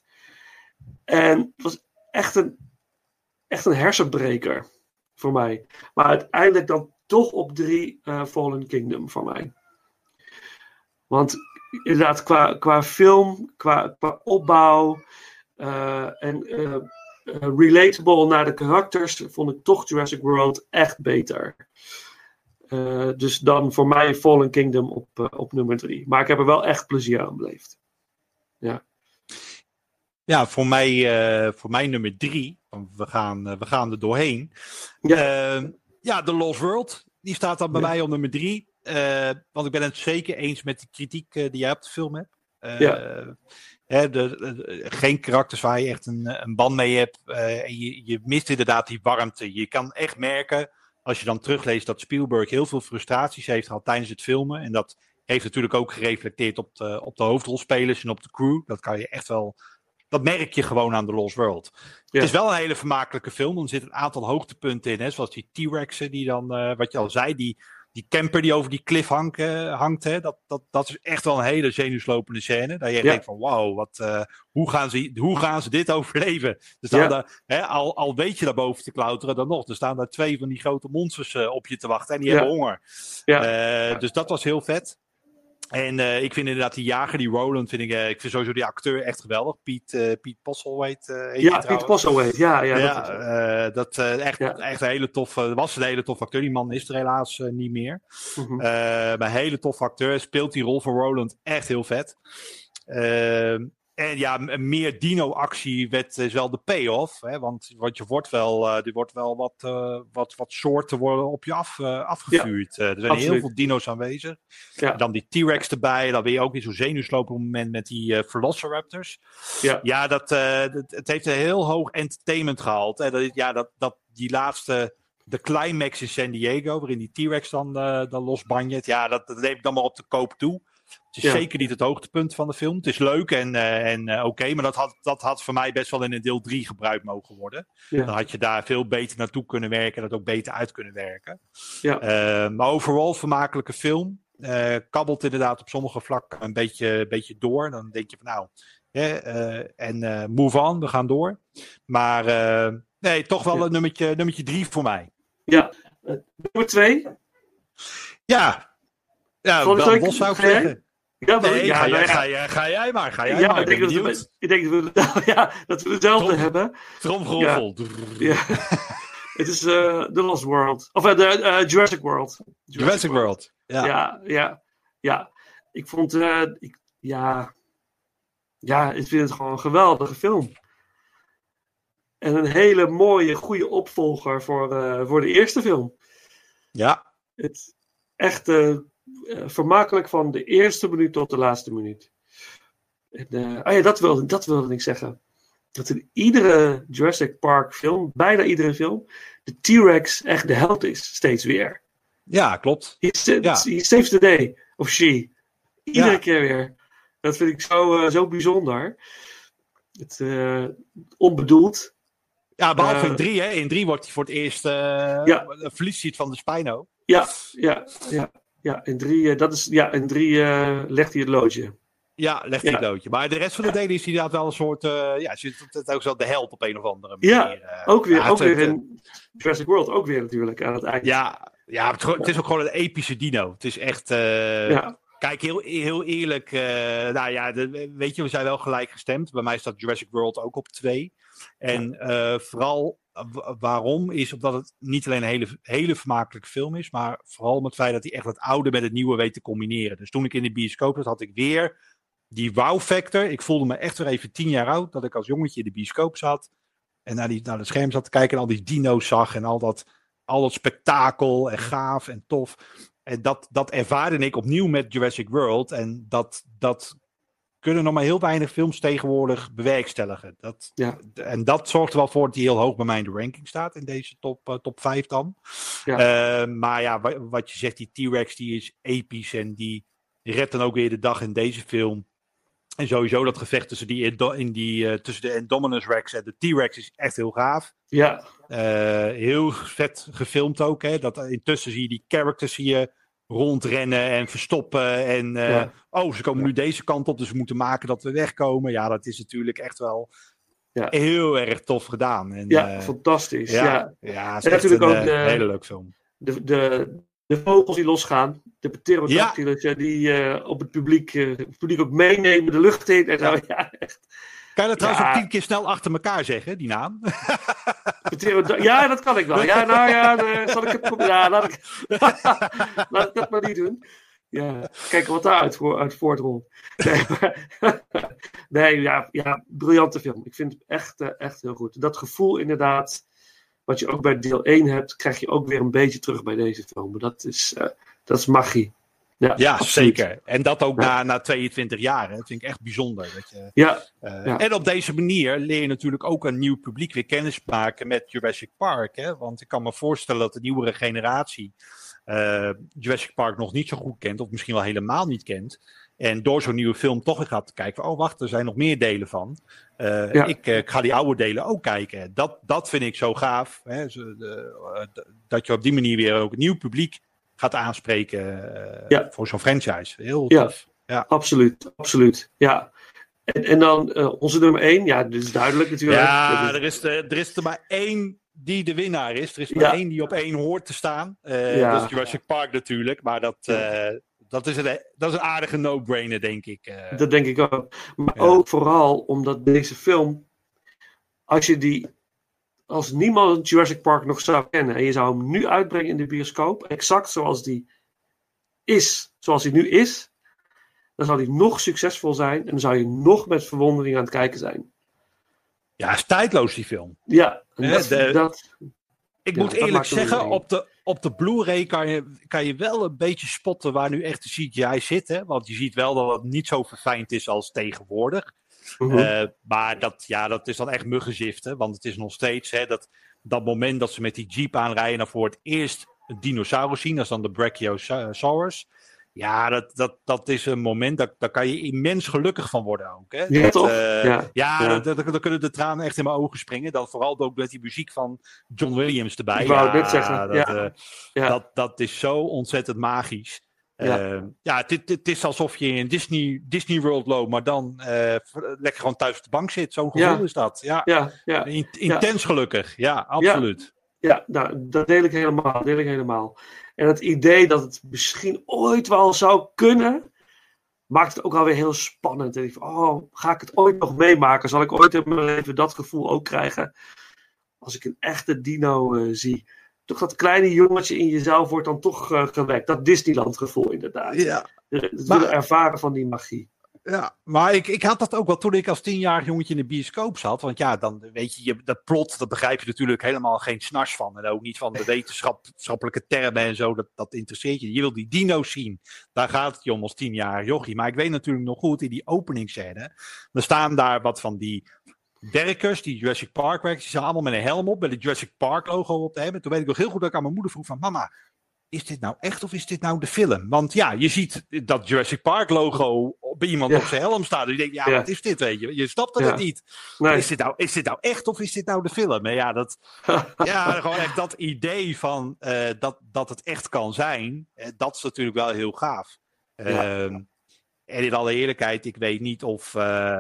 En het was echt een, echt een hersenbreker voor mij. Maar uiteindelijk dan toch op drie uh, Fallen Kingdom voor mij. Want inderdaad, qua, qua film, qua, qua opbouw uh, en uh, uh, relatable naar de karakters, vond ik toch Jurassic World echt beter. Uh, dus dan voor mij Fallen Kingdom op, uh, op nummer drie. Maar ik heb er wel echt plezier aan beleefd. Ja. Ja, voor mij, uh, voor mij nummer drie. Want we gaan, uh, we gaan er doorheen. Ja, uh, ja The Lost World. Die staat dan bij ja. mij op nummer drie. Uh, want ik ben het zeker eens met de kritiek uh, die jij op de film hebt. Uh, ja. Hè, de, de, geen karakters waar je echt een, een band mee hebt. Uh, en je, je mist inderdaad die warmte. Je kan echt merken, als je dan terugleest, dat Spielberg heel veel frustraties heeft gehad tijdens het filmen. En dat heeft natuurlijk ook gereflecteerd op de, op de hoofdrolspelers en op de crew. Dat kan je echt wel dat merk je gewoon aan The Lost World. Ja. Het is wel een hele vermakelijke film. Er zitten een aantal hoogtepunten in. Hè, zoals die T-Rexen die dan, uh, wat je al zei, die, die camper die over die cliff hangt. Uh, hangt hè, dat, dat, dat is echt wel een hele zenuwslopende scène. Dat je ja. denkt van wauw, wat, uh, hoe, gaan ze, hoe gaan ze dit overleven? Er staan ja. daar, hè, al, al weet je daarboven te klauteren dan nog. Er staan daar twee van die grote monsters uh, op je te wachten. En die ja. hebben honger. Ja. Uh, ja. Dus dat was heel vet. En uh, ik vind inderdaad die jager, die Roland, vind ik, uh, ik vind sowieso die acteur echt geweldig. Piet, uh, Piet Postlethwaite. Uh, heet ja, Piet Postlethwaite, ja. Ja, ja dat, uh, dat uh, echt, ja. echt een hele toffe, was een hele toffe acteur. Die man is er helaas uh, niet meer. Mm-hmm. Uh, maar een hele toffe acteur, speelt die rol van Roland echt heel vet. Uh, En ja, meer dino-actie werd, is wel de payoff. Hè? Want, want je wordt wel, uh, er wordt wel wat, uh, wat, wat soorten worden op je af, uh, afgevuurd. Ja, uh, er zijn absoluut. heel veel dino's aanwezig. Ja. En dan die T-Rex erbij. Dan ben je ook in zo'n zenuwslopend moment met die uh, Velociraptors. Ja, ja dat, uh, dat, het heeft een heel hoog entertainment gehaald. Hè? Dat, ja, dat, dat, die laatste... De climax in San Diego, waarin die T-Rex dan, uh, dan losbanjet. Ja, dat, dat neem ik dan maar op de koop toe. Het is ja. zeker niet het hoogtepunt van de film. Het is leuk en, uh, en uh, oké, okay, maar dat had, dat had voor mij best wel in een deel drie gebruikt mogen worden. Ja. Dan had je daar veel beter naartoe kunnen werken en dat ook beter uit kunnen werken. Ja. Uh, maar overal vermakelijke film. Uh, kabbelt inderdaad op sommige vlakken een beetje, beetje door. Dan denk je van nou, yeah, uh, en uh, move on, we gaan door. Maar uh, nee, toch wel ja. een nummertje, nummertje drie voor mij. Ja, uh, nummer twee. Ja, ja wel los zou ik zeggen. Ja, maar, nee, ja, ga, nou, jij, ja. ga, jij, ga jij maar, ga jij ja, maar. Ik denk, dat we, ik denk dat we, ja, dat we hetzelfde Trom, hebben. Tromgeroffel. Ja. ja. Het is uh, The Lost World. Of uh, de uh, Jurassic World. Jurassic, Jurassic World. World. Ja. ja, ja, ja. Ik vond, uh, ik, ja, ja, ik vind het gewoon een geweldige film. En een hele mooie, goede opvolger voor, uh, voor de eerste film. Ja. Het echt uh, vermakelijk van de eerste minuut tot de laatste minuut. En, uh, oh ja, dat wilde, dat wilde ik zeggen. Dat in iedere Jurassic Park film, bijna iedere film, de T-Rex echt de held is, steeds weer. Ja, klopt. He, ja. he saves the day, of she. Iedere ja. keer weer. Dat vind ik zo, uh, zo bijzonder. Het, uh, onbedoeld. Ja, behalve uh, in drie, hè. In drie wordt hij voor het eerst uh, ja. verliest hij het van de Spino. Ja, ja, ja. ja. In drie, uh, dat is, ja, in drie uh, legt hij het loodje. Ja, legt hij ja. het loodje. Maar de rest van de delen is hij inderdaad wel een soort, uh, ja, het ook zo de held op een of andere manier. Ja, uh, ook weer, ja, ook weer in Jurassic World, ook weer natuurlijk aan het eind. Ja, ja het, het is ook gewoon een epische dino. Het is echt, uh, ja. Kijk, heel, heel eerlijk, uh, nou ja, de, weet je, we zijn wel gelijk gestemd. Bij mij staat Jurassic World ook op twee. En uh, vooral w- waarom is omdat het niet alleen een hele, hele vermakelijke film is, maar vooral om het feit dat hij echt het oude met het nieuwe weet te combineren. Dus toen ik in de bioscoop zat, had ik weer die wow factor. Ik voelde me echt weer even tien jaar oud, dat ik als jongetje in de bioscoop zat en naar, die, naar het scherm zat te kijken en al die dino's zag en al dat, al dat spektakel en gaaf en tof. En dat, dat ervaarde ik opnieuw met Jurassic World en dat... dat kunnen nog maar heel weinig films tegenwoordig bewerkstelligen. Dat, ja. En dat zorgt er wel voor dat hij heel hoog bij mij in de ranking staat. In deze top, uh, top vijf dan. Ja. Uh, maar ja, wat, wat je zegt, die T-Rex die is episch. En die redt dan ook weer de dag in deze film. En sowieso dat gevecht tussen, die, in die, uh, tussen de Indominus Rex en de T-Rex is echt heel gaaf. Ja. Uh, heel vet gefilmd ook. Hè? Dat, intussen zie je die characters zie je rondrennen en verstoppen. En uh, ja. oh, ze komen ja. nu deze kant op, dus we moeten maken dat we wegkomen. Ja, dat is natuurlijk echt wel ja. heel erg tof gedaan. En, ja, uh, fantastisch. Ja, ja. ja het is en natuurlijk een, ook de, hele leuke film. De, de, de vogels die losgaan, de pterodactylus ja. die uh, op het publiek, uh, het publiek ook meenemen, de lucht in. En zo. Ja, echt. Kan je dat trouwens ja. ook tien keer snel achter elkaar zeggen, die naam? Ja, dat kan ik wel. Ja, nou ja, de, zal ik het ja, laat ik, laat ik dat maar niet doen. Ja, kijken wat daar uit, uit voortrolt. Nee, maar, nee ja, ja, briljante film. Ik vind het echt, echt heel goed. Dat gevoel inderdaad, wat je ook bij deel één hebt, krijg je ook weer een beetje terug bij deze film. Dat is, uh, dat is magie. Ja, ja zeker. En dat ook ja. na, na tweeëntwintig jaar. Hè. Dat vind ik echt bijzonder. Dat je, ja. Uh, ja. En op deze manier leer je natuurlijk ook een nieuw publiek weer kennis maken met Jurassic Park. Hè. Want ik kan me voorstellen dat de nieuwere generatie uh, Jurassic Park nog niet zo goed kent, of misschien wel helemaal niet kent. En door zo'n nieuwe film toch weer gaat kijken van, oh wacht, er zijn nog meer delen van. Uh, ja. ik, uh, ik ga die oude delen ook kijken. Dat, dat vind ik zo gaaf. Hè? Zo, de, uh, dat je op die manier weer ook een nieuw publiek gaat aanspreken uh, ja. voor zo'n franchise. Heel ja. tof. Ja, absoluut. absoluut. Ja. En, en dan uh, onze nummer één. Ja, dit is duidelijk natuurlijk. Ja, er is, er is er maar één die de winnaar is. Er is maar ja. één die op één hoort te staan. Uh, ja. Dat is Jurassic Park natuurlijk. Maar dat... Uh, Dat is, een, dat is een aardige no-brainer, denk ik. Uh, dat denk ik ook. Maar ja. ook vooral omdat deze film, als je die, als niemand Jurassic Park nog zou kennen en je zou hem nu uitbrengen in de bioscoop, exact zoals die is, zoals hij nu is, dan zou die nog succesvol zijn en dan zou je nog met verwondering aan het kijken zijn. Ja, is tijdloos die film. Ja, dat, de, dat, ik ja, moet eerlijk zeggen, op de, op de Blu-ray kan je, kan je wel een beetje spotten waar nu echt de C G I zit. Hè? Want je ziet wel dat het niet zo verfijnd is als tegenwoordig. Uh-huh. Uh, maar dat, ja, dat is dan echt muggenzift. Hè? Want het is nog steeds hè, dat, dat moment dat ze met die jeep aanrijden en voor het eerst een dinosaurus zien. Dat is dan de Brachiosaurus. Ja, dat, dat, dat is een moment, daar, daar kan je immens gelukkig van worden ook. Hè? Ja, dat, toch? Uh, ja, ja, ja. Dan kunnen de tranen echt in mijn ogen springen. Dan vooral ook met die muziek van John Williams erbij. Ik wou ja, het net zeggen. Dat, ja. Uh, ja. dat, dat is zo ontzettend magisch. Ja, uh, ja het, het, het is alsof je in Disney, Disney World loopt, maar dan uh, lekker gewoon thuis op de bank zit. Zo'n gevoel ja. is dat. Ja, ja, ja. In, intens ja. gelukkig. Ja, absoluut. Ja, ja nou, dat deel ik helemaal. Deel ik helemaal. En het idee dat het misschien ooit wel zou kunnen, maakt het ook alweer heel spannend. En ik van, oh, ga ik het ooit nog meemaken? Zal ik ooit in mijn leven dat gevoel ook krijgen? Als ik een echte dino uh, zie. Toch dat kleine jongetje in jezelf wordt dan toch uh, gewekt. Dat Disneyland gevoel inderdaad. Ja. Het willen ervaren van die magie. Ja, maar ik, ik had dat ook wel toen ik als tienjarig jongetje in de bioscoop zat. Want ja, dan weet je, je, dat plot, dat begrijp je natuurlijk helemaal geen snars van. En ook niet van de wetenschap, wetenschappelijke termen en zo, dat, dat interesseert je. Je wil die dino's zien. Daar gaat het je om als tienjarig jochie. Maar ik weet natuurlijk nog goed, in die openingsscène, er staan daar wat van die werkers, die Jurassic Park werkers, die staan allemaal met een helm op, met het Jurassic Park logo op de hebben. Toen weet ik nog heel goed dat ik aan mijn moeder vroeg van, mama, is dit nou echt of is dit nou de film? Want ja, je ziet dat Jurassic Park logo bij iemand ja. op zijn helm staat. Dus je denkt, ja, ja, wat is dit, weet je? Je snapt het ja. niet. Nee. Is, dit nou, is dit nou echt of is dit nou de film? En ja, dat, ja, gewoon echt dat idee van uh, dat, dat het echt kan zijn, uh, dat is natuurlijk wel heel gaaf. Ja. Uh, en in alle eerlijkheid, ik weet niet of... Uh,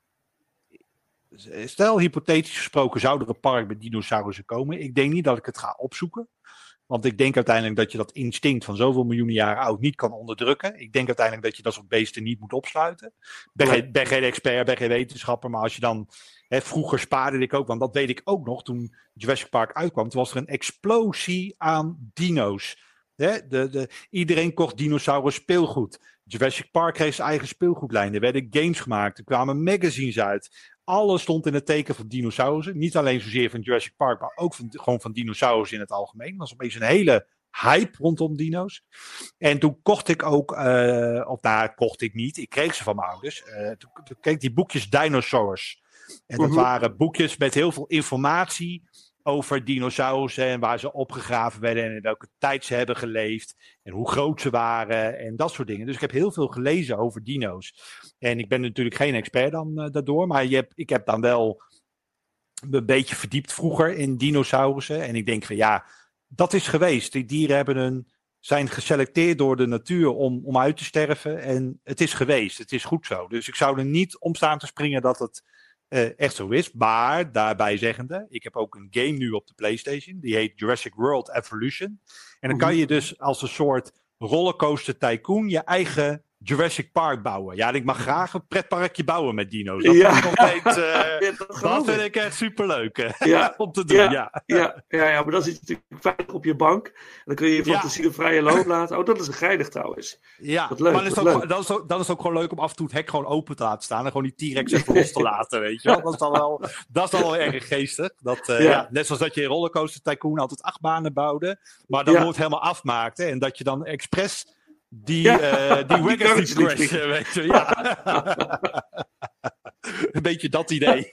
stel, hypothetisch gesproken, zou er een park met dinosaurussen komen. Ik denk niet dat ik het ga opzoeken. Want ik denk uiteindelijk dat je dat instinct van zoveel miljoenen jaren oud niet kan onderdrukken. Ik denk uiteindelijk dat je dat soort beesten niet moet opsluiten. Ik ben, geen, ben geen expert, ben geen wetenschapper. Maar als je dan... Hè, vroeger spaarde ik ook, want dat weet ik ook nog. Toen Jurassic Park uitkwam, toen was er een explosie aan dino's. Hè, de, de, iedereen kocht dinosaurus speelgoed. Jurassic Park kreeg zijn eigen speelgoedlijn. Er werden games gemaakt. Er kwamen magazines uit. Alles stond in het teken van dinosaurussen. Niet alleen zozeer van Jurassic Park, maar ook van, gewoon van dinosaurus in het algemeen. Er was opeens een hele hype rondom dino's. En toen kocht ik ook, uh, of nou, kocht ik niet. Ik kreeg ze van mijn ouders. Uh, toen, toen kreeg ik die boekjes Dinosaurs. En dat uh-huh. waren boekjes met heel veel informatie over dinosaurussen en waar ze opgegraven werden en in welke tijd ze hebben geleefd en hoe groot ze waren en dat soort dingen. Dus ik heb heel veel gelezen over dino's. En ik ben natuurlijk geen expert dan uh, daardoor, maar je hebt, ik heb dan wel een beetje verdiept vroeger in dinosaurussen. En ik denk van ja, dat is geweest. Die dieren hebben een, zijn geselecteerd door de natuur om, om uit te sterven en het is geweest. Het is goed zo. Dus ik zou er niet om staan te springen dat het Uh, echt zo is, maar daarbij zeggende, ik heb ook een game nu op de PlayStation, die heet Jurassic World Evolution. En dan kan je dus als een soort rollercoaster tycoon je eigen Jurassic Park bouwen. Ja, ik mag graag een pretparkje bouwen met dino's. Dat, ja. vind, ik altijd, uh, ja, dat, dat vind ik echt superleuk ja. om te doen. Ja. Ja. Ja. Ja, ja, maar dan zit je natuurlijk veilig op je bank. En dan kun je je fantasie de vrije loop laten. Oh, dat is een geinig trouwens. Ja, wat leuk, maar dan is, leuk. Ook, dan, is ook, dan is het ook gewoon leuk om af en toe het hek gewoon open te laten staan. En gewoon die T-Rex even los te laten, weet je wel. Dat is dan wel, dat is dan wel erg geestig. Dat, uh, ja. Ja, net zoals dat je in Rollercoaster Tycoon altijd acht banen bouwde. Maar dan ja. nooit helemaal afmaakte. En dat je dan expres die, ja. uh, die Legacy Crash, weet je, ja. Een beetje dat idee.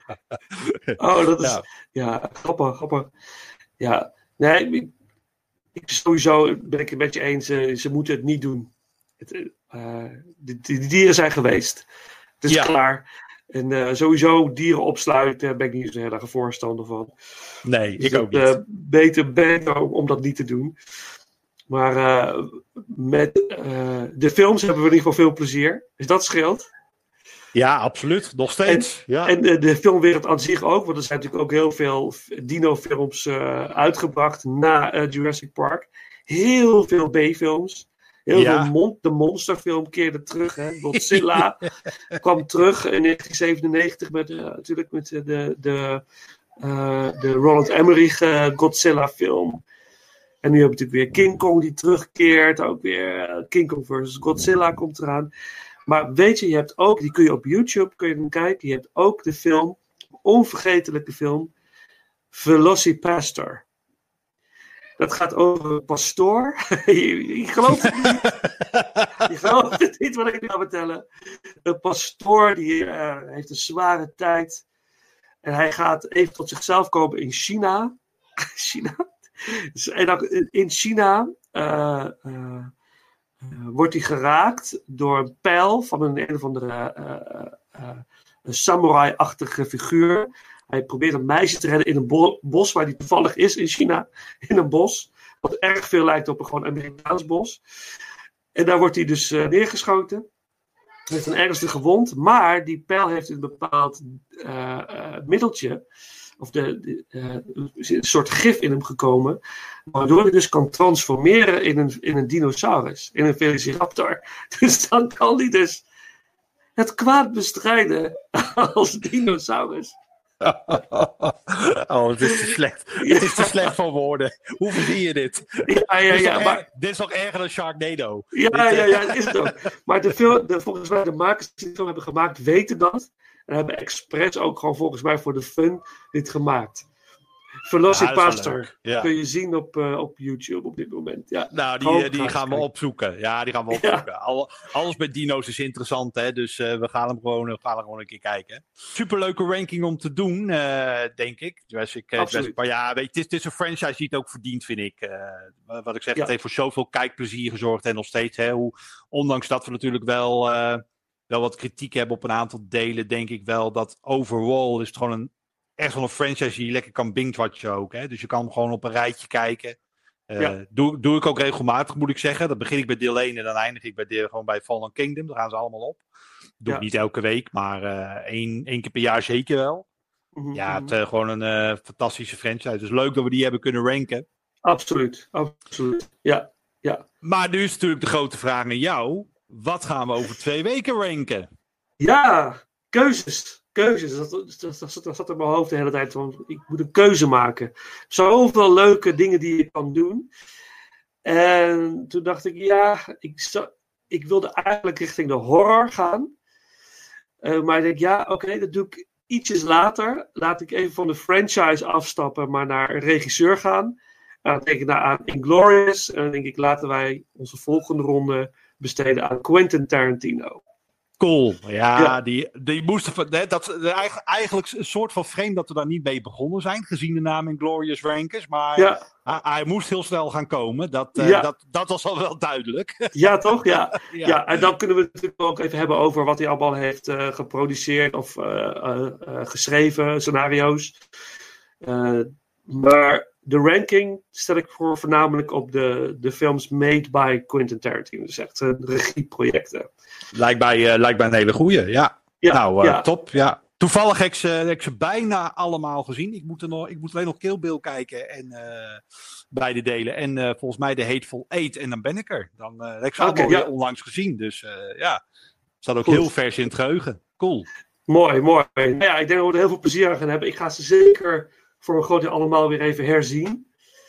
Oh, dat is, ja, ja grappig, grappig. Ja, nee, ik, sowieso ben ik het met je eens, uh, ze moeten het niet doen. Het, uh, de, de dieren zijn geweest. Het is ja. klaar. En uh, sowieso dieren opsluiten, ben ik niet zo heel erg een voorstander van. Nee, dus ik dat, ook niet. Uh, beter, beter om dat niet te doen. Maar uh, met uh, de films hebben we in ieder geval veel plezier. Dus dat scheelt. Ja, absoluut. Nog steeds. En, ja. en de, de filmwereld aan zich ook. Want er zijn natuurlijk ook heel veel dino-films uh, uitgebracht na uh, Jurassic Park. Heel veel B-films. Heel ja. veel mon- de monsterfilm keerde terug. Hè. Godzilla kwam terug in negentien zevenennegentig met, uh, natuurlijk met uh, de, de, uh, de Roland Emmerich uh, Godzilla film. En nu hebben we natuurlijk weer King Kong die terugkeert. Ook weer uh, King Kong versus Godzilla komt eraan. Maar weet je, je hebt ook, die kun je op YouTube kun je dan kijken. Je hebt ook de film, onvergetelijke film, Velocipastor. Dat gaat over een pastoor. je, je gelooft het niet. je gelooft het niet wat ik nu ga vertellen. Een pastoor die uh, heeft een zware tijd. En hij gaat even tot zichzelf komen in China. China. En dan in China uh, uh, uh, wordt hij geraakt door een pijl van een een of andere uh, uh, uh, samurai-achtige figuur. Hij probeert een meisje te redden in een bo- bos waar hij toevallig is in China. In een bos. Wat erg veel lijkt op een gewoon Amerikaans bos. En daar wordt hij dus uh, neergeschoten. Hij heeft een ernstige gewond. Maar die pijl heeft een bepaald uh, uh, middeltje. Of de, de, uh, een soort gif in hem gekomen. Waardoor hij dus kan transformeren in een, in een dinosaurus. In een velociraptor. Dus dan kan hij dus het kwaad bestrijden als dinosaurus. Oh, het is te slecht. Ja. Het is te slecht van woorden. Hoe zie je dit? Ja, ja, ja. Dit, maar... erg, dit is nog erger dan Sharknado. Ja, dit, ja, ja, dat is het ook. Maar de film, de, volgens mij de makers die de film hebben gemaakt, weten dat. En hebben expres ook gewoon volgens mij voor de fun dit gemaakt. Velocipastor ja, kun je zien op, uh, op YouTube op dit moment. Ja, nou, die, die gaan we opzoeken. Ja, die gaan we opzoeken. Ja. Al, alles met dino's is interessant, hè? Dus uh, we gaan hem gewoon, we gaan er gewoon een keer kijken. Superleuke ranking om te doen, uh, denk ik. Jurassic, Jurassic, maar ja, weet je, het is, het is een franchise die het ook verdient, vind ik. Uh, wat ik zeg, ja. Het heeft voor zoveel kijkplezier gezorgd en nog steeds. Hè, hoe, ondanks dat we natuurlijk wel, uh, wel wat kritiek hebben op een aantal delen, denk ik wel dat overall is het gewoon een echt wel een franchise die je lekker kan binge-watchen ook. Hè? Dus je kan hem gewoon op een rijtje kijken. Uh, ja. doe, doe ik ook regelmatig, moet ik zeggen. Dan begin ik bij deel één en dan eindig ik bij deel, gewoon bij Fallen Kingdom. Daar gaan ze allemaal op. Doe ja. ik niet elke week, maar uh, één, één keer per jaar zeker wel. Mm-hmm. Ja, het is uh, gewoon een uh, fantastische franchise. Dus leuk dat we die hebben kunnen ranken. Absoluut, absoluut. Ja, ja. Maar nu is natuurlijk de grote vraag aan jou. Wat gaan we over twee weken ranken? Ja, keuzes. Keuzes, dat, dat, dat, dat zat in mijn hoofd de hele tijd. Want ik moet een keuze maken. Zoveel leuke dingen die je kan doen. En toen dacht ik, ja, ik, ik wilde eigenlijk richting de horror gaan. Uh, maar ik denk, ja, oké, okay, dat doe ik ietsjes later. Laat ik even van de franchise afstappen, maar naar een regisseur gaan. En dan denk ik nou, aan Inglourious. En dan denk ik, laten wij onze volgende ronde besteden aan Quentin Tarantino. Cool, ja, ja. Die, die moesten, dat eigenlijk een soort van frame dat we daar niet mee begonnen zijn, gezien de naam Inglourious Rankers, maar ja. hij, hij moest heel snel gaan komen, dat, ja. uh, dat, dat was al wel duidelijk. Ja, toch? Ja. ja. ja, en dan kunnen we het natuurlijk ook even hebben over wat hij allemaal heeft uh, geproduceerd of uh, uh, uh, geschreven, scenario's. Uh, maar de ranking stel ik voor voornamelijk op de, de films made by Quentin Tarantino, dus echt uh, regieprojecten. Lijkt mij, uh, lijkt mij een hele goeie, ja. ja nou, uh, ja. top, ja. Toevallig heb ik, ze, heb ik ze bijna allemaal gezien. Ik moet, er nog, ik moet alleen nog Kill Bill kijken en uh, beide delen. En uh, volgens mij de Hateful Eight en dan ben ik er. Dan uh, heb ik ze okay, allemaal ja. weer onlangs gezien. Dus uh, ja, staat ook Goed. heel vers in het geheugen. Cool. Mooi, mooi. Nou ja, ik denk dat we er heel veel plezier aan gaan hebben. Ik ga ze zeker voor een groot deel allemaal weer even herzien.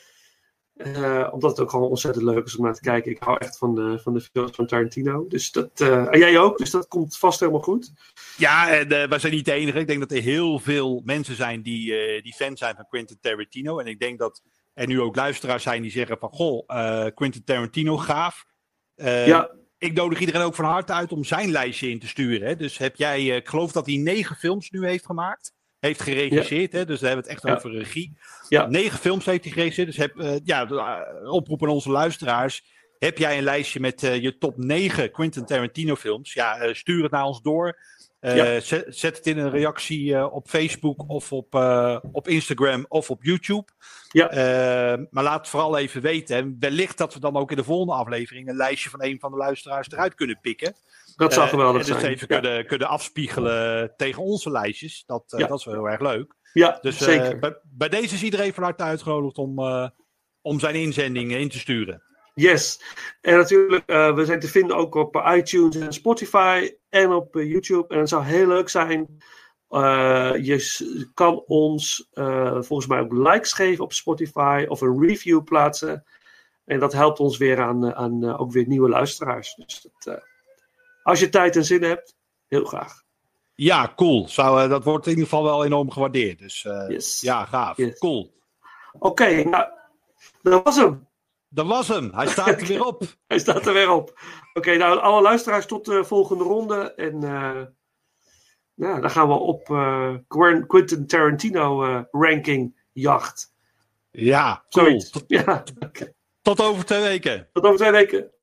Uh, omdat het ook gewoon ontzettend leuk is om naar te kijken. Ik hou echt van de, van de films van Tarantino. Dus dat, uh, en jij ook, dus dat komt vast helemaal goed. Ja, en uh, wij zijn niet de enige. Ik denk dat er heel veel mensen zijn die, uh, die fan zijn van Quentin Tarantino. En ik denk dat er nu ook luisteraars zijn die zeggen van... Goh, uh, Quentin Tarantino, gaaf. Uh, ja. Ik nodig iedereen ook van harte uit om zijn lijstje in te sturen. Hè? Dus heb jij, uh, ik geloof dat hij negen films nu heeft gemaakt. heeft geregisseerd. Ja. Hè, dus daar hebben we het echt ja. over regie. Ja. Negen films heeft hij geregisseerd. Dus heb, uh, ja, uh, oproep aan onze luisteraars. Heb jij een lijstje met uh, je top negen Quentin Tarantino films? Ja, uh, stuur het naar ons door. Uh, ja. zet, zet het in een reactie uh, op Facebook of op, uh, op Instagram of op YouTube. Ja. Uh, maar laat het vooral even weten. En wellicht dat we dan ook in de volgende aflevering een lijstje van een van de luisteraars eruit kunnen pikken. Dat zou geweldig uh, en dus zijn. even ja. kunnen, kunnen afspiegelen tegen onze lijstjes. Dat, uh, ja. dat is wel heel erg leuk. Ja, dus zeker. Uh, bij, bij deze is iedereen van harte uitgenodigd om, uh, om zijn inzendingen in te sturen. Yes. En natuurlijk, uh, we zijn te vinden ook op iTunes en Spotify en op uh, YouTube. En het zou heel leuk zijn. Uh, je kan ons uh, volgens mij ook likes geven op Spotify of een review plaatsen. En dat helpt ons weer aan, aan uh, ook weer nieuwe luisteraars. Dus dat, uh, als je tijd en zin hebt, heel graag. Ja, cool. Zou, uh, dat wordt in ieder geval wel enorm gewaardeerd. Dus uh, yes. ja, gaaf. Yes. Cool. Oké, okay, nou, dat was hem. Dat was hem. Hij staat er weer op. Hij staat er weer op. Oké, okay, nou, alle luisteraars tot de volgende ronde. En uh, nou, dan gaan we op uh, Quentin Tarantino uh, ranking jacht. Ja, cool. Tot, ja, okay. Tot over twee weken. Tot over twee weken.